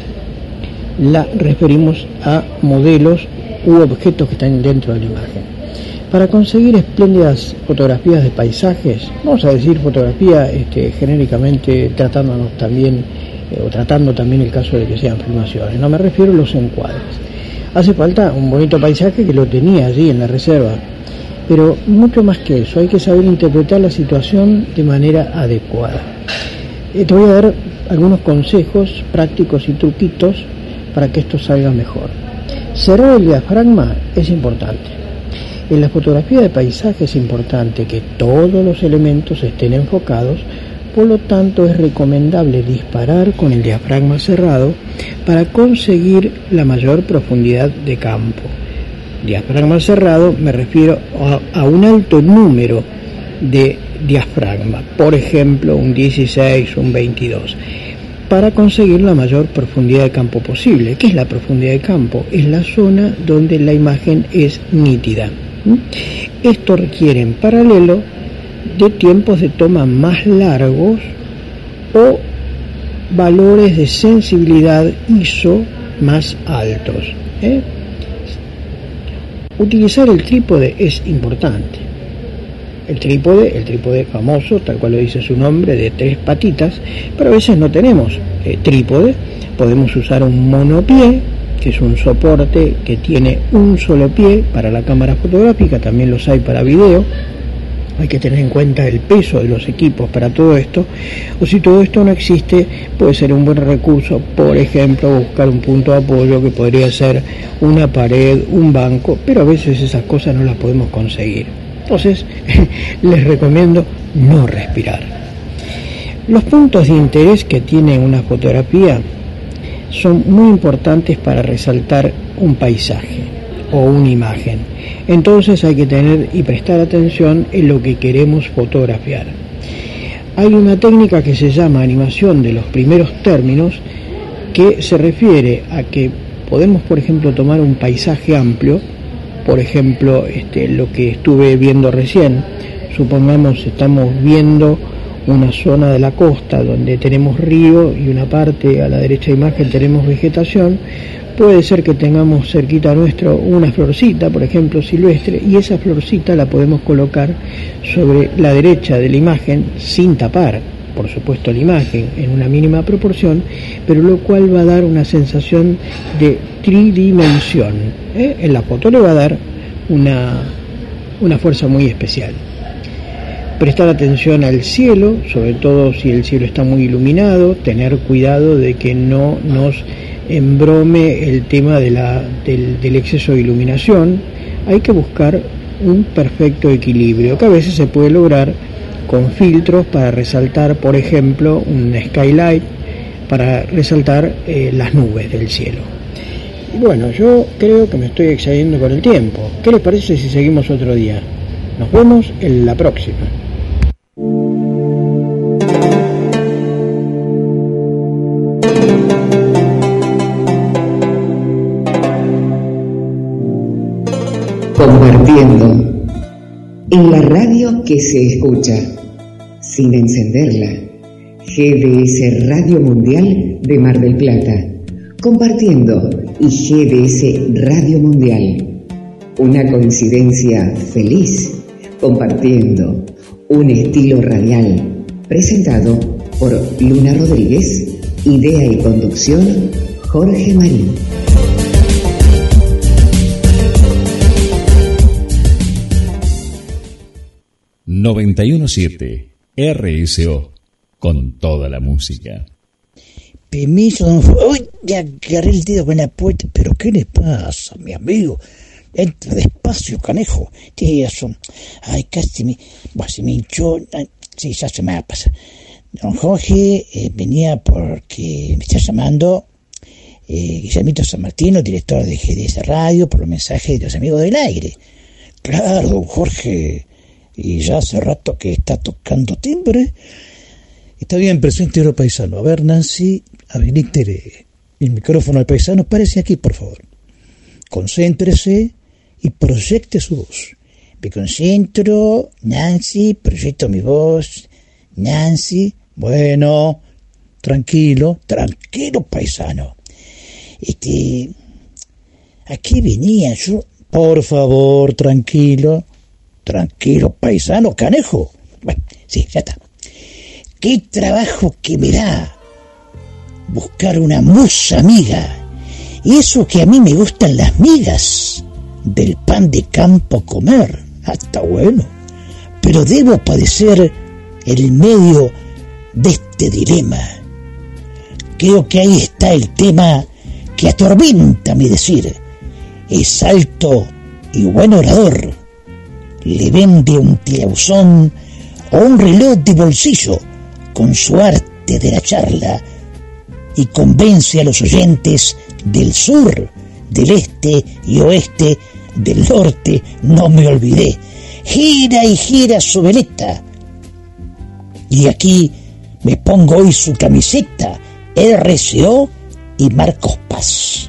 la referimos a modelos u objetos que están dentro de la imagen. Para conseguir espléndidas fotografías de paisajes, vamos a decir fotografía este, genéricamente tratándonos también, eh, o tratando también el caso de que sean filmaciones, no me refiero a los encuadres. Hace falta un bonito paisaje que lo tenía allí en la reserva, pero mucho más que eso, hay que saber interpretar la situación de manera adecuada. Eh, te voy a dar algunos consejos prácticos y truquitos para que esto salga mejor. Cerrar el diafragma es importante. En la fotografía de paisaje es importante que todos los elementos estén enfocados, por lo tanto es recomendable disparar con el diafragma cerrado para conseguir la mayor profundidad de campo. Diafragma cerrado me refiero a, a un alto número de diafragma, por ejemplo un dieciséis, un veintidós, para conseguir la mayor profundidad de campo posible. ¿Qué es la profundidad de campo? Es la zona donde la imagen es nítida. Esto requiere en paralelo de tiempos de toma más largos o valores de sensibilidad I S O más altos. ¿eh? Utilizar el trípode es importante. El trípode, el trípode famoso, tal cual lo dice su nombre, de tres patitas, pero a veces no tenemos eh, trípode. Podemos usar un monopié, que es un soporte que tiene un solo pie para la cámara fotográfica, también los hay para video. Hay que tener en cuenta el peso de los equipos para todo esto, o si todo esto no existe, puede ser un buen recurso, por ejemplo, buscar un punto de apoyo que podría ser una pared, un banco, pero a veces esas cosas no las podemos conseguir. Entonces, les recomiendo no respirar. Los puntos de interés que tiene una fotografía son muy importantes para resaltar un paisaje o una imagen. Entonces hay que tener y prestar atención en lo que queremos fotografiar. Hay una técnica que se llama animación de los primeros términos, que se refiere a que podemos, por ejemplo, tomar un paisaje amplio, por ejemplo, este, lo que estuve viendo recién. Supongamos estamos viendo una zona de la costa donde tenemos río y una parte a la derecha de imagen tenemos vegetación. Puede ser que tengamos cerquita nuestro una florcita, por ejemplo, silvestre, y esa florcita la podemos colocar sobre la derecha de la imagen sin tapar, por supuesto, la imagen en una mínima proporción, pero lo cual va a dar una sensación de tridimensión. ¿eh? En la foto le va a dar una, una fuerza muy especial. Prestar atención al cielo, sobre todo si el cielo está muy iluminado, tener cuidado de que no nos embrome el tema de la, del, del exceso de iluminación. Hay que buscar un perfecto equilibrio, que a veces se puede lograr con filtros para resaltar, por ejemplo, un skylight, para resaltar eh, las nubes del cielo. Y bueno, yo creo que me estoy excediendo con el tiempo. ¿Qué les parece si seguimos otro día? Nos vemos en la próxima. Compartiendo. En la radio que se escucha, sin encenderla. G D S Radio Mundial de Mar del Plata. Compartiendo y G D S Radio Mundial. Una coincidencia feliz. Compartiendo. Un estilo radial. Presentado por Luna Rodríguez. Idea y conducción, Jorge Marín. noventa y uno punto siete R S O, con toda la música. Permiso, don Fu- Uy, ya agarré el dedo con la puerta. ¿Pero qué le pasa, mi amigo? Entra despacio, canejo. Tiene razón. Ay, casi me... Bueno, se me hinchó. Ay, sí, ya se me va a pasar. Don Jorge eh, venía porque me está llamando eh, Guillermito San Martino, director de G D S Radio, por los mensajes de los amigos del aire. Claro, don Jorge, y ya hace rato que está tocando timbre. Está bien, presente a paisano. A ver, Nancy, habilite el micrófono al paisano. Párese aquí, por favor. Concéntrese y proyecte su voz. Me concentro, Nancy, proyecto mi voz. Nancy, bueno, tranquilo, tranquilo, paisano. Este, ¿a qué venía yo? Por favor, tranquilo, tranquilo, paisano, canejo. Bueno, sí, ya está. ¿Qué trabajo que me da buscar una musa amiga? Y eso que a mí me gustan las migas del pan de campo comer. Ah, está bueno. Pero debo padecer el medio de este dilema. Creo que ahí está el tema que atormenta mi decir. Es alto y buen orador. Le vende un tirauzón o un reloj de bolsillo con su arte de la charla y convence a los oyentes del sur, del este y oeste, del norte, no me olvidé. Gira y gira su veleta. Y aquí me pongo hoy su camiseta, R C O y Marcos Paz.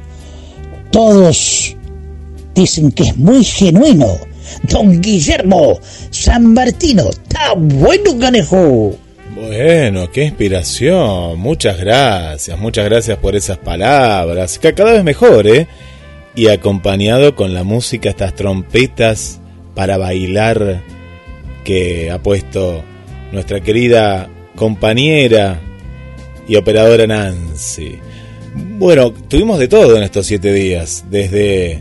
Todos dicen que es muy genuino. Don Guillermo San Martino, está bueno, canejo. Bueno, qué inspiración. Muchas gracias, muchas gracias por esas palabras. Que cada vez mejor, ¿eh? Y acompañado con la música, estas trompetas para bailar que ha puesto nuestra querida compañera y operadora Nancy. Bueno, tuvimos de todo en estos siete días, desde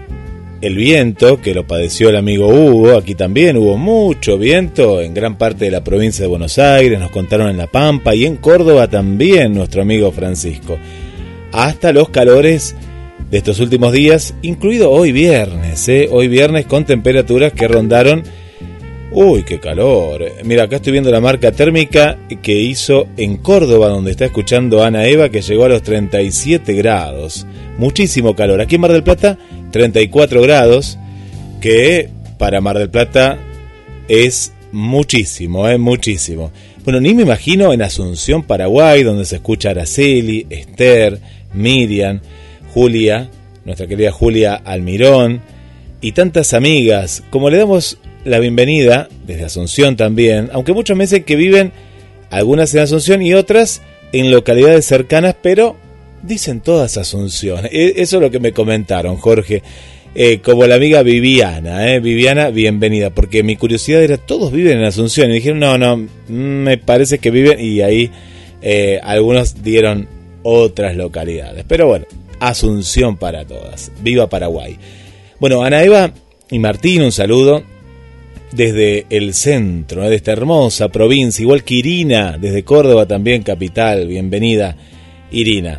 el viento, que lo padeció el amigo Hugo. Aquí también hubo mucho viento en gran parte de la provincia de Buenos Aires, nos contaron en La Pampa y en Córdoba también nuestro amigo Francisco. Hasta los calores de estos últimos días, incluido hoy viernes, ¿eh? Hoy viernes con temperaturas que rondaron... Uy, qué calor. Mira, acá estoy viendo la marca térmica que hizo en Córdoba, donde está escuchando Ana Eva, que llegó a los treinta y siete grados. Muchísimo calor. Aquí en Mar del Plata, treinta y cuatro grados, que para Mar del Plata es muchísimo, ¿eh? Muchísimo. Bueno, ni me imagino en Asunción, Paraguay, donde se escucha Araceli, Esther, Miriam, Julia, nuestra querida Julia Almirón, y tantas amigas, como le damos la bienvenida desde Asunción también, aunque muchos me dicen que viven algunas en Asunción y otras en localidades cercanas, pero dicen todas Asunción. Eso es lo que me comentaron, Jorge, eh, como la amiga Viviana, eh, Viviana, bienvenida, porque mi curiosidad era, todos viven en Asunción, y dijeron, no, no, me parece que viven, y ahí eh, algunos dieron otras localidades, pero bueno, Asunción para todas, viva Paraguay. Bueno, Ana Eva y Martín, un saludo desde el centro, ¿eh? de esta hermosa provincia, igual que Irina, desde Córdoba también, capital, bienvenida Irina.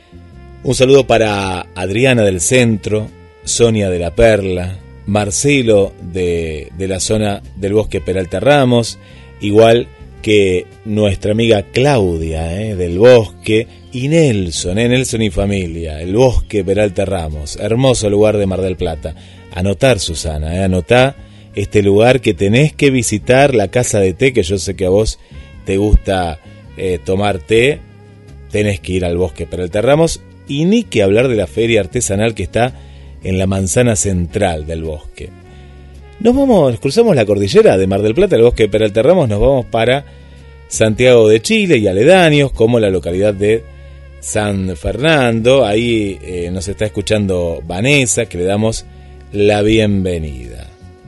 Un saludo para Adriana del centro, Sonia de la Perla, Marcelo de, de la zona del Bosque Peralta Ramos, igual que nuestra amiga Claudia ¿eh? del Bosque, y Nelson, ¿eh? Nelson y familia, el Bosque Peralta Ramos, hermoso lugar de Mar del Plata. Anotar, Susana, ¿eh? anotá este lugar que tenés que visitar, la casa de té, que yo sé que a vos te gusta eh, tomar té, tenés que ir al Bosque Peralta Ramos, y ni que hablar de la feria artesanal que está en la manzana central del bosque. Nos vamos, cruzamos la cordillera de Mar del Plata, el Bosque Peralta Ramos, nos vamos para Santiago de Chile y aledaños, como la localidad de San Fernando. Ahí eh, nos está escuchando Vanessa, que le damos la bienvenida.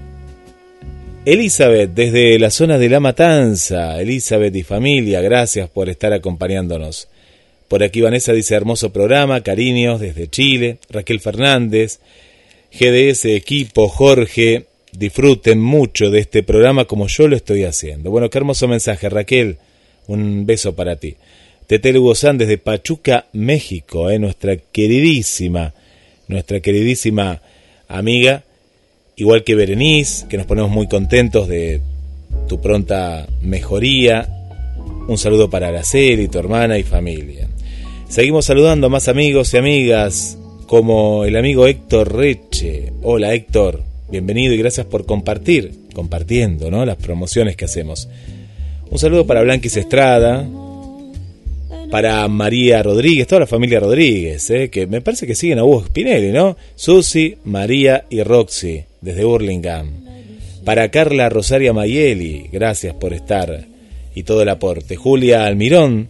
Elizabeth, desde la zona de La Matanza, Elizabeth y familia, gracias por estar acompañándonos. Por aquí Vanessa dice, hermoso programa, cariños desde Chile. Raquel Fernández, G D S equipo, Jorge, disfruten mucho de este programa como yo lo estoy haciendo. Bueno, qué hermoso mensaje, Raquel, un beso para ti. Tete Lugo San desde Pachuca, México, eh, nuestra queridísima, nuestra queridísima amiga, igual que Berenice, que nos ponemos muy contentos de tu pronta mejoría. Un saludo para Araceli, tu hermana y familia. Seguimos saludando a más amigos y amigas, como el amigo Héctor Reche. Hola Héctor, bienvenido y gracias por compartir, compartiendo, ¿no?, las promociones que hacemos. Un saludo para Blanquis Estrada, para María Rodríguez, toda la familia Rodríguez, ¿eh? Que me parece que siguen a Hugo Spinelli, ¿no? Susi, María y Roxy, desde Burlingame. Para Carla Rosaria Mayeli, gracias por estar y todo el aporte. Julia Almirón,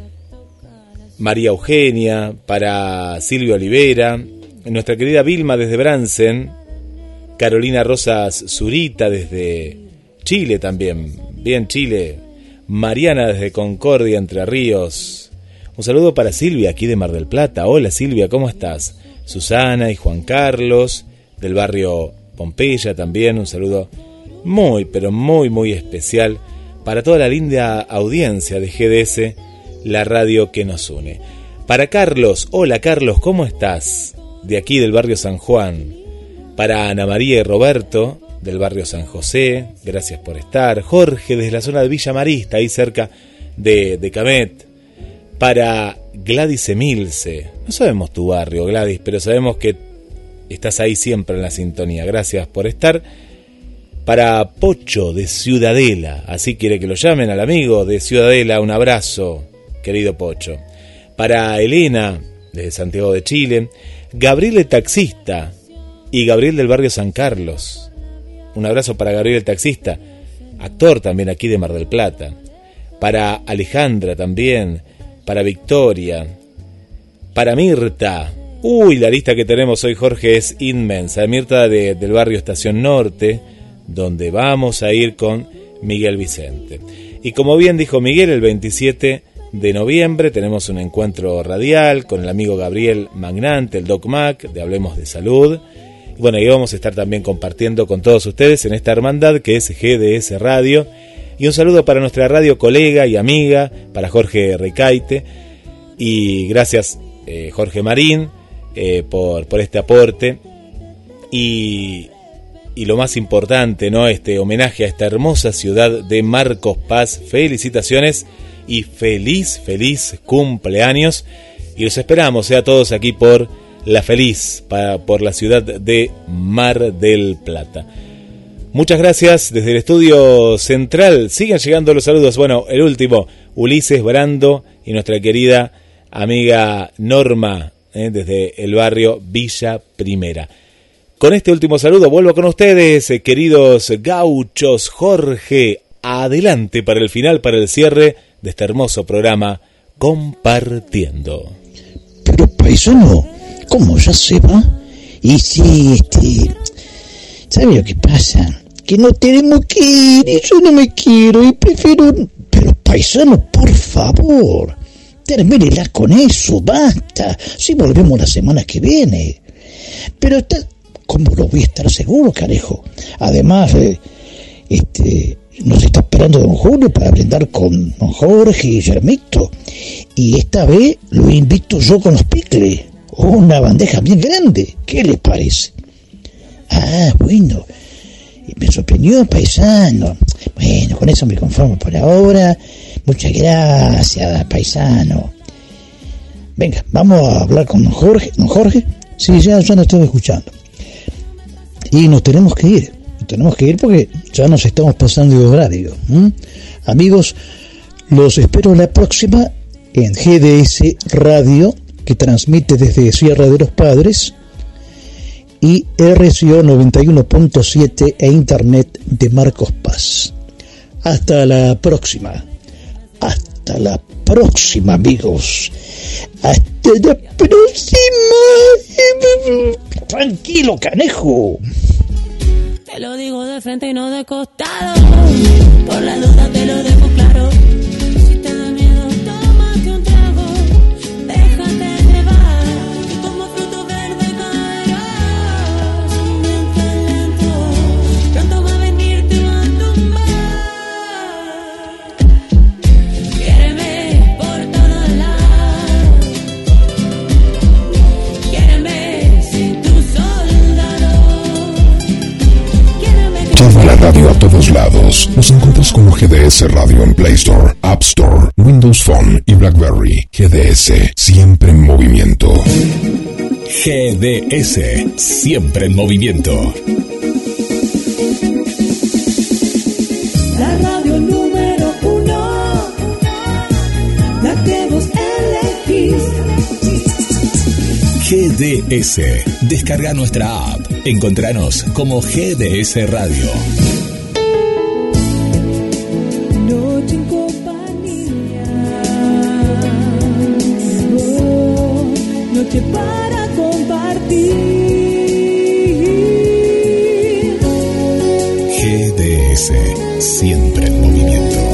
María Eugenia, para Silvia Olivera, nuestra querida Vilma desde Bransen, Carolina Rosas Zurita desde Chile también, bien Chile, Mariana desde Concordia, Entre Ríos. Un saludo para Silvia, aquí de Mar del Plata. Hola Silvia, ¿cómo estás? Susana y Juan Carlos, del barrio Pompeya también. Un saludo muy, pero muy, muy especial para toda la linda audiencia de G D S, la radio que nos une. Para Carlos, hola Carlos, ¿cómo estás? De aquí del barrio San Juan. Para Ana María y Roberto, del barrio San José, gracias por estar. Jorge, desde la zona de Villa Marista, ahí cerca de, de Camet. Para Gladys Emilce, no sabemos tu barrio Gladys, pero sabemos que estás ahí siempre en la sintonía, gracias por estar. Para Pocho de Ciudadela, así quiere que lo llamen al amigo de Ciudadela, un abrazo, querido Pocho. Para Elena, desde Santiago de Chile. Gabriel el taxista y Gabriel del barrio San Carlos, un abrazo para Gabriel el taxista, actor también aquí de Mar del Plata. Para Alejandra también, para Victoria, para Mirta. Uy, la lista que tenemos hoy, Jorge, es inmensa. Mirta de, del barrio Estación Norte, donde vamos a ir con Miguel Vicente. Y como bien dijo Miguel, el veintisiete de noviembre tenemos un encuentro radial con el amigo Gabriel Magnante, el Doc Mac, de Hablemos de Salud. Y bueno, ahí vamos a estar también compartiendo con todos ustedes en esta hermandad que es G D S Radio. Y un saludo para nuestra radio colega y amiga, para Jorge Recaite. Y gracias eh, Jorge Marín eh, por, por este aporte. Y, y lo más importante, ¿no?, este homenaje a esta hermosa ciudad de Marcos Paz. Felicitaciones y feliz, feliz cumpleaños. Y los esperamos, ¿eh?, a todos aquí por La Feliz, para, por la ciudad de Mar del Plata. Muchas gracias desde el estudio central. Sigan llegando los saludos. Bueno, el último, Ulises Brando y nuestra querida amiga Norma, eh, desde el barrio Villa Primera. Con este último saludo vuelvo con ustedes, eh, queridos gauchos. Jorge, adelante para el final, para el cierre de este hermoso programa Compartiendo. Pero paisano, ¿cómo ya se va? Y si, este, ¿sabe lo que pasa? Que no tenemos que ir, y yo no me quiero, y prefiero... Pero paisano, por favor, termínela con eso, basta. Si volvemos la semana que viene. Pero está... ¿Cómo lo voy a estar seguro, carejo? Además, eh, este, nos está esperando don Julio para brindar con don Jorge y Guillermito. Y esta vez lo invito yo con los picles. Una bandeja bien grande. ¿Qué les parece? Ah, bueno... Me sorprendió, paisano. Bueno, con eso me conformo por ahora. Muchas gracias, paisano. Venga, vamos a hablar con don Jorge. ¿Don Jorge? Sí, ya, ya lo estoy escuchando. Y nos tenemos que ir. Nos tenemos que ir porque ya nos estamos pasando de horario. ¿Mm? Amigos, los espero la próxima en G D S Radio, que transmite desde Sierra de los Padres, y R C O noventa y uno punto siete e Internet de Marcos Paz. Hasta la próxima. Hasta la próxima, amigos. Hasta la próxima. Tranquilo, canejo. Te lo digo de frente y no de costado. Por la duda te lo dejo claro. Si te da miedo, tómate un trago. Déjate llevar. Y como fruto verde caerás. Lento, lento. Pronto va a venir, te va a tumbar. Quiéreme por todos lados. Quiéreme sin tu soldado. Quiéreme que Lleva la radio a todos lados. Nos encuentras como G D S Radio en Play Store, App Store, Windows Phone y BlackBerry. G D S, siempre en movimiento. G D S, siempre en movimiento. La radio número uno, la que vos elegís. G D S, descarga nuestra app. Encontranos como G D S Radio. Noche en compañía, oh, noche para compartir. G D S, siempre en movimiento.